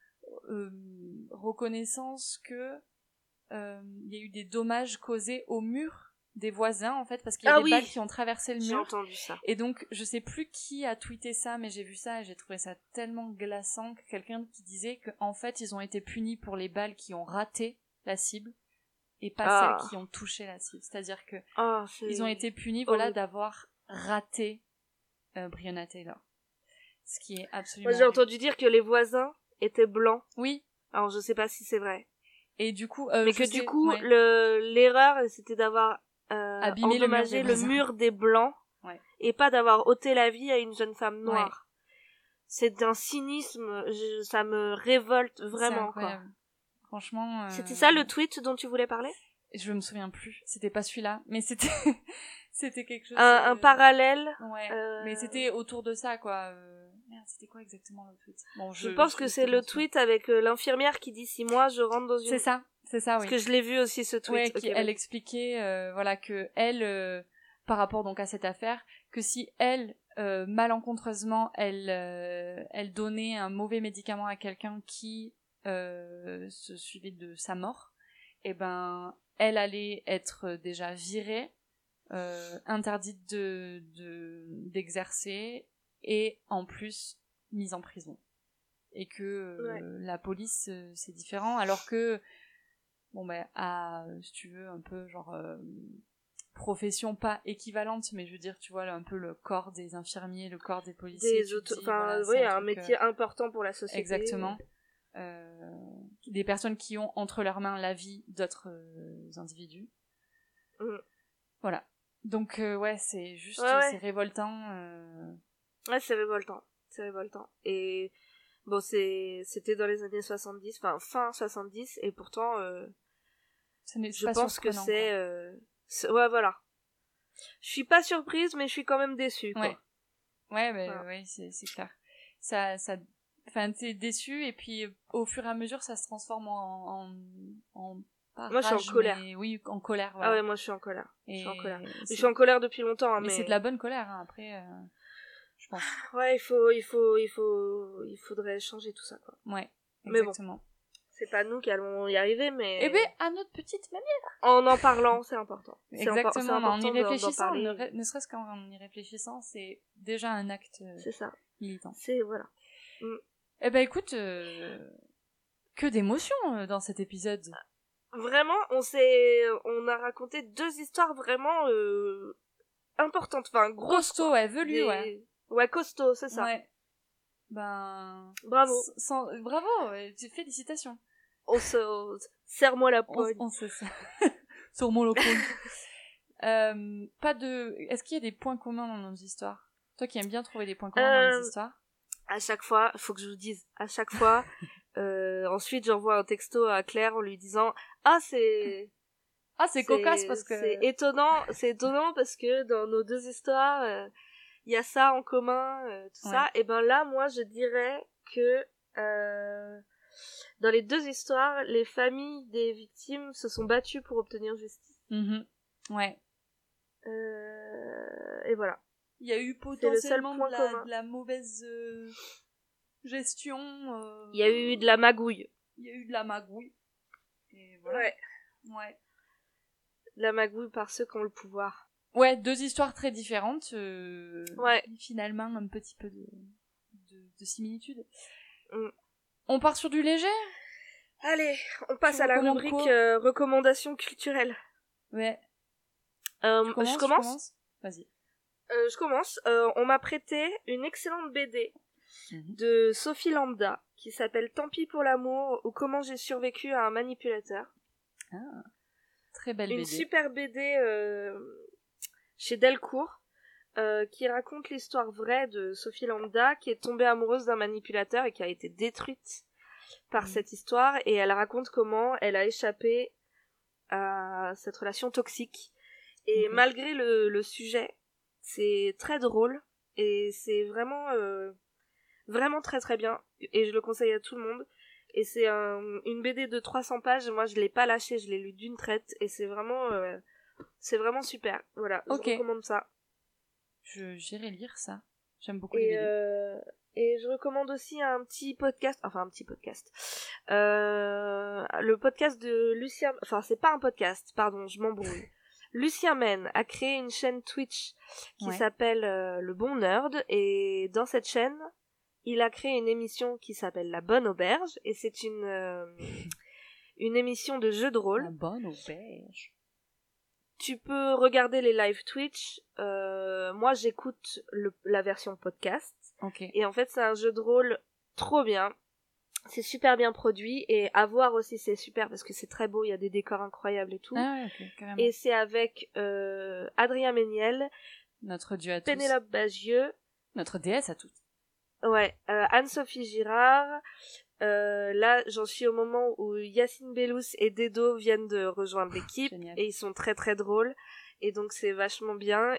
reconnaissance que il y a eu des dommages causés au mur des voisins, en fait, parce qu'il y a des balles qui ont traversé le mur. J'ai entendu ça. Et donc, je sais plus qui a tweeté ça, mais j'ai vu ça et j'ai trouvé ça tellement glaçant que quelqu'un qui disait qu'en fait, ils ont été punis pour les balles qui ont raté la cible et pas celles qui ont touché la cible. C'est-à-dire que ils ont été punis, voilà, d'avoir raté Breonna Taylor. Ce qui est absolument... Moi, j'ai entendu dire que les voisins étaient blancs. Oui. Alors, je sais pas si c'est vrai. Et du coup... mais que du coup, l'erreur, c'était d'avoir abîmer endommagé le mur des blancs, et pas d'avoir ôté la vie à une jeune femme noire. Ouais. C'est d'un cynisme, ça me révolte vraiment, quoi. Franchement... C'était ça le tweet dont tu voulais parler ? Je me souviens plus, c'était pas celui-là, mais c'était c'était quelque chose... Un parallèle. Ouais, mais c'était autour de ça, quoi. Merde, c'était quoi exactement le tweet ? Bon, je pense que c'est le tweet avec l'infirmière qui dit si moi je rentre dans une... C'est ça, oui. Parce que je l'ai vu aussi, ce tweet. Ouais, elle expliquait, voilà, que elle, par rapport donc à cette affaire, que si elle, malencontreusement, elle donnait un mauvais médicament à quelqu'un qui se suivait de sa mort, et ben, elle allait être déjà virée, interdite d'exercer, et en plus mise en prison. Et que la police, c'est différent, alors que bon ben si tu veux un peu genre profession pas équivalente, mais je veux dire, tu vois, là, un peu le corps des infirmiers, le corps des policiers, un métier important pour la société. Exactement. Des personnes qui ont entre leurs mains la vie d'autres individus. Voilà. Donc ouais, c'est juste c'est révoltant. Ouais, c'est révoltant. Et bon, c'était dans les années 70, enfin fin 70, et pourtant je pense que c'est ouais, voilà. Je suis pas surprise, mais je suis quand même déçue, quoi. Ouais, mais ouais, c'est clair. Ça enfin, t'es déçu, et puis au fur et à mesure ça se transforme en moi, je suis en colère. Oui, en colère, voilà. Ah ouais, moi je suis en colère. Je suis en colère depuis longtemps, mais c'est de la bonne colère, hein, après je pense. Ouais, il faudrait changer tout ça, quoi. Ouais, exactement. Mais bon, c'est pas nous qui allons y arriver, mais... Eh ben, à notre petite manière. En parlant, c'est important. Exactement, c'est important en y réfléchissant, ne serait-ce qu'en y réfléchissant, c'est déjà un acte c'est ça. militant. C'est, voilà. Eh ben, écoute, que d'émotions dans cet épisode. Vraiment, on a raconté 2 histoires vraiment importantes, enfin grosses. Costaud, ouais, velu, Des- ouais. Ouais, costaud, c'est ça. Ouais. Ben... Bravo. Bravo, ouais, félicitations. Serre-moi la On poigne. sait ça. Sur mon loco. Pas de... Est-ce qu'il y a des points communs dans nos histoires? Toi qui aimes bien trouver des points communs dans les histoires. À chaque fois, faut que je vous dise, à chaque fois, ensuite j'envoie un texto à Claire en lui disant « Ah, c'est cocasse parce que... c'est étonnant parce que dans nos deux histoires, il y a ça en commun, tout ça. » Et ben là, moi, je dirais que dans les deux histoires, les familles des victimes se sont battues pour obtenir justice. Ouais. Et voilà. Il y a eu potentiellement de la mauvaise gestion. Il y a eu de la magouille. Et voilà. Ouais. De la magouille par ceux qui ont le pouvoir. Ouais, deux histoires très différentes. Ouais. Finalement, un petit peu de similitude. On part sur du léger? Allez, on passe à la rubrique recommandations culturelles. Ouais. Je commence. Vas-y. Je commence. On m'a prêté une excellente BD de Sophie Lambda qui s'appelle Tant pis pour l'amour ou Comment j'ai survécu à un manipulateur. Ah, très belle BD. Une super BD chez Delcourt qui raconte l'histoire vraie de Sophie Lambda qui est tombée amoureuse d'un manipulateur et qui a été détruite par cette histoire, et elle raconte comment elle a échappé à cette relation toxique. Et malgré le sujet, c'est très drôle et c'est vraiment vraiment très très bien, et je le conseille à tout le monde. Et c'est une BD de 300 pages, moi je l'ai pas lâché, je l'ai lu d'une traite, et c'est vraiment super. Voilà, je recommande ça. J'irai lire ça. J'aime beaucoup les BD. Et je recommande aussi un petit podcast. Le podcast de Lucien... Enfin, c'est pas un podcast, pardon, je m'embrouille. Lucien Men a créé une chaîne Twitch qui s'appelle Le Bon Nerd. Et dans cette chaîne, il a créé une émission qui s'appelle La Bonne Auberge. Et c'est une émission de jeu de rôle. La Bonne Auberge. Tu peux regarder les live Twitch. Moi, j'écoute la version podcast. Et en fait, c'est un jeu de rôle trop bien. C'est super bien produit. Et à voir aussi, c'est super parce que c'est très beau. Il y a des décors incroyables et tout. Ah ouais, carrément. Et c'est avec Adrien Méniel, notre dieu à tous. Pénélope Bagieux, notre déesse à toutes. Ouais, Anne-Sophie Girard. Là, j'en suis au moment où Yacine Bellous et Dedo viennent de rejoindre l'équipe. Et ils sont très très drôles. Et donc c'est vachement bien.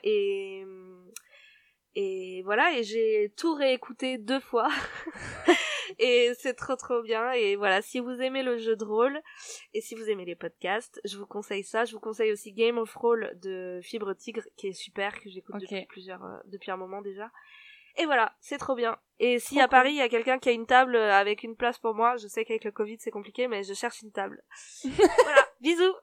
Et voilà, et j'ai tout réécouté 2 fois. Et c'est trop trop bien. Et voilà, si vous aimez le jeu de rôle et si vous aimez les podcasts, je vous conseille ça. Je vous conseille aussi Game of Roll de Fibre Tigre, qui est super, que j'écoute depuis un moment déjà. Et voilà, c'est trop bien. Et si à Paris il y a quelqu'un qui a une table avec une place pour moi, je sais qu'avec le Covid c'est compliqué, mais je cherche une table. Voilà, bisous.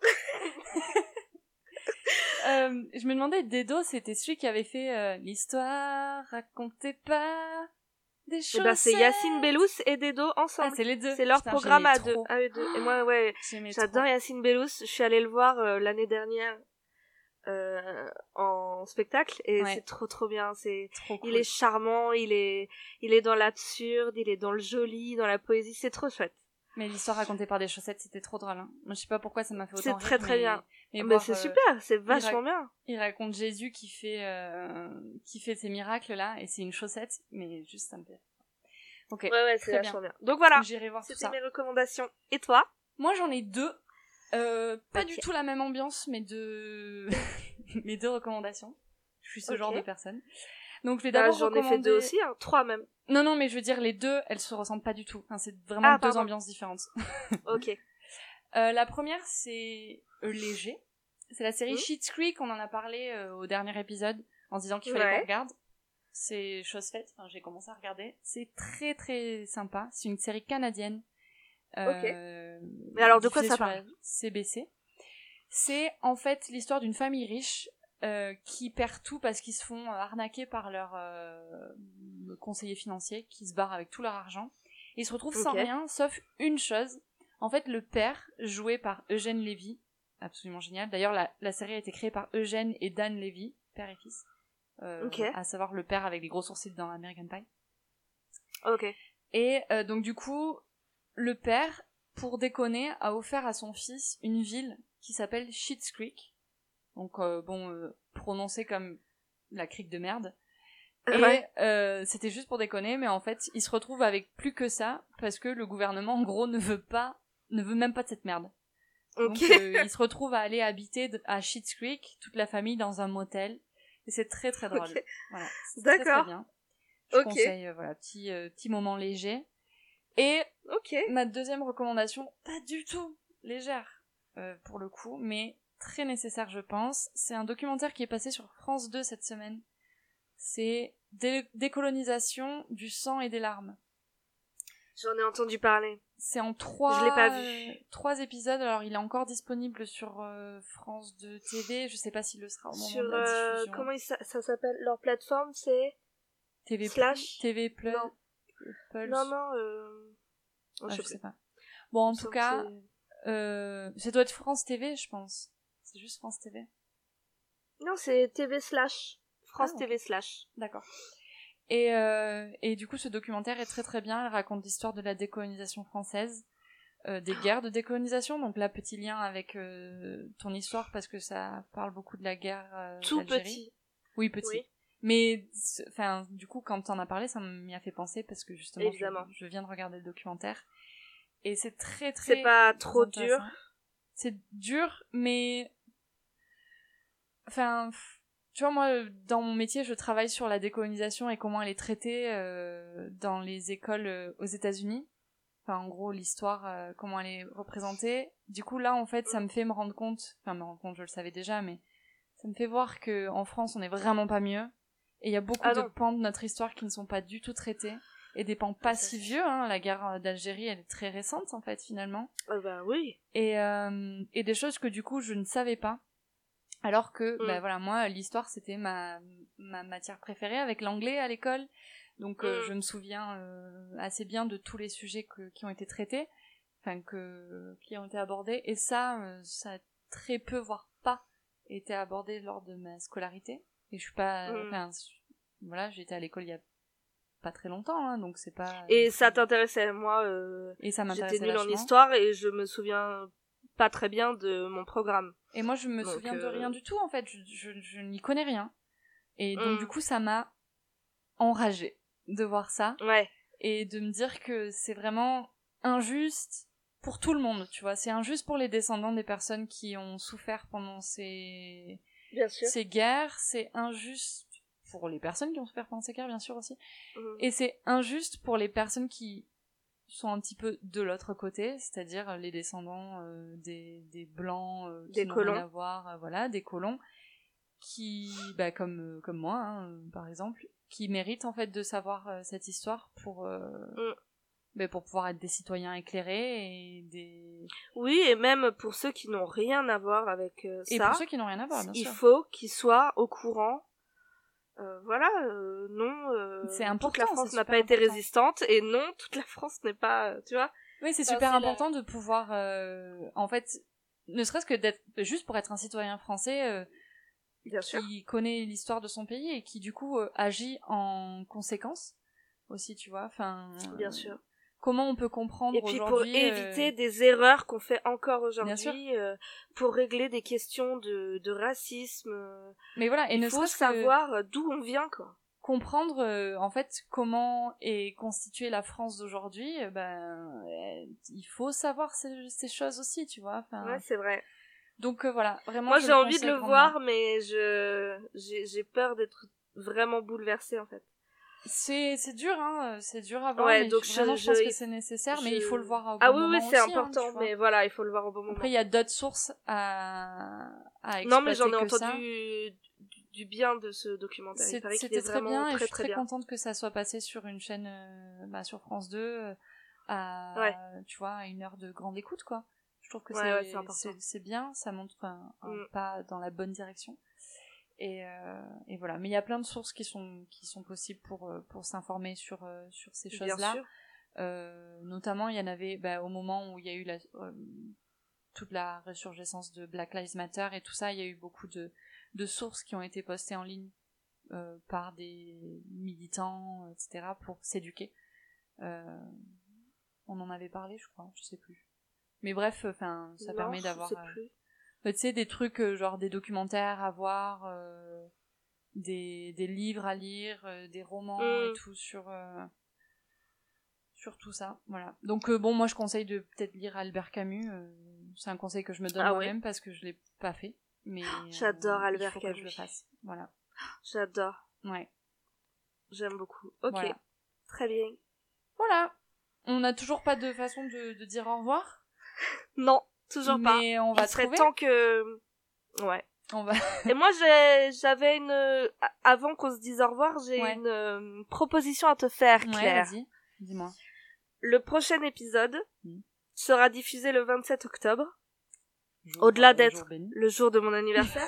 Je me demandais, Dedo, c'était celui qui avait fait l'histoire racontez pas des choses. Ben c'est Yacine Bellous et Dedo ensemble. Ah, c'est les deux. C'est leur programme à eux deux. Et moi, ouais, trop. j'adore Yacine Bellous. Je suis allée le voir l'année dernière en spectacle, et c'est trop trop bien. Il est charmant, il est dans l'absurde, il est dans le joli, dans la poésie. C'est trop chouette. Mais l'histoire racontée par des chaussettes, c'était trop drôle. Hein. Moi, je sais pas pourquoi ça m'a fait autant rire. C'est très très bien. Mais c'est super, c'est vachement bien. Il raconte Jésus qui fait ces miracles là, et c'est une chaussette, mais juste ça me fait. Ok. Ouais, c'est vachement bien. Donc voilà. J'irai voir tout ça. C'était mes recommandations. Et toi? Moi, j'en ai 2. Pas du tout la même ambiance, mais mes 2 recommandations. Je suis ce genre de personne. Donc je vais d'abord recommander... J'en ai fait 2 aussi, 3 même. Non, mais je veux dire, les 2, elles se ressemblent pas du tout. Enfin, c'est vraiment 2 ambiances différentes. Ok. La première, c'est Léger. C'est la série Schitt's Creek, on en a parlé au dernier épisode, en se disant qu'il fallait qu'on regarde. C'est chose faite, enfin, j'ai commencé à regarder. C'est très très sympa. C'est une série canadienne. Mais alors, de quoi ça parle? CBC. C'est en fait l'histoire d'une famille riche qui perd tout parce qu'ils se font arnaquer par leur conseiller financier, qui se barre avec tout leur argent. Et ils se retrouvent sans rien, sauf une chose. En fait, le père, joué par Eugène Lévy, absolument génial. D'ailleurs, la série a été créée par Eugène et Dan Lévy. père et fils. Ok. À savoir le père avec les gros sourcils dans American Pie. Ok. Et donc du coup, le père, pour déconner, a offert à son fils une ville qui s'appelle Schitt's Creek. Donc prononcé comme la crique de merde. Et Ouais. c'était juste pour déconner, mais en fait, il se retrouve avec plus que ça, parce que le gouvernement, en gros, ne veut même pas de cette merde. Ok. Donc, il se retrouve à aller habiter à Schitt's Creek, toute la famille, dans un motel. Et c'est très très drôle. Ok. Voilà, c'est très très D'accord. bien. Je Ok. conseille, voilà, petit moment léger. Et Ok. ma deuxième recommandation, pas du tout légère, pour le coup, mais très nécessaire, je pense. C'est un documentaire qui est passé sur France 2 cette semaine. C'est Décolonisation du sang et des larmes. J'en ai entendu parler. C'est en Je l'ai pas vu. 3 épisodes. Alors, il est encore disponible sur France 2 TV. Je sais pas s'il le sera au moment Sur de la diffusion. comment ça s'appelle? Leur plateforme, c'est TV Slash. TV Plus. Non. Pulse. Non. Je sais pas. Bon, en tout cas, ça doit être France TV, je pense. C'est juste France TV. Non, c'est TV Slash. France Ah, TV Slash. D'accord. Et du coup, ce documentaire est très très bien. Il raconte l'histoire de la décolonisation française, des guerres de décolonisation. Donc là, petit lien avec ton histoire parce que ça parle beaucoup de la guerre Tout d'Algérie. petit. Oui, petit. Oui. Mais enfin, du coup, quand t'en as parlé, ça m'y a fait penser parce que justement, Évidemment. je viens de regarder le documentaire et c'est très très. C'est pas trop intéressant. dur. C'est dur, mais enfin. Tu vois, moi, dans mon métier, je travaille sur la décolonisation et comment elle est traitée dans les écoles aux États-Unis. Enfin, en gros, l'histoire, comment elle est représentée. Du coup, là, en fait, ça me fait me rendre compte, je le savais déjà, mais ça me fait voir que en France, on est vraiment pas mieux. Et il y a beaucoup de pans de notre histoire qui ne sont pas du tout traités. Et des pans pas si vieux, hein. La guerre d'Algérie, elle est très récente, en fait, finalement. Bah oui. Et des choses que, du coup, je ne savais pas. Alors que, voilà, moi, l'histoire, c'était ma matière préférée avec l'anglais à l'école. Donc, je me souviens assez bien de tous les sujets qui ont été traités, enfin, qui ont été abordés. Et ça a très peu, voire pas, été abordé lors de ma scolarité. Et je suis pas... Enfin, voilà, j'étais à l'école il y a pas très longtemps, hein, donc c'est pas... Et ça t'intéressait, moi, et ça m'intéressait j'étais nulle en vachement. histoire et je me souviens pas très bien de mon programme. Et moi, je me souviens de rien du tout, en fait. Je n'y connais rien. Et donc, du coup, ça m'a enragée de voir ça. Ouais. Et de me dire que c'est vraiment injuste pour tout le monde, tu vois. C'est injuste pour les descendants des personnes qui ont souffert pendant ces guerres. C'est injuste pour les personnes qui ont souffert pendant ces guerres, bien sûr, aussi. Et c'est injuste pour les personnes qui sont un petit peu de l'autre côté, c'est-à-dire les descendants des blancs qui n'ont rien à voir, voilà, des colons qui, comme moi, hein, par exemple, qui méritent en fait de savoir cette histoire pour pouvoir être des citoyens éclairés et des... Oui, et même pour ceux qui n'ont rien à voir avec ça. Et pour ceux qui n'ont rien à voir, bien sûr. Il faut qu'ils soient au courant. c'est important, toute la France n'a pas été résistante et non, toute la France n'est pas, tu vois. Oui, c'est super important de pouvoir, en fait, ne serait-ce que d'être, juste pour être un citoyen français qui connaît l'histoire de son pays et qui du coup agit en conséquence aussi, tu vois. Enfin, bien sûr. Comment on peut comprendre et puis aujourd'hui... pour éviter des erreurs qu'on fait encore aujourd'hui, pour régler des questions de racisme. Mais voilà, et il faut savoir d'où on vient, quoi. Comprendre en fait comment est constituée la France d'aujourd'hui, il faut savoir ces choses aussi, tu vois. Enfin, ouais, c'est vrai. Donc voilà, vraiment. Moi, j'ai envie de le voir, mais j'ai peur d'être vraiment bouleversée, en fait. C'est dur, hein, c'est dur à voir, ouais, mais donc je pense que c'est nécessaire, mais il faut le voir au bon moment oui, c'est aussi, important, hein, mais voilà, il faut le voir au bon moment. Après, il y a d'autres sources à exploiter. Non, mais j'en ai entendu du bien de ce documentaire. C'était très bien, et je suis très contente que ça soit passé sur une chaîne, sur France 2, tu vois, à 1 heure de grande écoute, quoi. Je trouve que c'est bien, ça montre un pas dans la bonne direction. Et voilà, mais il y a plein de sources qui sont possibles pour s'informer sur ces choses-là. Notamment, il y en avait au moment où il y a eu toute la ressurgescence de Black Lives Matter et tout ça, il y a eu beaucoup de de sources qui ont été postées en ligne par des militants, etc., pour s'éduquer. On en avait parlé, je crois, je sais plus. Mais bref, ça permet d'avoir... tu sais, des trucs, genre des documentaires à voir, des livres à lire, des romans et tout sur tout ça, voilà. Donc bon, moi je conseille de peut-être lire Albert Camus, c'est un conseil que je me donne moi-même parce que je l'ai pas fait, mais j'adore Albert Camus. Que je le fasse, voilà. J'adore. Ouais. J'aime beaucoup. Ok, voilà. Très bien. Voilà. On n'a toujours pas de façon de dire au revoir. Non, toujours pas. Mais on va Il serait trouver. temps que... Ouais. On va... Et moi, j'avais une... Avant qu'on se dise au revoir, j'ai une proposition à te faire, Claire. Ouais, vas-y. Dis-moi. Le prochain épisode sera diffusé le 27 octobre. Au-delà d'être le jour de mon anniversaire.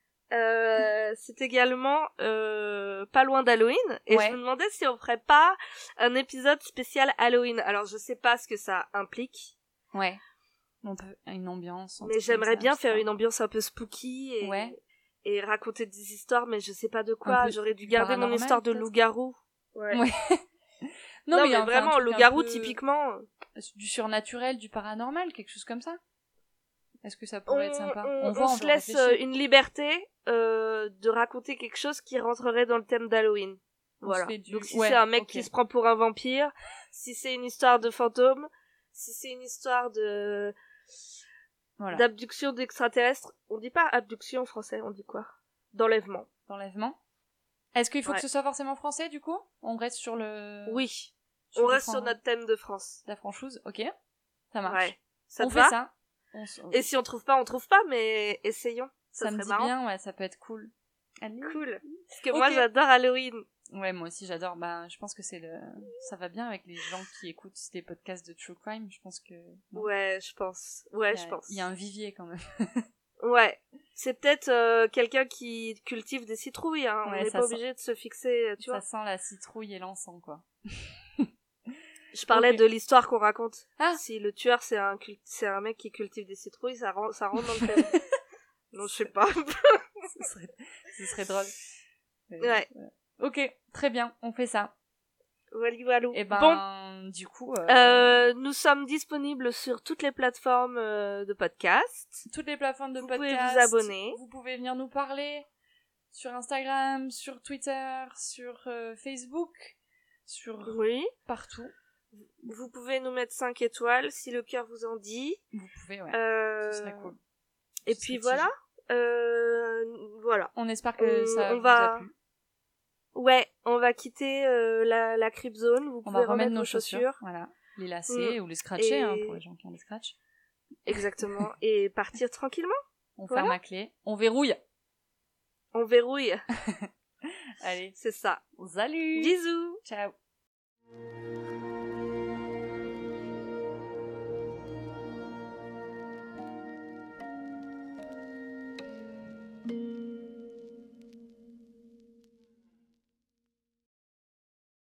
C'est également pas loin d'Halloween. Et je me demandais si on ferait pas un épisode spécial Halloween. Alors, je sais pas ce que ça implique. Ouais. On peut une ambiance. Mais j'aimerais bien faire une ambiance un peu spooky et raconter des histoires, mais je sais pas de quoi. J'aurais dû garder mon histoire de loup-garou. Ouais. Non, mais vraiment, loup-garou, typiquement. Du surnaturel, du paranormal, quelque chose comme ça. Est-ce que ça pourrait être sympa? On se laisse une liberté de raconter quelque chose qui rentrerait dans le thème d'Halloween. Voilà. Donc si c'est un mec qui se prend pour un vampire, si c'est une histoire de fantôme, si c'est une histoire de... d'abduction d'extraterrestres, on dit pas abduction en français, on dit quoi? D'enlèvement. D'enlèvement? Est-ce qu'il faut que ce soit forcément français, du coup? On reste sur le... Oui. On reste sur notre thème de France. La franchise, ok. Ça marche. Ouais. Ça on fait ça. Et si on trouve pas, mais essayons. Ça me dit marrant. bien, ouais, ça peut être cool. Allez. Cool. Parce que moi, j'adore Halloween. Ouais, moi aussi, j'adore. Je pense que ça va bien avec les gens qui écoutent des podcasts de True Crime. Je pense que... Non. Ouais, je pense. Ouais, je pense. Il y a un vivier, quand même. Ouais. C'est peut-être quelqu'un qui cultive des citrouilles, hein. On n'est pas obligé de se fixer, tu vois. Ça sent la citrouille et l'encens, quoi. Je parlais de l'histoire qu'on raconte. Si le tueur, c'est un mec qui cultive des citrouilles, ça rentre dans le thème. Non, je sais pas. Ce serait drôle. Ouais. Ok, très bien, on fait ça. Walou. Et bon, du coup... nous sommes disponibles sur toutes les plateformes de podcast. Toutes les plateformes de podcast. Vous pouvez vous abonner. Vous pouvez venir nous parler sur Instagram, sur Twitter, sur Facebook, sur... Oui. Partout. Vous pouvez nous mettre 5 étoiles si le cœur vous en dit. Vous pouvez, ouais. Ce serait cool. Et puis voilà. Voilà. On espère que ça vous a plu. Ouais, on va quitter la Crip Zone. Vous pouvez remettre nos chaussures. Voilà. Les lacer ou les scratcher, pour les gens qui ont les scratchs. Exactement. Et partir tranquillement. On ferme la clé. On verrouille. On verrouille. Allez. C'est ça. Salut. Bisous. Ciao.